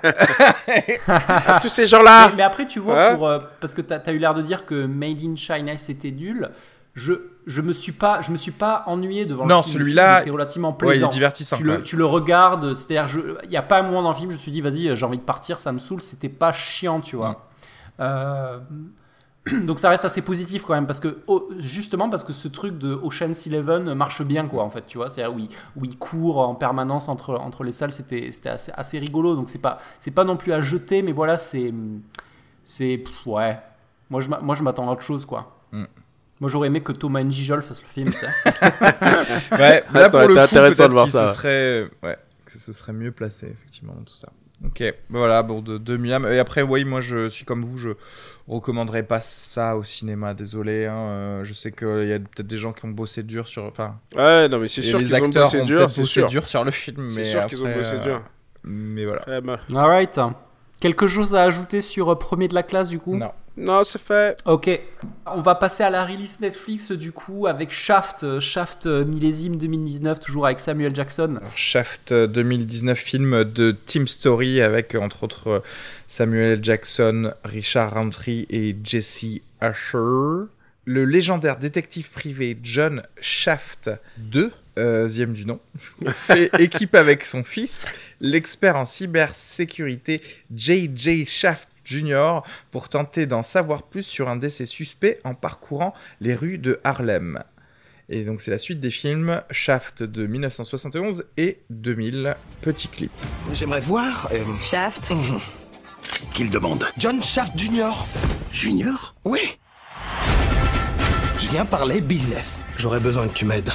Speaker 2: Ah, tous ces gens-là.
Speaker 3: Mais, mais après, tu vois,
Speaker 2: Ouais.
Speaker 3: pour, euh, parce que tu as eu l'air de dire que Made in China c'était nul. Je je me suis pas je me suis pas ennuyé devant
Speaker 1: Non,
Speaker 3: le film.
Speaker 1: celui-là,
Speaker 3: Le film était relativement
Speaker 1: Ouais, il
Speaker 3: plaisant.
Speaker 1: est divertissant.
Speaker 3: tu
Speaker 1: quand
Speaker 3: le,
Speaker 1: même.
Speaker 3: tu le regardes, c'est-à-dire je il y a pas un moment dans le film je me suis dit vas-y j'ai envie de partir, ça me saoule, c'était pas chiant, tu vois. Euh, donc ça reste assez positif quand même parce que oh, justement parce que ce truc de Ocean's Eleven marche bien, quoi, en fait, tu vois, c'est où il, où il court en permanence entre entre les salles, c'était c'était assez assez rigolo, donc c'est pas c'est pas non plus à jeter, mais voilà, c'est c'est pff, ouais. Moi je m'a- moi je m'attends à autre chose, quoi. Moi, j'aurais aimé que Thomas N'Gijol fasse le film, ça.
Speaker 1: Ouais,
Speaker 2: Ah,
Speaker 1: là
Speaker 2: ça
Speaker 1: pour
Speaker 2: aurait
Speaker 1: le
Speaker 2: été
Speaker 1: coup,
Speaker 2: intéressant de voir
Speaker 1: peut-être
Speaker 2: ça.
Speaker 1: qu'il se serait, ouais, que ce serait mieux placé effectivement dans tout ça. Ok, ben voilà, bon, de, de Miam. Et après, oui, moi je suis comme vous, je recommanderais pas ça au cinéma, désolé. Hein. Euh, je sais qu'il y a peut-être des gens qui ont bossé dur sur, enfin,
Speaker 2: Ouais, non, mais c'est
Speaker 1: et
Speaker 2: sûr
Speaker 1: les
Speaker 2: qu'ils ont
Speaker 1: acteurs
Speaker 2: bossé
Speaker 1: ont
Speaker 2: dur,
Speaker 1: peut-être
Speaker 2: c'est
Speaker 1: bossé
Speaker 2: sûr.
Speaker 1: dur sur le film, mais
Speaker 2: C'est sûr qu'ils ont
Speaker 1: après,
Speaker 2: bossé
Speaker 1: euh,
Speaker 2: dur.
Speaker 1: Mais voilà.
Speaker 2: Ouais, bah.
Speaker 3: Alright. Quelque chose à ajouter sur euh, premier de la classe, du coup?
Speaker 1: Non.
Speaker 2: Non, c'est fait.
Speaker 3: Ok, on va passer à la release Netflix du coup avec Shaft, euh, Shaft euh, millésime deux mille dix-neuf, toujours avec Samuel Jackson.
Speaker 1: Alors, Shaft euh, deux mille dix-neuf, film de Team Story avec euh, entre autres euh, Samuel Jackson, Richard Roundtree et Jesse Usher. Le légendaire détective privé John Shaft deux, deuxième du nom, fait équipe avec son fils, l'expert en cybersécurité J J Shaft Junior, pour tenter d'en savoir plus sur un décès suspect en parcourant les rues de Harlem. Et donc c'est la suite des films Shaft de dix-neuf cent soixante et onze et deux mille. Petit clip.
Speaker 9: J'aimerais voir... euh,
Speaker 10: Shaft.
Speaker 9: Qu'il demande. John Shaft Junior Junior Oui. Je viens parler business. J'aurais besoin que tu m'aides.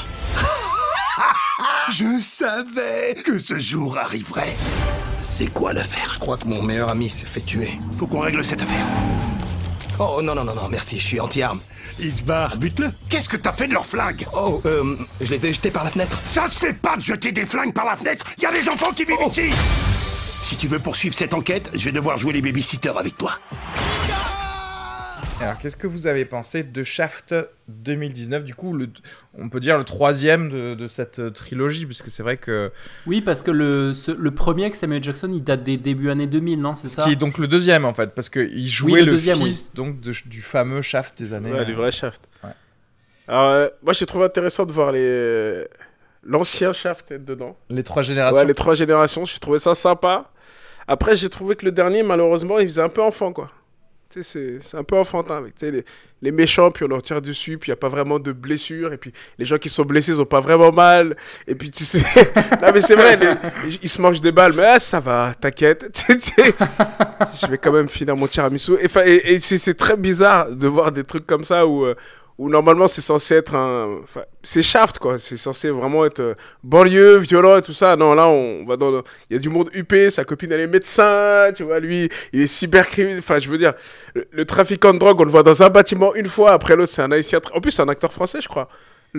Speaker 9: Je savais que ce jour arriverait. C'est quoi l'affaire? Je crois que mon meilleur ami s'est fait tuer. Faut qu'on règle cette affaire. Oh non, non, non, non, merci, je suis anti-arme.
Speaker 7: Il se barre, bute-le. Qu'est-ce que t'as fait de leurs flingues?
Speaker 9: Oh, euh, je les ai jetés par la fenêtre.
Speaker 7: Ça se fait pas de jeter des flingues par la fenêtre. Il y a des enfants qui vivent
Speaker 9: Oh.
Speaker 7: ici. Si tu veux poursuivre cette enquête, je vais devoir jouer les babysitters avec toi.
Speaker 1: Alors qu'est-ce que vous avez pensé de Shaft deux mille dix-neuf? Du coup, le, on peut dire le troisième de, de cette trilogie, puisque c'est vrai que...
Speaker 3: Oui, parce que le, ce- le premier avec Samuel Jackson, il date des débuts années deux mille, non? C'est
Speaker 1: Ce
Speaker 3: ça?
Speaker 1: qui est donc le deuxième en fait, parce qu'il jouait
Speaker 3: le
Speaker 1: le,
Speaker 3: deuxième,
Speaker 1: fils donc, de- du fameux Shaft des années...
Speaker 2: Ouais, du vrai Shaft.
Speaker 1: Ouais.
Speaker 2: Alors, euh, moi, j'ai trouvé intéressant de voir les... l'ancien Shaft être dedans.
Speaker 1: Les trois générations.
Speaker 2: Ouais, les trois générations, j'ai trouvé ça sympa. Après, j'ai trouvé que le dernier, malheureusement, il faisait un peu enfant, quoi. Tu sais, c'est, c'est un peu enfantin, avec tu sais, les, les méchants, puis on leur tire dessus, puis il n'y a pas vraiment de blessures, et puis les gens qui sont blessés, ils ont pas vraiment mal, et puis tu sais... non, mais c'est vrai, les- ils se mangent des balles, mais ah, ça va, t'inquiète. Tu sais, je vais quand même finir mon tiramisu. Et, 'fin, et, et c'est, c'est très bizarre de voir des trucs comme ça, où... euh, où normalement c'est censé être un... Enfin, c'est Shaft, quoi. C'est censé vraiment être euh, banlieue, violent et tout ça. Non, là, on va dans... le- Il y a du monde huppé, sa copine, elle est médecin, tu vois, lui, il est cybercriminel. Enfin, je veux dire, le, le trafiquant de drogue, on le voit dans un bâtiment une fois, après l'autre, c'est un haïtien... En plus, c'est un acteur français, je crois.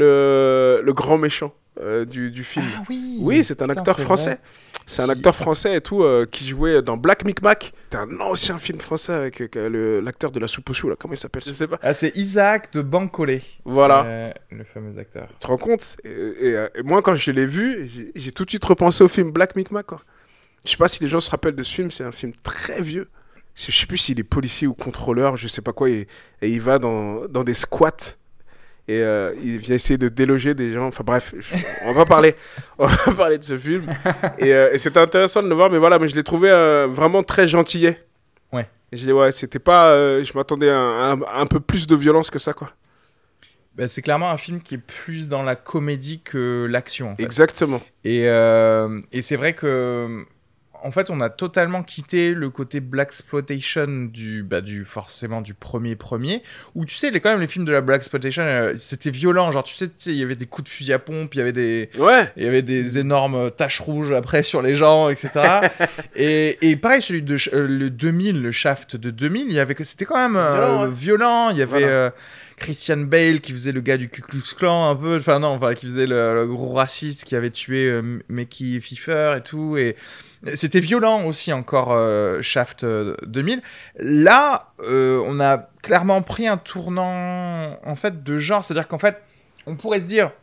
Speaker 2: Le, le grand méchant euh, du, du film.
Speaker 1: Ah oui.
Speaker 2: Oui, c'est un
Speaker 1: Putain,
Speaker 2: acteur
Speaker 1: c'est
Speaker 2: français.
Speaker 1: vrai.
Speaker 2: C'est un
Speaker 1: Qui-
Speaker 2: acteur français et tout, euh, qui jouait dans Black Micmac. C'est un ancien film français avec euh, le- l'acteur de la soupe aux choux, là. Comment il s'appelle? Je sais pas.
Speaker 1: Ah, c'est Isaac de Bancolé.
Speaker 2: Voilà.
Speaker 1: Euh, le fameux acteur.
Speaker 2: Tu te rends compte? et, et, euh, et moi, quand je l'ai vu, j'ai, j'ai tout de suite repensé au film Black Micmac, quoi. Je sais pas si les gens se rappellent de ce film, c'est un film très vieux. Je sais plus s'il est policier ou contrôleur, je sais pas quoi, et, et il va dans, dans des squats. Et euh, il vient essayer de déloger des gens. Enfin bref, je- on va pas parler, on va pas parler de ce film. Et, euh, et c'était intéressant de le voir, mais voilà, mais je l'ai trouvé euh, vraiment très gentillet.
Speaker 1: Ouais.
Speaker 2: Et je dis ouais, c'était pas, euh, je m'attendais à un, à un peu plus de violence que ça, quoi.
Speaker 1: Bah, c'est clairement un film qui est plus dans la comédie que l'action. En fait.
Speaker 2: Exactement.
Speaker 1: Et, euh, et c'est vrai que, en fait, on a totalement quitté le côté blaxploitation du, bah, du forcément du premier premier, où tu sais, les, quand même les films de la blaxploitation, euh, c'était violent, genre tu sais, tu sais, il y avait des coups de fusil à pompe, il y avait des,
Speaker 2: Ouais.
Speaker 1: il y avait des énormes taches rouges après sur les gens, et cetera. et, et pareil, celui de Sh- euh, le deux mille, le Shaft de deux mille, il y avait, c'était quand même euh,
Speaker 2: Violent, ouais.
Speaker 1: violent. Il y avait
Speaker 2: Voilà.
Speaker 1: euh, Christian Bale qui faisait le gars du Ku Klux Klan un peu, enfin non, enfin qui faisait le, le gros raciste qui avait tué euh, Mickey Pfeiffer et tout, et c'était violent aussi encore euh, Shaft euh, deux mille. Là, euh, on a clairement pris un tournant en fait de genre, c'est-à-dire qu'en fait, on pourrait se dire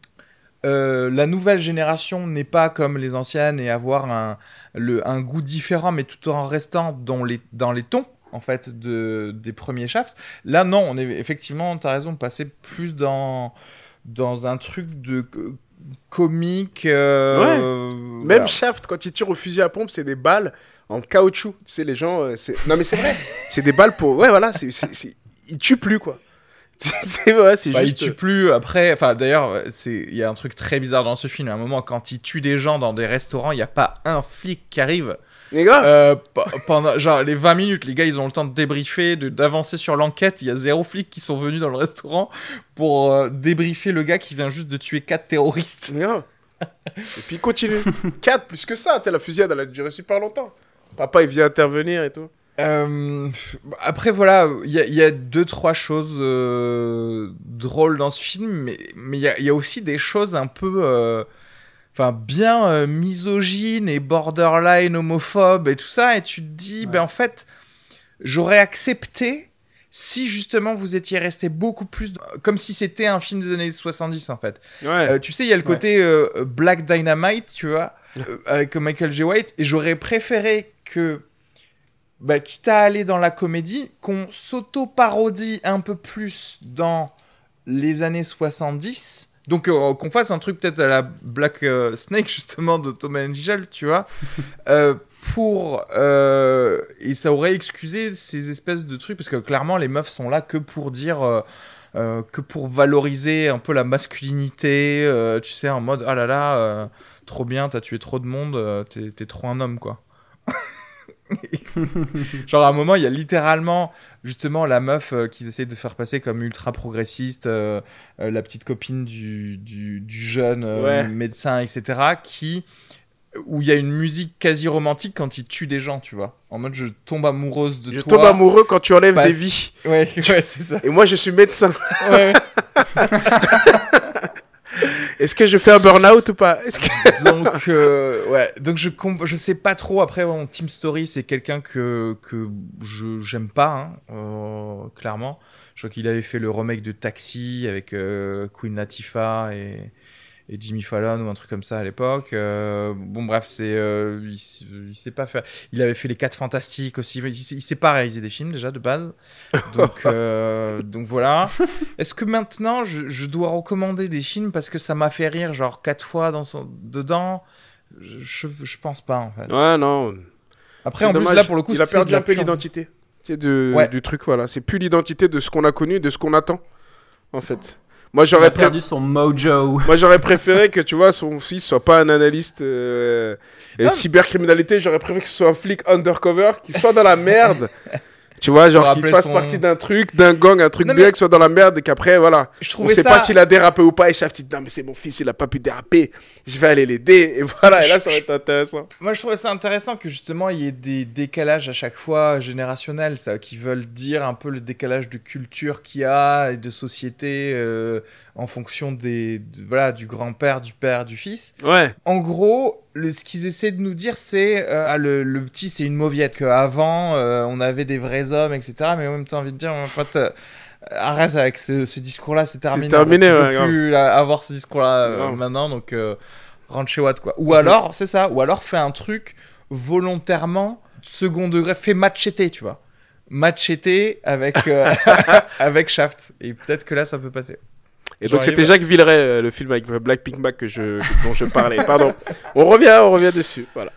Speaker 1: euh, la nouvelle génération n'est pas comme les anciennes et avoir un, le, un goût différent, mais tout en restant dans les, dans les tons en fait de, des premiers Shaft. Là, non, on est effectivement, t'as raison, passé plus dans, dans un truc de euh, comique. Euh,
Speaker 2: Même
Speaker 1: voilà.
Speaker 2: Shaft, quand il tire au fusil à pompe, c'est des balles en caoutchouc. Tu sais, les gens. euh, c'est... Non, mais c'est vrai. C'est des balles pour. Ouais, voilà. C'est, c'est, c'est... Ils tuent plus, quoi. c'est vrai, c'est
Speaker 1: Bah,
Speaker 2: juste.
Speaker 1: il tue plus après. Enfin, d'ailleurs, c'est il y a un truc très bizarre dans ce film. À un moment, quand il tue des gens dans des restaurants, il y a pas un flic qui arrive
Speaker 2: Les gars
Speaker 1: euh, p- pendant genre les vingt minutes, les gars, ils ont le temps de débriefer, de, d'avancer sur l'enquête. Il y a zéro flic qui sont venus dans le restaurant pour euh, débriefer le gars qui vient juste de tuer quatre terroristes.
Speaker 2: Les gars. Et puis il continue. quatre, plus que ça. T'sais, la fusillade, elle a duré super longtemps. Papa, il vient intervenir et tout.
Speaker 1: Euh, après, voilà, il y, y a deux, trois choses euh, drôles dans ce film, mais mais il y, y a aussi des choses un peu... Euh, Enfin, bien euh, misogyne et borderline homophobe et tout ça. Et tu te dis, ouais. ben en fait, j'aurais accepté si justement vous étiez resté beaucoup plus... De... Comme si c'était un film des années soixante-dix, en fait.
Speaker 2: Ouais.
Speaker 1: Euh, tu sais, il y a le côté euh, Black Dynamite, tu vois, euh, avec Michael J. White. Et j'aurais préféré que, bah, quitte à aller dans la comédie, qu'on s'auto-parodie un peu plus dans les années soixante-dix... Donc euh, qu'on fasse un truc peut-être à la Black euh, Snake justement de Tom Angel, tu vois, euh, pour euh, et ça aurait excusé ces espèces de trucs parce que clairement les meufs sont là que pour dire euh, euh, que pour valoriser un peu la masculinité, euh, tu sais, en mode ah là là, euh, trop bien, t'as tué trop de monde, euh, t'es, t'es trop un homme quoi. Genre à un moment il y a littéralement justement la meuf euh, qu'ils essayent de faire passer comme ultra progressiste, euh, euh, la petite copine du, du, du jeune euh,
Speaker 2: ouais.
Speaker 1: médecin, etc., qui où il y a une musique quasi romantique quand il tue des gens, tu vois, en mode je tombe amoureuse de
Speaker 2: je
Speaker 1: toi,
Speaker 2: tombe amoureux quand tu enlèves
Speaker 1: passe...
Speaker 2: des vies.
Speaker 1: Ouais, ouais, c'est ça.
Speaker 2: Et moi je suis médecin.
Speaker 1: Ouais.
Speaker 2: Est-ce que je fais un burn-out ou pas? Est-ce que...
Speaker 1: Donc, euh, ouais. Donc, je, comp- je sais pas trop. Après, bon, Tim Story, c'est quelqu'un que, que je, j'aime pas, hein, euh, clairement. Je crois qu'il avait fait le remake de Taxi avec euh, Queen Latifah et, et Jimmy Fallon ou un truc comme ça à l'époque. Euh, bon, bref, c'est, euh, il, il sait pas faire. Il avait fait Les Quatre Fantastiques aussi. Il, il sait pas réaliser des films déjà de base. Donc, euh, donc voilà. Est-ce que maintenant je, je dois recommander des films parce que ça m'a fait rire genre quatre fois dans son dedans? Je, je, je pense pas en fait.
Speaker 2: Ouais, non.
Speaker 1: Après,
Speaker 2: c'est
Speaker 1: en
Speaker 2: dommage.
Speaker 1: plus là pour le coup,
Speaker 2: il a perdu un peu
Speaker 1: pure...
Speaker 2: l'identité. C'est de,
Speaker 1: ouais.
Speaker 2: du truc, voilà. C'est plus l'identité de ce qu'on a connu, de ce qu'on attend, en fait. Moi, j'aurais
Speaker 3: il a perdu pré... son mojo.
Speaker 2: Moi, j'aurais préféré que, tu vois, son fils soit pas un analyste euh, et cybercriminalité. J'aurais préféré que ce soit un flic undercover, qu'il soit dans la merde. Tu vois, genre qu'il fasse son... partie d'un truc, d'un gang, un truc non, bien, mais... qu'il soit dans la merde et qu'après, voilà. Je on sait ça... pas s'il a dérapé ou pas. Et Shaft dit, non, mais c'est mon fils, il a pas pu déraper. Je vais aller l'aider. Et voilà, et là, ça va être intéressant.
Speaker 1: Moi, je trouvais ça intéressant que justement, il y ait des décalages à chaque fois générationnels, ça, qui veulent dire un peu le décalage de culture qu'il y a et de société euh, en fonction des, de, voilà, du grand-père, du père, du fils.
Speaker 2: Ouais.
Speaker 1: En gros, le, ce qu'ils essaient de nous dire, c'est euh, ah, le, le petit, c'est une mauviette. Qu'avant, euh, on avait des vrais hommes, et cetera. Mais en même temps, envie de dire, en fait, euh, arrête avec ce, ce discours-là, c'est terminé.
Speaker 2: C'est terminé,
Speaker 1: on
Speaker 2: ouais.
Speaker 1: peut plus la, avoir ce discours-là euh, maintenant, donc euh, rentre chez Watt, quoi. Ou mm-hmm. alors, c'est ça, ou alors fais un truc volontairement second degré, fais Machete, tu vois. Machete avec, euh, avec Shaft. Et peut-être que là, ça peut passer.
Speaker 2: Et donc c'était Jacques Villeray, le film avec Black Pink Mac que je, dont je parlais. Pardon. On revient, on revient dessus. Voilà.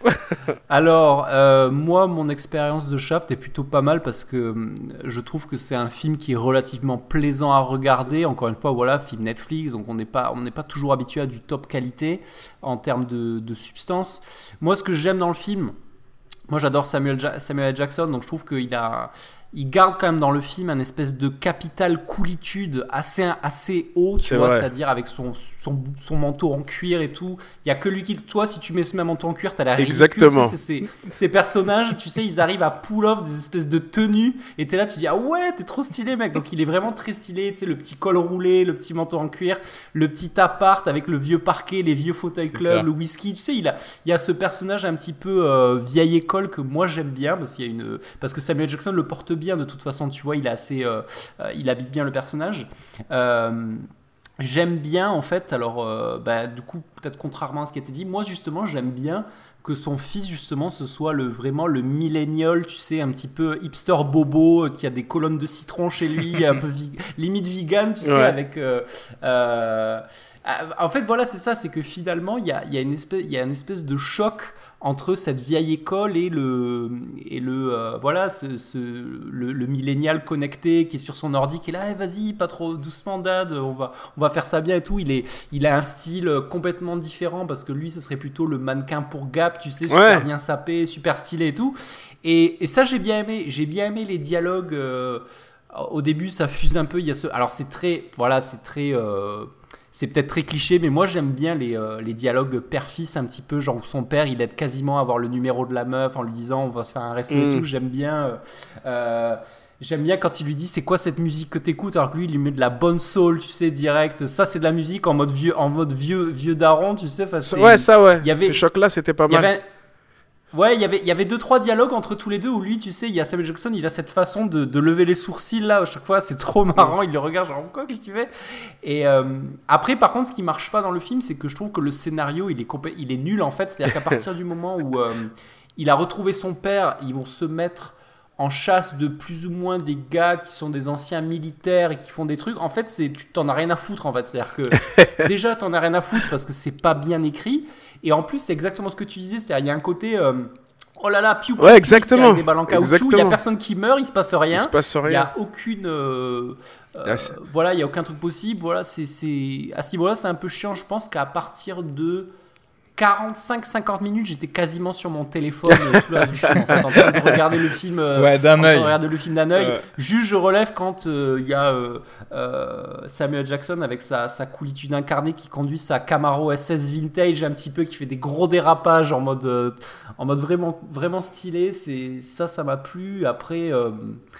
Speaker 3: Alors, euh, moi, mon expérience de Shaft est plutôt pas mal parce que je trouve que c'est un film qui est relativement plaisant à regarder. Encore une fois, voilà, film Netflix, donc on n'est pas, on n'est pas toujours habitué à du top qualité en termes de, de substance. Moi, ce que j'aime dans le film, moi j'adore Samuel, ja- Samuel L. Jackson, donc je trouve qu'il a... Il garde quand même dans le film un espèce de capital coolitude assez, assez haut, tu
Speaker 2: c'est
Speaker 3: vois,
Speaker 2: vrai.
Speaker 3: C'est-à-dire avec son, son, son manteau en cuir et tout. Il n'y a que lui qui... Toi, si tu mets ce même manteau en cuir, t'as l'air ridicule.
Speaker 2: Exactement.
Speaker 3: Tu sais, ces, ces personnages, tu sais, ils arrivent à pull off des espèces de tenues et t'es là, tu dis, ah ouais, t'es trop stylé, mec. Donc il est vraiment très stylé, tu sais, le petit col roulé, le petit manteau en cuir, le petit appart avec le vieux parquet, les vieux fauteuils club, le whisky. Tu sais, il, a, il y a ce personnage un petit peu euh, vieille école que moi j'aime bien parce, qu'il y a une... parce que Samuel Jackson le porte bien de toute façon, tu vois, il est assez, euh, euh, il habite bien le personnage. Euh, j'aime bien en fait, alors euh, bah, du coup peut-être contrairement à ce qui a été dit, moi justement j'aime bien que son fils justement ce soit le, vraiment le millénial, tu sais, un petit peu hipster bobo euh, qui a des colonnes de citron chez lui, un peu vi- limite vegan, tu sais,
Speaker 2: ouais.
Speaker 3: avec euh, euh, en fait voilà, c'est ça, c'est que finalement il y a, y a une espèce, il y a une espèce de choc entre cette vieille école et le et le euh, voilà ce, ce le, le millénial connecté qui est sur son ordi qui est là hey, vas-y pas trop doucement dad on va on va faire ça bien et tout il est il a un style complètement différent parce que lui ce serait plutôt le mannequin pour Gap tu sais super
Speaker 2: Ouais.
Speaker 3: bien sapé super stylé et tout et, et ça j'ai bien aimé j'ai bien aimé les dialogues euh, au début ça fuse un peu il y a ce alors c'est très voilà c'est très euh, c'est peut-être très cliché, mais moi j'aime bien les, euh, les dialogues père-fils un petit peu, genre où son père il aide quasiment à avoir le numéro de la meuf en lui disant on va se faire un resto
Speaker 2: Mm.
Speaker 3: et tout. J'aime bien, euh, euh, j'aime bien quand il lui dit c'est quoi cette musique que t'écoutes, alors que lui il lui met de la bonne soul, tu sais, direct. Ça c'est de la musique en mode vieux, en mode vieux, vieux daron, tu sais. Enfin, c'est-
Speaker 2: Ouais, ça, ouais.
Speaker 3: il y avait-
Speaker 2: Ce choc-là, c'était pas
Speaker 3: il y
Speaker 2: mal.
Speaker 3: avait Ouais, il y avait il y avait deux trois dialogues entre tous les deux où lui, tu sais, il y a Samuel Jackson, il a cette façon de, de lever les sourcils là à chaque fois, c'est trop marrant, il le regarde genre quoi qu'est-ce que tu fais. Et euh, après par contre ce qui marche pas dans le film, c'est que je trouve que le scénario, il est complè- il est nul en fait, c'est-à-dire qu'à partir du moment où euh, il a retrouvé son père, ils vont se mettre en chasse de plus ou moins des gars qui sont des anciens militaires et qui font des trucs. En fait, c'est tu t'en as rien à foutre en fait, c'est-à-dire que déjà t'en as rien à foutre parce que c'est pas bien écrit. Et en plus, c'est exactement ce que tu disais, c'est-à-dire il y a un côté euh, oh là là, piou, piou,
Speaker 2: Ouais,
Speaker 3: piou,
Speaker 2: exactement.
Speaker 3: avec des balles en caoutchouc, il y a
Speaker 2: Exactement.
Speaker 3: personne qui meurt, il se passe rien.
Speaker 2: Il se passe
Speaker 3: Il y
Speaker 2: rien.
Speaker 3: a aucune euh, euh,
Speaker 2: Là, c'est-
Speaker 3: voilà, il y a aucun truc possible, voilà, c'est c'est à ce niveau-là, c'est un peu chiant, je pense qu'à partir de quarante-cinq cinquante minutes, j'étais quasiment sur mon téléphone euh, tout le reste du film, en, fait, en train de regarder le film euh,
Speaker 1: Ouais, d'un
Speaker 3: en train de
Speaker 1: œil.
Speaker 3: regarder le film d'un œil.
Speaker 2: Ouais.
Speaker 3: Juste, je relève quand euh, il y a euh, euh, Samuel Jackson avec sa, sa coolitude incarnée qui conduit sa Camaro S S vintage un petit peu, qui fait des gros dérapages en mode, euh, en mode vraiment, vraiment stylé. C'est, ça, ça m'a plu. Après, euh,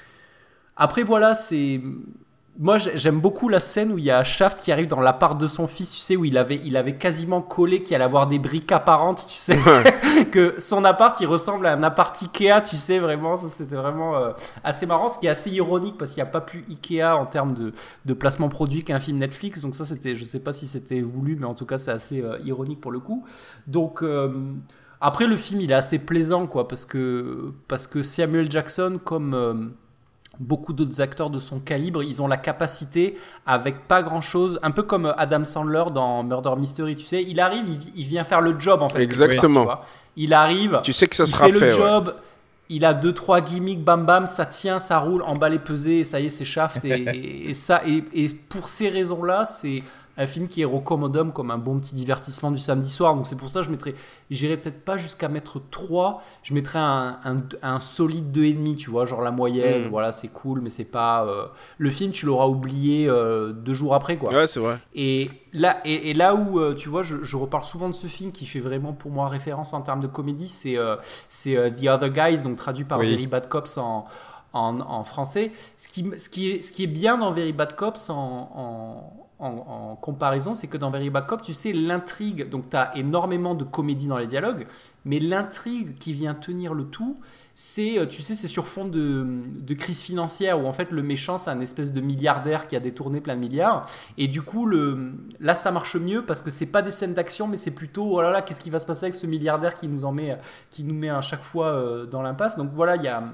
Speaker 3: après voilà, c'est... Moi, j'ai- j'aime beaucoup la scène où il y a Shaft qui arrive dans l'appart de son fils, tu sais, où il avait, il avait quasiment collé qu'il allait avoir des briques apparentes, tu sais, que son appart, il ressemble à un appart Ikea, tu sais, vraiment, ça c'était vraiment euh, assez marrant, ce qui est assez ironique parce qu'il n'y a pas plus Ikea en termes de, de placement produit qu'un film Netflix, donc ça c'était, je sais pas si c'était voulu, mais en tout cas c'est assez euh, ironique pour le coup. Donc... euh, après, le film, il est assez plaisant, quoi, parce que, parce que Samuel Jackson, comme... euh, beaucoup d'autres acteurs de son calibre, ils ont la capacité, avec pas grand chose, un peu comme Adam Sandler dans Murder Mystery, tu sais, il arrive, il, il vient faire le job en fait.
Speaker 2: Exactement.
Speaker 3: Tu vois. Il arrive,
Speaker 2: Tu sais que ça
Speaker 3: il
Speaker 2: sera
Speaker 3: fait,
Speaker 2: fait.
Speaker 3: le
Speaker 2: ouais.
Speaker 3: job, il a deux trois gimmicks, bam bam, ça tient, ça roule, emballé pesé, et ça y est, c'est Shaft. Et, et, et ça, et, et pour ces raisons-là, c'est un film qui est recommandable comme un bon petit divertissement du samedi soir. Donc c'est pour ça que je mettrais, j'irais peut-être pas jusqu'à mettre trois, je mettrais un, un, un solide deux virgule cinq, tu vois, genre la moyenne,
Speaker 2: Mm.
Speaker 3: voilà, c'est cool, mais c'est pas... euh, le film, tu l'auras oublié euh, deux jours après, quoi.
Speaker 2: Ouais, c'est vrai.
Speaker 3: Et là, et, et là où, euh, tu vois, je, je reparle souvent de ce film qui fait vraiment pour moi référence en termes de comédie, c'est euh, c'est, euh, The Other Guys, donc traduit par
Speaker 1: Oui.
Speaker 3: Very Bad Cops en, en, en français. Ce qui, ce, qui est, ce qui est bien dans Very Bad Cops en, en, en, en comparaison, c'est que dans Very Bad Cops, tu sais, l'intrigue, donc tu as énormément de comédie dans les dialogues, mais l'intrigue qui vient tenir le tout, c'est, tu sais, c'est sur fond de, de crise financière où en fait le méchant c'est un espèce de milliardaire qui a détourné plein de milliards et du coup le, là ça marche mieux parce que c'est pas des scènes d'action mais c'est plutôt oh là là qu'est-ce qui va se passer avec ce milliardaire qui nous en met, qui nous met à chaque fois euh, dans l'impasse. Donc voilà, il y a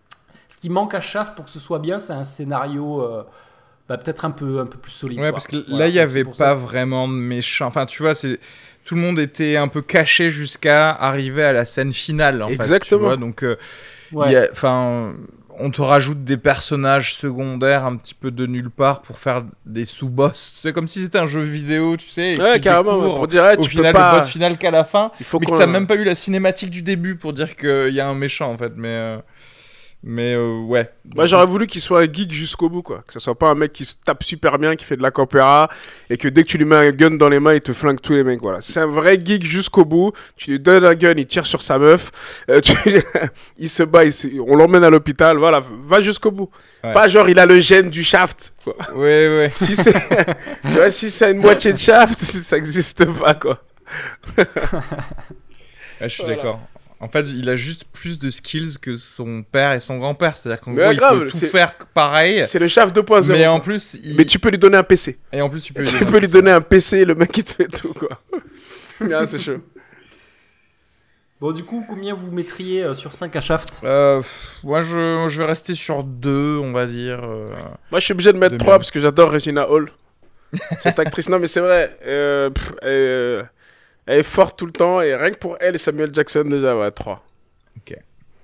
Speaker 3: ce qui manque à Shaft pour que ce soit bien, c'est un scénario euh, bah, peut-être un peu, un peu plus solide.
Speaker 1: Ouais,
Speaker 3: quoi.
Speaker 1: parce que
Speaker 3: Voilà,
Speaker 1: là, il n'y
Speaker 3: donc
Speaker 1: avait
Speaker 3: c'est
Speaker 1: pas
Speaker 3: pour ça.
Speaker 1: vraiment de méchant. Enfin, tu vois, c'est... tout le monde était un peu caché jusqu'à arriver à la scène finale, en fait.
Speaker 2: Exactement.
Speaker 1: Tu vois, donc, euh,
Speaker 3: Ouais.
Speaker 1: il y a- enfin, on te rajoute des personnages secondaires un petit peu de nulle part pour faire des sous-boss. C'est comme si c'était un jeu vidéo, tu sais. et
Speaker 2: Ouais,
Speaker 1: que tu
Speaker 2: carrément.
Speaker 1: découvres
Speaker 2: ouais, Pour dire, ouais,
Speaker 1: au
Speaker 2: tu
Speaker 1: final,
Speaker 2: peux pas.
Speaker 1: le boss final qu'à la fin.
Speaker 2: Il faut
Speaker 1: Mais que
Speaker 2: qu'on.
Speaker 1: t'as même pas eu la cinématique du début pour dire qu'il y a un méchant, en fait. Mais, euh, mais euh, ouais.
Speaker 2: Moi, j'aurais voulu qu'il soit un geek jusqu'au bout, quoi. Que ce soit pas un mec qui se tape super bien, qui fait de la capoeira, et que dès que tu lui mets un gun dans les mains, il te flingue tous les mecs, voilà. C'est un vrai geek jusqu'au bout. Tu lui donnes un gun, il tire sur sa meuf, euh, tu... il se bat, il se... on l'emmène à l'hôpital, voilà. Va jusqu'au bout.
Speaker 1: Ouais.
Speaker 2: Pas genre, il a le gène du Shaft, quoi.
Speaker 1: Ouais, ouais.
Speaker 2: Si c'est, tu vois, si c'est une moitié de Shaft, ça existe pas, quoi.
Speaker 1: Ouais, je suis
Speaker 2: Voilà.
Speaker 1: d'accord. En fait, il a juste plus de skills que son père et son grand-père. C'est-à-dire qu'en
Speaker 2: Mais
Speaker 1: gros,
Speaker 2: grave,
Speaker 1: il peut tout
Speaker 2: c'est-
Speaker 1: faire pareil.
Speaker 2: C'est le Shaft deux point zéro.
Speaker 1: Mais
Speaker 2: quoi.
Speaker 1: en plus, il...
Speaker 2: Mais tu peux lui donner un P C.
Speaker 1: et en plus, tu peux lui
Speaker 2: Tu
Speaker 1: donner
Speaker 2: peux
Speaker 1: un
Speaker 2: lui
Speaker 1: P C.
Speaker 2: donner un P C, le mec il te fait tout, quoi. Ah, c'est chaud.
Speaker 3: Bon, du coup, combien vous mettriez euh, sur cinq à Shaft?
Speaker 1: Euh, pff, moi, je, je vais rester sur deux, on va dire. euh.
Speaker 2: Moi, je suis obligé de mettre
Speaker 1: De
Speaker 2: trois
Speaker 1: bien.
Speaker 2: parce que j'adore Regina Hall. Cette actrice, non, mais c'est vrai. Euh, pff, euh, Elle est forte tout le temps, et rien que pour elle et Samuel Jackson, déjà, ouais, trois.
Speaker 1: Ok.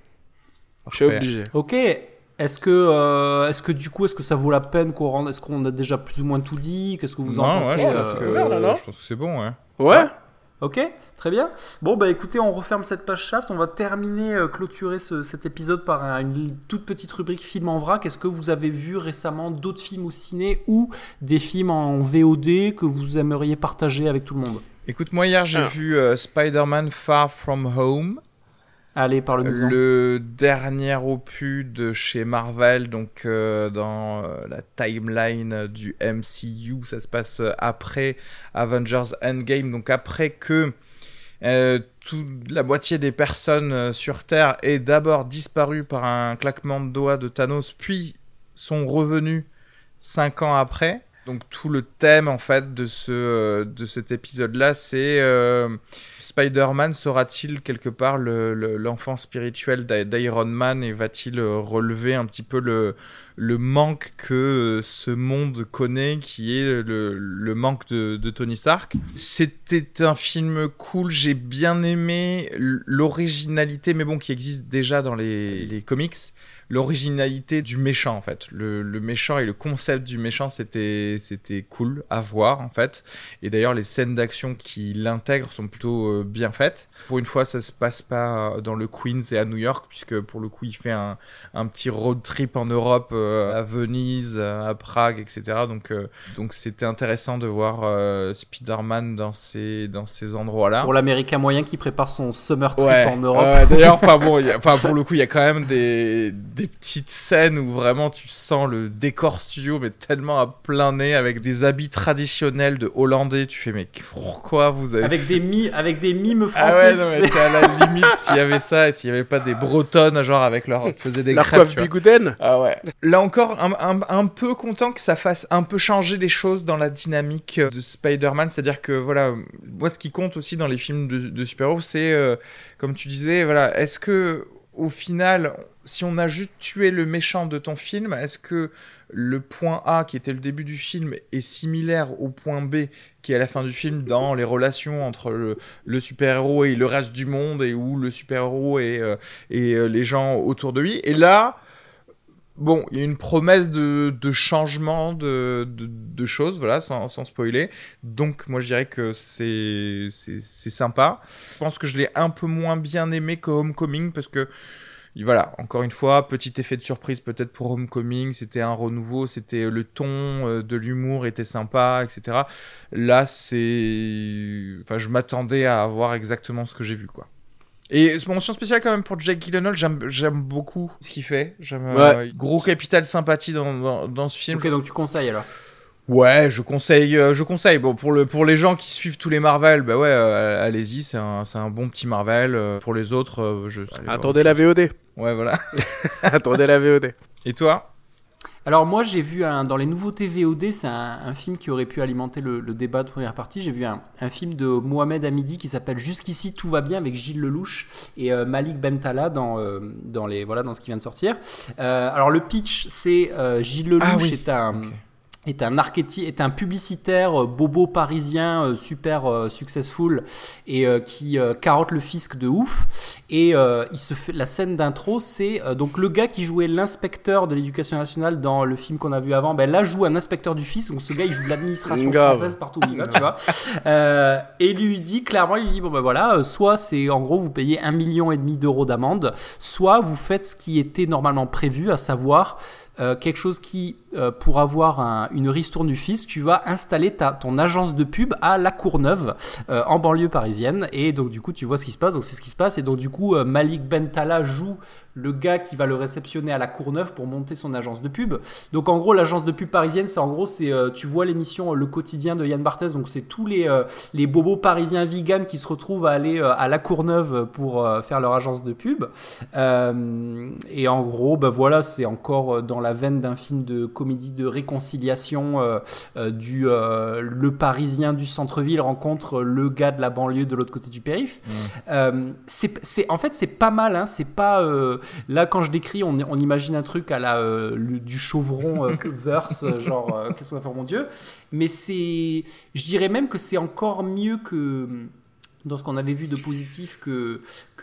Speaker 2: Je suis obligé.
Speaker 3: Ok. Est-ce que, euh, est-ce que du coup, est-ce que ça vaut la peine qu'on rende... Est-ce qu'on a déjà plus ou moins tout dit? Qu'est-ce que vous en
Speaker 1: non,
Speaker 3: pensez?
Speaker 1: ouais, je,
Speaker 3: euh...
Speaker 1: pense que,
Speaker 2: là, là.
Speaker 1: je pense que c'est bon, ouais.
Speaker 2: Ouais.
Speaker 3: Ok, très bien. Bon, bah écoutez, on referme cette page Shaft. On va terminer, euh, clôturer ce, cet épisode par un, une toute petite rubrique film en vrac. Est-ce que vous avez vu récemment d'autres films au ciné ou des films en V O D que vous aimeriez partager avec tout le monde?
Speaker 1: Écoute, moi hier j'ai
Speaker 2: ah.
Speaker 1: vu euh, Spider-Man Far From Home.
Speaker 3: Allez, parle-nous-en.
Speaker 1: Le dernier opus de chez Marvel, donc euh, dans euh, la timeline du M C U, ça se passe après Avengers Endgame, donc après que euh, toute la moitié des personnes euh, sur Terre aient d'abord disparu par un claquement de doigts de Thanos, puis sont revenus cinq ans après. Donc tout le thème en fait de ce euh, de cet épisode-là, c'est euh, Spider-Man sera-t-il quelque part le, le, l'enfant spirituel d'Iron Man et va-t-il relever un petit peu le le manque que ce monde connaît, qui est le, le manque de, de Tony Stark. C'était un film cool, j'ai bien aimé l'originalité, mais bon, qui existe déjà dans les, les comics. L'originalité du méchant en fait, le, le méchant et le concept du méchant, c'était c'était cool à voir en fait, et d'ailleurs les scènes d'action qui l'intègrent sont plutôt euh, bien faites. Pour une fois ça se passe pas dans le Queens et à New York, puisque pour le coup il fait un, un petit road trip en Europe, euh, à Venise, à Prague, etc. Donc euh, donc c'était intéressant de voir euh, Spider-Man dans ces dans ces endroits là.
Speaker 3: Pour l'Américain moyen qui prépare son summer trip
Speaker 1: ouais,
Speaker 3: en Europe.
Speaker 1: Euh, d'ailleurs enfin bon, y a, enfin pour le coup il y a quand même des des petites scènes où vraiment tu sens le décor studio mais tellement à plein nez, avec des habits traditionnels de Hollandais. Tu fais mais pourquoi vous avez
Speaker 3: avec
Speaker 1: fait...
Speaker 3: des mi avec des mimes français.
Speaker 1: Ah ouais, non, mais c'est à la limite s'il y avait ça, et s'il y avait pas des Bretonnes genre avec leur faisaient des
Speaker 2: la
Speaker 1: crêpes,
Speaker 2: coiffe bigouden.
Speaker 1: Ah ouais. Là encore un, un, un peu content que ça fasse un peu changer les choses dans la dynamique de Spider-Man, c'est-à-dire que voilà, moi ce qui compte aussi dans les films de, de super-héros, c'est euh, comme tu disais, voilà, est-ce que au final, si on a juste tué le méchant de ton film, est-ce que le point A, qui était le début du film, est similaire au point B, qui est à la fin du film, dans les relations entre le, le super-héros et le reste du monde, et où le super-héros et, euh, et euh, les gens autour de lui. Et là, bon, il y a une promesse de, de changement de, de, de choses, voilà, sans, sans spoiler. Donc, moi, je dirais que c'est, c'est, c'est sympa. Je pense que je l'ai un peu moins bien aimé que Homecoming, parce que voilà, encore une fois, petit effet de surprise peut-être pour Homecoming, c'était un renouveau, c'était le ton euh, de l'humour était sympa, et cetera. Là, c'est... Enfin, je m'attendais à avoir exactement ce que j'ai vu, quoi. Et mention spéciale quand même pour Jake Gyllenhaal, j'aime, j'aime beaucoup ce qu'il fait. J'aime, ouais. euh, gros capital sympathie dans, dans, dans ce film.
Speaker 3: Ok, donc tu conseilles alors?
Speaker 1: Ouais, je conseille, euh, je conseille. Bon, pour le pour les gens qui suivent tous les Marvel, bah ouais, euh, allez-y, c'est un c'est un bon petit Marvel. Euh, pour les autres, euh, je.
Speaker 2: Attendez la V O D.
Speaker 1: Ouais, voilà.
Speaker 2: Attendez la V O D.
Speaker 1: Et toi?
Speaker 3: Alors moi j'ai vu un, dans les nouveautés V O D, c'est un, un film qui aurait pu alimenter le, le débat de première partie. J'ai vu un, un film de Mohamed Hamidi qui s'appelle Jusqu'ici tout va bien, avec Gilles Lelouch et euh, Malik Bentala dans euh, dans les voilà dans ce qui vient de sortir. Euh, alors le pitch, c'est euh, Gilles Lelouch ah, oui. est un okay. est un archétype, est un publicitaire euh, bobo parisien euh, super euh, successful et euh, qui euh, carotte le fisc de ouf. Et euh, il se fait, la scène d'intro, c'est euh, donc le gars qui jouait l'inspecteur de l'éducation nationale dans le film qu'on a vu avant, ben là joue un inspecteur du fisc. Donc ce gars il joue de l'administration
Speaker 2: Grave.
Speaker 3: française partout où il va, tu vois. Euh, et il lui dit clairement, il lui dit bon ben voilà, euh, soit c'est en gros vous payez un million et demi d'euros d'amende, soit vous faites ce qui était normalement prévu, à savoir Euh, quelque chose qui, euh, pour avoir un, une ristourne du fisc, tu vas installer ta, ton agence de pub à La Courneuve, euh, en banlieue parisienne, et donc du coup tu vois ce qui se passe, donc c'est ce qui se passe, et donc du coup euh, Malik Bentala joue le gars qui va le réceptionner à La Courneuve pour monter son agence de pub. Donc en gros l'agence de pub parisienne, c'est en gros c'est euh, tu vois l'émission Le Quotidien de Yann Barthès, donc c'est tous les, euh, les bobos parisiens vegans qui se retrouvent à aller euh, à La Courneuve pour euh, faire leur agence de pub, euh, et en gros ben voilà, c'est encore dans la veine d'un film de comédie de réconciliation, euh, euh, du euh, le Parisien du centre-ville rencontre le gars de la banlieue de l'autre côté du périph'. Mmh. Euh, c'est, c'est, en fait, c'est pas mal, hein, c'est pas... Euh, là, quand je décris, on, on imagine un truc à la, euh, le, du Chauvron euh, verse, genre, euh, qu'est-ce qu'on va faire, mon Dieu. Mais c'est... Je dirais même que c'est encore mieux que... dans ce qu'on avait vu de positif que,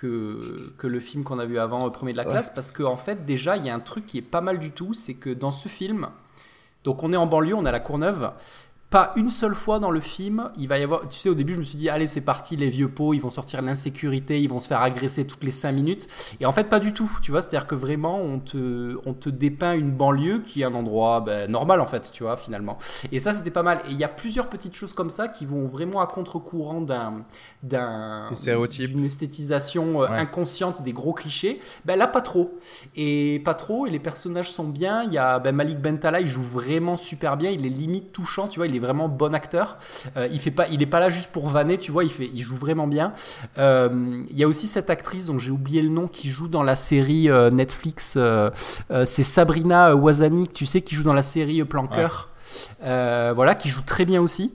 Speaker 3: que, que le film qu'on a vu avant, Premier de la classe, ouais. parce qu'en en fait, déjà, il y a un truc qui est pas mal du tout, c'est que dans ce film, donc on est en banlieue, on est à la Courneuve, pas une seule fois dans le film, il va y avoir... Tu sais, au début, je me suis dit, allez, c'est parti, les vieux pots, ils vont sortir l'insécurité, ils vont se faire agresser toutes les cinq minutes. Et en fait, pas du tout, tu vois. C'est-à-dire que vraiment, on te, on te dépeint une banlieue qui est un endroit ben, normal, en fait, tu vois, finalement. Et ça, c'était pas mal. Et il y a plusieurs petites choses comme ça qui vont vraiment à contre-courant d'un... d'un
Speaker 1: des stéréotypes.
Speaker 3: D'une esthétisation euh, ouais. inconsciente des gros clichés. Ben là, pas trop. Et pas trop, et les personnages sont bien. Il y a ben, Malik Bentala, il joue vraiment super bien. Il est limite touchant, tu vois, il est vraiment bon acteur. Euh, il fait pas, il est pas là juste pour vanner, tu vois. Il fait, il joue vraiment bien. Euh, il y a aussi cette actrice dont j'ai oublié le nom qui joue dans la série euh, Netflix. Euh, euh, c'est Sabrina Wazani, tu sais, qui joue dans la série Plan Cœur. Ouais. Euh, voilà, qui joue très bien aussi.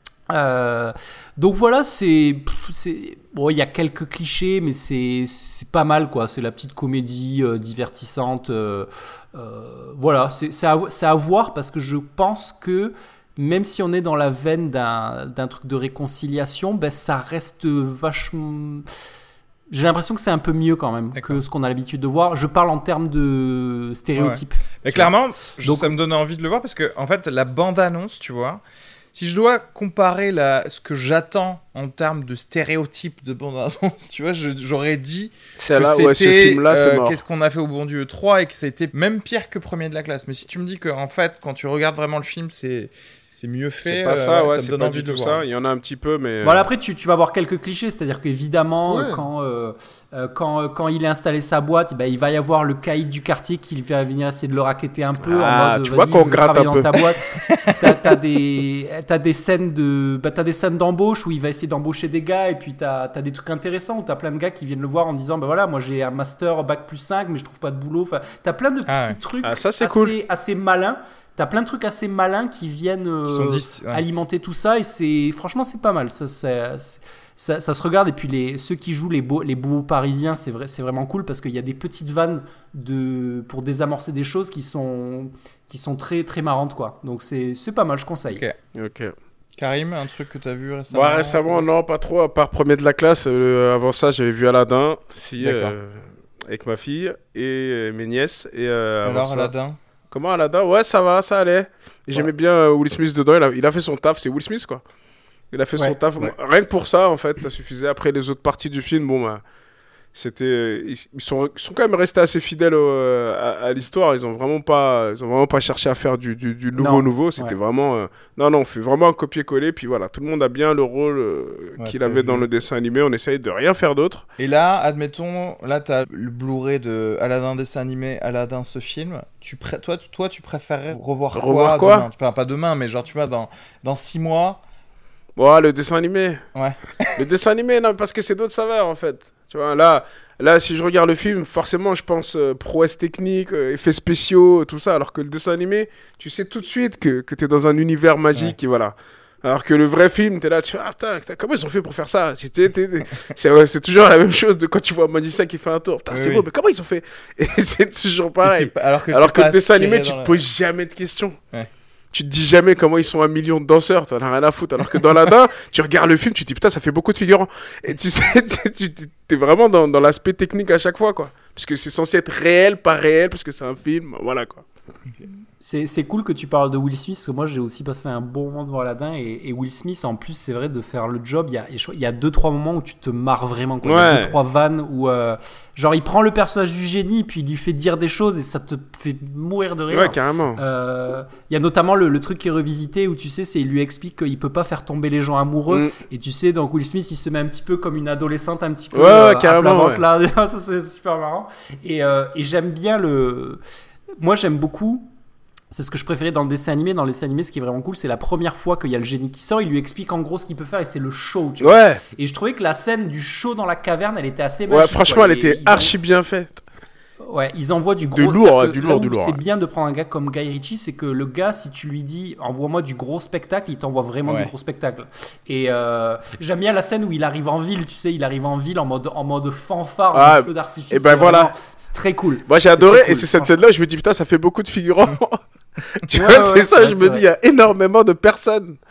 Speaker 3: Euh, donc voilà, c'est, c'est bon, il y a quelques clichés, mais c'est, c'est pas mal quoi. C'est la petite comédie euh, divertissante. Euh, euh, voilà, c'est, c'est, à, c'est à voir parce que je pense que même si on est dans la veine d'un, d'un truc de réconciliation, ben ça reste vachement. J'ai l'impression que c'est un peu mieux quand même D'accord. que ce qu'on a l'habitude de voir. Je parle en termes de stéréotypes. Ouais.
Speaker 1: Mais clairement, je, Donc, ça me donne envie de le voir parce que en fait, la bande-annonce, tu vois. Si je dois comparer la, ce que j'attends en termes de stéréotypes de bande-annonce, tu vois, je, j'aurais dit
Speaker 2: c'est
Speaker 1: que
Speaker 2: là,
Speaker 1: c'était
Speaker 2: ouais, ce film-là, euh, c'est mort.
Speaker 1: Qu'est-ce qu'on a fait au bon Dieu trois et que ça a été même pire que Premier de la classe. Mais si tu me dis qu'en fait, quand tu regardes vraiment le film, c'est, c'est mieux fait,
Speaker 2: c'est pas ça,
Speaker 1: euh,
Speaker 2: ouais,
Speaker 1: ça
Speaker 2: c'est
Speaker 1: me donne
Speaker 2: pas
Speaker 1: envie
Speaker 2: du
Speaker 1: de
Speaker 2: tout
Speaker 1: le voir.
Speaker 2: Ça. Il y en a un petit peu, mais...
Speaker 3: Bon, après, tu, tu vas voir quelques clichés, c'est-à-dire qu'évidemment,
Speaker 1: ouais.
Speaker 3: quand, euh, quand, quand il a installé sa boîte, bah, il va y avoir le caïd du quartier qui va venir essayer de le racketter un peu.
Speaker 2: Ah,
Speaker 3: en mode,
Speaker 2: tu vois qu'on gratte un
Speaker 3: dans
Speaker 2: peu.
Speaker 3: Ta boîte. t'as, t'as, des, t'as des scènes de, bah, t'as des scènes d'embauche où il va essayer d'embaucher des gars, et puis t'as, t'as des trucs intéressants où t'as plein de gars qui viennent le voir en disant, bah voilà, moi j'ai un master bac plus cinq, mais je trouve pas de boulot. Enfin, t'as plein de petits
Speaker 1: ah, ouais.
Speaker 3: trucs
Speaker 2: ah, ça, c'est
Speaker 3: assez,
Speaker 2: cool.
Speaker 3: assez malins. T'as plein de trucs assez malins qui viennent euh,
Speaker 1: qui dist- ouais.
Speaker 3: alimenter tout ça, et c'est, franchement, c'est pas mal. Ça, ça, ça, ça se regarde, et puis les, ceux qui jouent les beaux, les beaux parisiens, c'est, vrai, c'est vraiment cool parce qu'il y a des petites vannes de, pour désamorcer des choses qui sont, qui sont très, très marrantes, quoi. Donc c'est, c'est pas mal, je conseille.
Speaker 1: Ok.
Speaker 2: Ok.
Speaker 1: Karim, un truc que tu as vu récemment
Speaker 2: ouais, Récemment, non, pas trop, à part Premier de la classe. Euh, avant ça, j'avais vu Aladdin si, euh, avec ma fille et euh, mes nièces. Et, euh,
Speaker 1: Alors,
Speaker 2: ça...
Speaker 1: Aladdin
Speaker 2: Comment, Aladdin? Ouais, ça va, ça allait. Ouais. J'aimais bien euh, Will Smith dedans, il a, il a fait son taf, c'est Will Smith, quoi. Il a fait
Speaker 1: ouais,
Speaker 2: son taf.
Speaker 1: ouais.
Speaker 2: Rien que pour ça, en fait, ça suffisait. Après, les autres parties du film, bon, bah... C'était, ils sont, ils sont quand même restés assez fidèles au, à, à l'histoire. Ils ont vraiment pas, ils ont vraiment pas cherché à faire du, du, du nouveau non. nouveau. C'était ouais. vraiment, euh, non non, on fait vraiment un copier-coller. Puis voilà, tout le monde a bien le rôle euh, ouais, qu'il avait vu. Dans le dessin animé. On essaye de rien faire d'autre.
Speaker 1: Et là, admettons, là t'as le Blu-ray de Aladdin dessin animé, Aladdin ce film. Tu pré- toi, tu, toi, tu préférerais revoir quoi,
Speaker 2: revoir quoi
Speaker 1: demain Enfin, pas demain, mais genre tu vois dans dans six mois.
Speaker 2: Ouais, le dessin animé.
Speaker 1: Ouais.
Speaker 2: Le dessin animé, non, parce que c'est d'autres saveurs en fait. Tu vois, là, là, si je regarde le film, forcément, je pense euh, prouesse technique, euh, effets spéciaux, tout ça. Alors que le dessin animé, tu sais tout de suite que, que t'es dans un univers magique, ouais. Et voilà. Alors que le vrai film, t'es là, tu fais, ah putain, comment ils ont fait pour faire ça? t'es, t'es, t'es... C'est, ouais, c'est toujours la même chose de quand tu vois un magicien qui fait un tour. Putain, oui, c'est oui. beau, mais comment ils ont fait? Et c'est toujours pareil.
Speaker 1: Alors que,
Speaker 2: alors que le dessin animé, tu te la... poses jamais de questions. Ouais. Tu te dis jamais comment ils sont un million de danseurs, t'en as rien à foutre. Alors que dans Aladdin, tu regardes le film, tu te dis putain, ça fait beaucoup de figurants. Et tu sais, tu t'es vraiment dans, dans l'aspect technique à chaque fois, quoi. Parce que c'est censé être réel, pas réel, parce que c'est un film, voilà, quoi.
Speaker 3: Okay. C'est, c'est cool que tu parles de Will Smith, parce que moi j'ai aussi passé un bon moment devant Aladdin, et, et Will Smith, en plus, c'est vrai, de faire le job. Il y a, il y a deux, trois moments où tu te marres vraiment, quoi. Ouais. Il y a deux, trois vannes où, euh, genre, il prend le personnage du génie, puis il lui fait dire des choses, et ça te fait mourir de rire.
Speaker 2: Ouais, carrément.
Speaker 3: Euh, il y a notamment le, le truc qui est revisité, où tu sais, c'est il lui explique qu'il peut pas faire tomber les gens amoureux, mm. et tu sais, donc Will Smith, il se met un petit peu comme une adolescente, un petit peu
Speaker 2: ouais,
Speaker 3: euh,
Speaker 2: ouais, carrément, ouais.
Speaker 3: Là. Ça, c'est super marrant. Et, euh, et j'aime bien le. Moi, j'aime beaucoup. C'est ce que je préférais dans le dessin animé. Dans le dessin animé, ce qui est vraiment cool, c'est la première fois qu'il y a le génie qui sort. Il lui explique en gros ce qu'il peut faire, et c'est le show. Tu vois.
Speaker 2: Ouais.
Speaker 3: Et je trouvais que la scène du show dans la caverne, elle était assez magique.
Speaker 2: Ouais, franchement,
Speaker 3: quoi.
Speaker 2: elle était archi bien faite.
Speaker 3: Ouais, ils envoient du gros.
Speaker 2: Du lourd, du lourd, du lourd.
Speaker 3: C'est bien de prendre un gars comme Guy Ritchie, c'est que le gars, si tu lui dis envoie-moi du gros spectacle, il t'envoie vraiment ouais. du gros spectacle. Et euh, j'aime bien la scène où il arrive en ville, tu sais, il arrive en ville en mode, en mode fanfare, ah, feu d'artifice.
Speaker 2: Et ben voilà.
Speaker 3: C'est très cool.
Speaker 2: Moi j'ai adoré, cool, et c'est cette scène-là où je me dis putain, ça fait beaucoup de figurants. Tu
Speaker 3: ouais,
Speaker 2: vois,
Speaker 3: ouais,
Speaker 2: c'est ça,
Speaker 3: ouais,
Speaker 2: je me dis, il y a énormément de personnes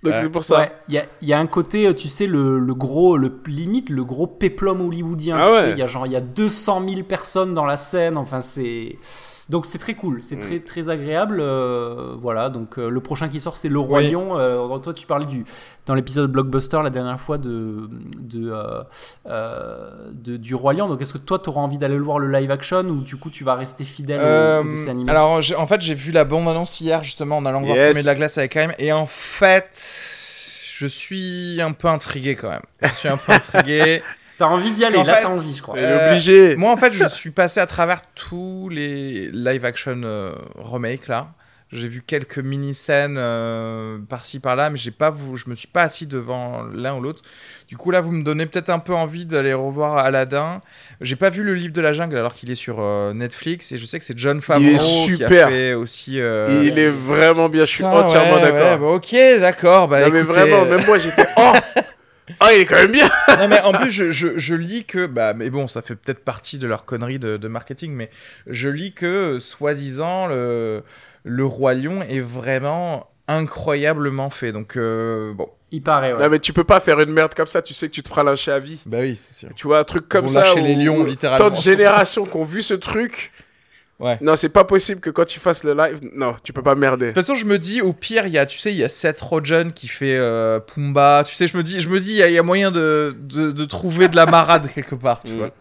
Speaker 2: Donc
Speaker 1: Ouais.
Speaker 2: c'est pour ça.
Speaker 3: Ouais, il y a, y a un côté, tu sais, le, le gros, le limite, le gros péplum hollywoodien.
Speaker 2: Ah
Speaker 3: tu
Speaker 2: ouais.
Speaker 3: sais, il y a genre, il y a deux cent mille personnes dans la scène. Enfin, c'est donc c'est très cool, c'est très très agréable. Euh, voilà, donc euh, le prochain qui sort, c'est Le Roi
Speaker 1: Oui.
Speaker 3: Lion. Euh, toi, tu parlais du dans l'épisode Blockbuster la dernière fois de de, euh, euh, de du Roi Lion. Donc, est-ce que toi, tu auras envie d'aller le voir le live action ou du coup, tu vas rester fidèle
Speaker 1: Euh,
Speaker 3: au, au dessin animé?
Speaker 1: alors, j'ai- en fait, j'ai vu la bande-annonce hier, justement, en allant voir
Speaker 2: Yes.
Speaker 1: Premier de la glace avec Karim. Et en fait, je suis un peu intrigué quand même. Je suis un peu intrigué.
Speaker 3: T'as envie d'y
Speaker 1: Parce
Speaker 3: aller,
Speaker 1: qu'en
Speaker 3: là,
Speaker 1: fait,
Speaker 3: t'as envie, je crois.
Speaker 2: Il est
Speaker 1: Euh,
Speaker 2: obligé.
Speaker 1: Moi, en fait, je suis passé à travers tous les live-action euh, remakes, là. J'ai vu quelques mini-scènes euh, par-ci, par-là, mais j'ai pas, vous, je me suis pas assis devant l'un ou l'autre. Du coup, là, vous me donnez peut-être un peu envie d'aller revoir Aladdin. J'ai pas vu le livre de la jungle alors qu'il est sur euh, Netflix, et je sais que c'est John Favreau
Speaker 2: Il est
Speaker 1: qui
Speaker 2: super.
Speaker 1: a fait aussi... euh,
Speaker 2: Il est vraiment bien, je suis
Speaker 1: Putain,
Speaker 2: entièrement
Speaker 1: ouais,
Speaker 2: d'accord.
Speaker 1: ouais, bah, ok, d'accord. Bah,
Speaker 2: non, mais
Speaker 1: écoutez,
Speaker 2: vraiment,
Speaker 1: euh,
Speaker 2: même moi j'étais. Oh Oh, il est quand même bien.
Speaker 1: non mais en plus je, je, je lis que bah mais bon ça fait peut-être partie de leur connerie de, de marketing, mais je lis que soi-disant le le Roi Lion est vraiment incroyablement fait, donc euh, bon.
Speaker 3: Il paraît, ouais.
Speaker 2: Non, mais tu peux pas faire une merde comme ça, tu sais que tu te feras lyncher à vie.
Speaker 1: Bah oui, c'est sûr.
Speaker 2: Tu vois, un truc comme
Speaker 1: Vont
Speaker 2: ça.
Speaker 1: lâcher
Speaker 2: où-
Speaker 1: les lions,
Speaker 2: où
Speaker 1: littéralement.
Speaker 2: Tant de générations qui ont vu ce truc.
Speaker 1: Ouais.
Speaker 2: Non, c'est pas possible que quand tu fasses le live. Non, tu peux pas merder.
Speaker 1: De toute façon, je me dis, au pire, il y a, tu sais, il y a Seth Rogen qui fait euh, Pumba. Tu sais, je me dis, je me dis, il y, a- il y a moyen de, de, de trouver de la marade quelque part, tu
Speaker 2: Mm.
Speaker 1: vois.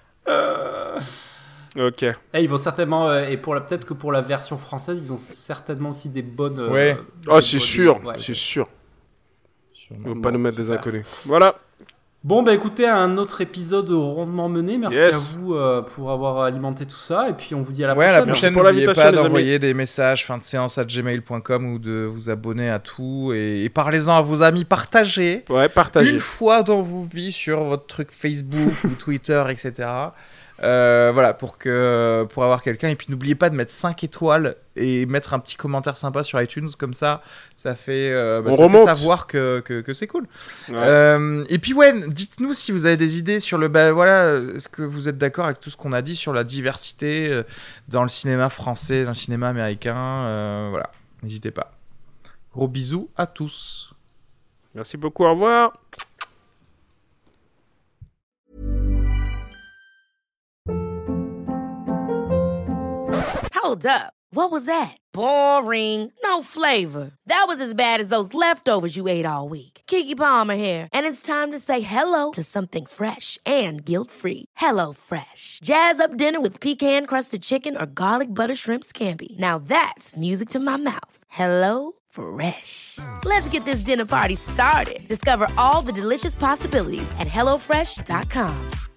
Speaker 2: Ok.
Speaker 3: Et ils vont certainement, euh, et pour la, peut-être que pour la version française, ils ont certainement aussi des bonnes. euh,
Speaker 1: Ouais.
Speaker 2: Oh,
Speaker 3: des
Speaker 2: c'est
Speaker 3: bonnes-
Speaker 2: sûr,
Speaker 3: ouais.
Speaker 2: c'est sûr. Ils vont
Speaker 3: Bon,
Speaker 2: pas nous mettre des
Speaker 3: super.
Speaker 2: inconnus. Voilà.
Speaker 3: Bon, bah écoutez, un autre épisode rondement mené. Merci
Speaker 2: Yes.
Speaker 3: à vous euh, pour avoir alimenté tout ça. Et puis on vous dit à la
Speaker 1: Ouais, à
Speaker 3: prochaine.
Speaker 1: la
Speaker 2: Merci
Speaker 1: prochaine,
Speaker 2: pour
Speaker 1: n'oubliez
Speaker 2: l'invitation,
Speaker 1: pas
Speaker 2: les amis.
Speaker 1: d'envoyer des messages fin de séance à gmail point com ou de vous abonner à tout et, et parlez-en à vos amis, partagez
Speaker 2: Ouais, partagez.
Speaker 1: une fois dans vos vies sur votre truc Facebook ou Twitter, et cetera. Euh, voilà, pour, que, pour avoir quelqu'un. Et puis n'oubliez pas de mettre cinq étoiles et mettre un petit commentaire sympa sur iTunes, comme ça, ça fait, euh, bah,
Speaker 2: On
Speaker 1: ça fait
Speaker 2: remonte.
Speaker 1: savoir que, que, que c'est cool.
Speaker 2: Ouais.
Speaker 1: Euh, et puis ouais, dites-nous si vous avez des idées sur le... Bah, voilà, est-ce que vous êtes d'accord avec tout ce qu'on a dit sur la diversité euh, dans le cinéma français, dans le cinéma américain, euh, voilà, n'hésitez pas. Gros bisous à tous.
Speaker 2: Merci beaucoup, au revoir.
Speaker 10: Hold up. What was that? Boring. No flavor. That was as bad as those leftovers you ate all week. Keke Palmer here, and it's time to say hello to something fresh and guilt-free. Hello Fresh. Jazz up dinner with pecan-crusted chicken or garlic butter shrimp scampi. Now that's music to my mouth. Hello Fresh. Let's get this dinner party started. Discover all the delicious possibilities at hello fresh dot com.